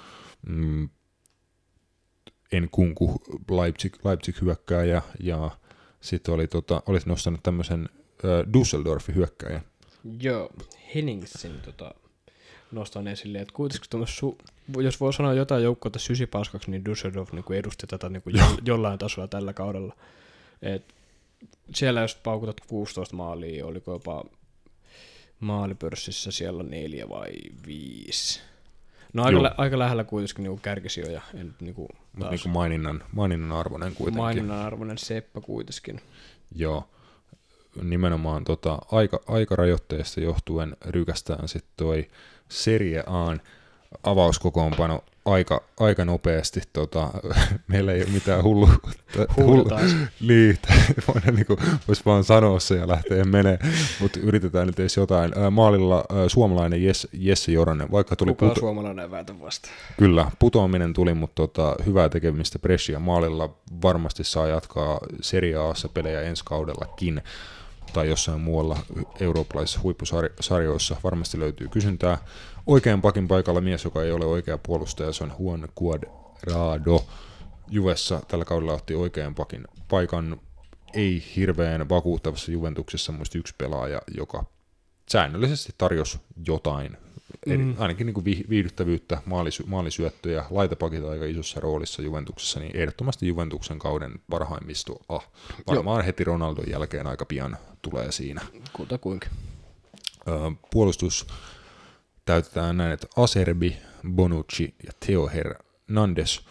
[SPEAKER 1] Nkunku Leipzig hyökkääjä ja sitten olit nostanut tämmöisen Düsseldorfin hyökkääjän.
[SPEAKER 3] Joo, Henningsin nostan esille, että kuitenkin jos voi sanoa jotain joukkoa sysipaskaksi, niin Düsseldorf niin edusti tätä niin jollain tasolla tällä kaudella. Et siellä jos paukutat 16 maalia, oliko jopa maalipörssissä siellä 4 vai 5. No aika lähellä kuitenkin niin kärkisijoja.
[SPEAKER 1] Mutta niin maininnan arvoinen kuitenkin.
[SPEAKER 3] Maininnan arvoinen seppä kuitenkin.
[SPEAKER 1] Joo, nimenomaan aikarajoitteesta johtuen rykästään sitten toi Serie A:n avauskokoonpano aika nopeasti. Meillä ei ole mitään niin, voisi vaan sanoa se ja lähteä menee, mutta yritetään nyt edes jotain. Maalilla suomalainen Jesse Joronen, vaikka tuli
[SPEAKER 3] suomalainen väitä vasta.
[SPEAKER 1] Kyllä, putoaminen tuli, mutta hyvää tekemistä Brescia maalilla varmasti saa jatkaa Serie A:ssa pelejä ensi kaudellakin tai jossain muualla eurooppalaisissa huippusarjoissa varmasti löytyy kysyntää. Oikean pakin paikalla mies, joka ei ole oikea puolustaja, se on Juan Cuadrado. Juvessa tällä kaudella otti oikean pakin paikan, ei hirveän vakuuttavassa Juventuksessa muista yksi pelaaja, joka säännöllisesti tarjosi jotain, ainakin niin kuin viihdyttävyyttä, maalisyöttöjä, laitapakit aika isossa roolissa Juventuksessa, niin ehdottomasti Juventuksen kauden parhaimmisto. Varmaan heti Ronaldon jälkeen aika pian tulee siinä.
[SPEAKER 3] Kuinka?
[SPEAKER 1] Puolustus täytetään näin, että Acerbi, Bonucci ja Theo Hernandez.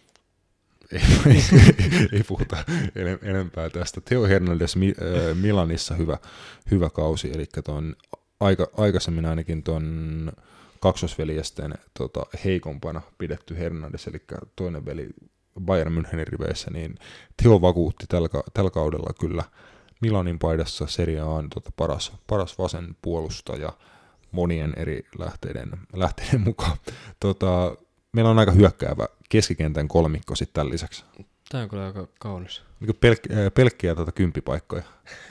[SPEAKER 1] Ei puhuta enempää tästä. Theo Hernandez Milanissa hyvä kausi, eli aikaisemmin ainakin tuon kaksosveljesten heikompana pidetty Hernandez, eli toinen veli Bayern Münchenin riveissä, niin Theo vakuutti tällä kaudella kyllä Milanin paidassa Serie A:n paras vasen puolustaja monien eri lähteiden mukaan. Meillä on aika hyökkäävä keskikentän kolmikko sitten tämän lisäksi.
[SPEAKER 3] Tämä on kyllä aika kaunis.
[SPEAKER 1] Niin pelkkiä kymppipaikkoja.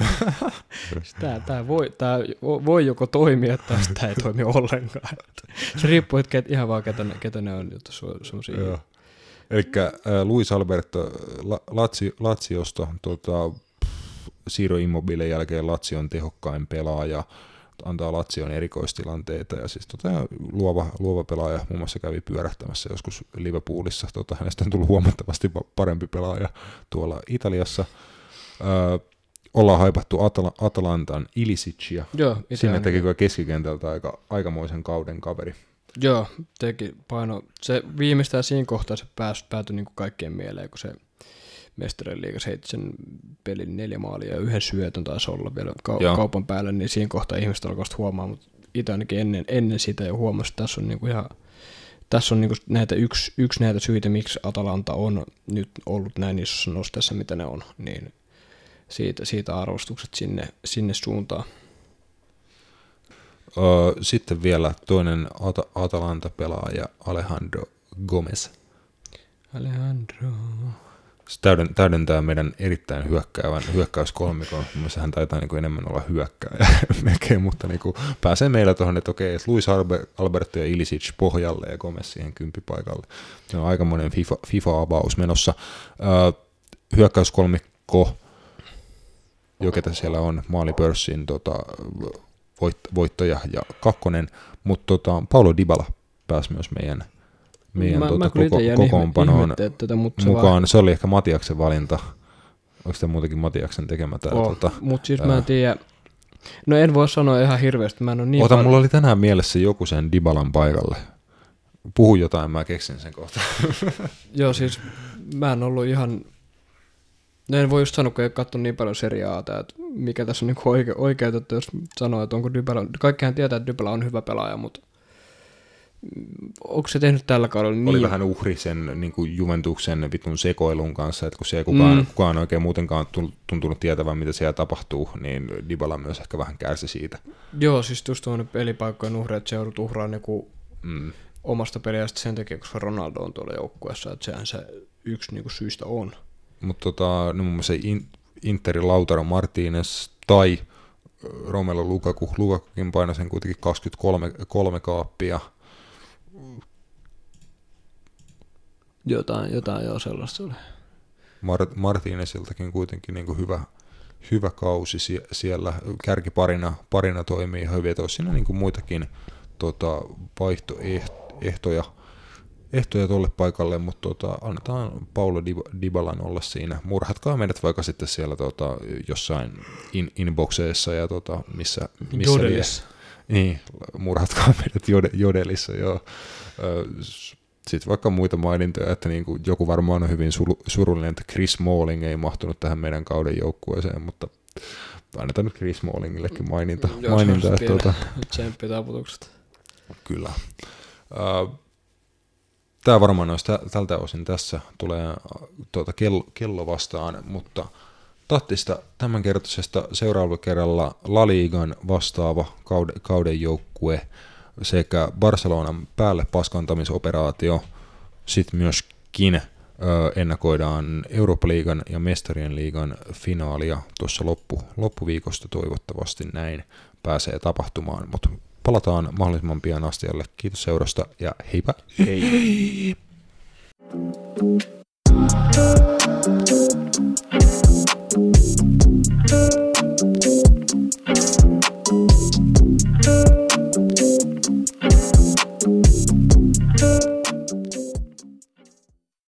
[SPEAKER 3] Tämä voi joko toimia tai sitä ei toimi ollenkaan. Se riippuu, että ihan vaan ketä ne on, jotta semmoisia.
[SPEAKER 1] Eli Luis Alberto Laziosta, Ciro Immobilen jälkeen Lazion tehokkain pelaaja, antaa Lazioon erikoistilanteita ja siis luova pelaaja muun muassa kävi pyörähtämässä joskus Liverpoolissa. Hänestä on tullut huomattavasti parempi pelaaja tuolla Italiassa. Ollaan haipattu Atalantan Ilicicia. Sinne teki kyllä keskikentältä aikamoisen kauden kaveri.
[SPEAKER 3] Joo, teki paino. Se viimeistään siinä kohtaa se päätyi niin kuin kaikkien mieleen, kun se Mestarien liigassa heitti sen pelin 4 maalia ja 1 syötön taisi olla vielä kaupan päällä, niin siinä kohtaa ihmiset alkoi huomaa, mutta itse ainakin ennen sitä jo huomasi, että tässä on niinku tässä on niinku näitä yksi näitä syitä, miksi Atalanta on nyt ollut näin isossa nosteessa, mitä ne on, niin siitä arvostukset sinne suuntaan.
[SPEAKER 1] Sitten vielä toinen Atalanta-pelaaja Alejandro Gomez. Se täydentää meidän erittäin hyökkäyskolmikon. Mielestäni hän taitaa niin enemmän olla hyökkääjä melkein, mutta niin pääsee meillä tuohon, että okei, että Luis Alberto ja Ilicic pohjalle ja Gomez siihen kymppipaikalle. Se on aikamoinen FIFA-avaus menossa. Hyökkäyskolmikko, ketä siellä on, maalipörssin voittaja ja kakkonen, mutta Paulo Dybala pääsi myös meidän meidän
[SPEAKER 3] mä kyllä itse jäin
[SPEAKER 1] kokoonpanoon
[SPEAKER 3] ihmettelemään tätä, mutta
[SPEAKER 1] mukaan. Se oli ehkä Matiaksen valinta. Onko tämä muutenkin Matiaksen tekemä tämä?
[SPEAKER 3] Mutta siis mä en tiedä. No en voi sanoa ihan hirveästi. Mä en ole niin
[SPEAKER 1] mulla oli tänään mielessä joku sen Dybalan paikalle. Puhu jotain, mä keksin sen kohta.
[SPEAKER 3] Joo, siis mä en ollut ihan... No en voi just sanoa, kun ei katsonut niin paljon seriaata, että mikä tässä on niinku oikeutettu, jos sanoo, että onko Dybala... Kaikkihan tietää, että Dybala on hyvä pelaaja, mutta onko se tehnyt tällä kaudella niin...
[SPEAKER 1] Oli vähän uhri sen niin kuin Juventuksen vitun sekoilun kanssa, että kun se ei kukaan oikein muutenkaan tuntunut tietävän, mitä siellä tapahtuu, niin Dybala myös ehkä vähän kärsi siitä.
[SPEAKER 3] Joo, siis just tuonne pelipaikkojen uhri, että se joudut uhraa niinku omasta peliästä sen takia, koska Ronaldo on tuolla joukkueessa, että sehän se yksi niinku syystä on.
[SPEAKER 1] Mutta no muun muassa Interin Lautaro Martínez tai Romelu Lukakukin painoi sen kuitenkin 23 kaappia.
[SPEAKER 3] Jotain joo, sellaista oli.
[SPEAKER 1] Martíneziltakin kuitenkin niin kuin hyvä kausi siellä. Kärkiparina toimii hyvin, että olisi siinä niin kuin muitakin vaihtoehtoja tuolle paikalle, mutta annetaan Paulo Dybalan olla siinä. Murhatkaa meidät vaikka sitten siellä jossain inboxeissa ja missä
[SPEAKER 3] Jodelissa.
[SPEAKER 1] Niin, murhatkaa meidät Jodelissa, joo. Sitten vaikka muita mainintoja, että niin kuin joku varmaan on hyvin surullinen, että Chris Smalling ei mahtunut tähän meidän kauden joukkueeseen, mutta annetaan nyt Chris Smallingillekin maininta.
[SPEAKER 3] Tsemppitaputukset.
[SPEAKER 1] Kyllä. Tämä varmaan olisi tältä osin tässä tulee kello vastaan, mutta tahtista tämänkertaisesta seuraavalla kerralla La Ligan vastaava kauden joukkue sekä Barcelonan päälle paskantamisoperaatio, sitten myöskin ennakoidaan Eurooppa-liigan ja Mestarien liigan finaalia tuossa loppuviikosta toivottavasti näin pääsee tapahtumaan, mutta palataan mahdollisimman pian astialle. Kiitos seurasta ja heipä!
[SPEAKER 3] Hei!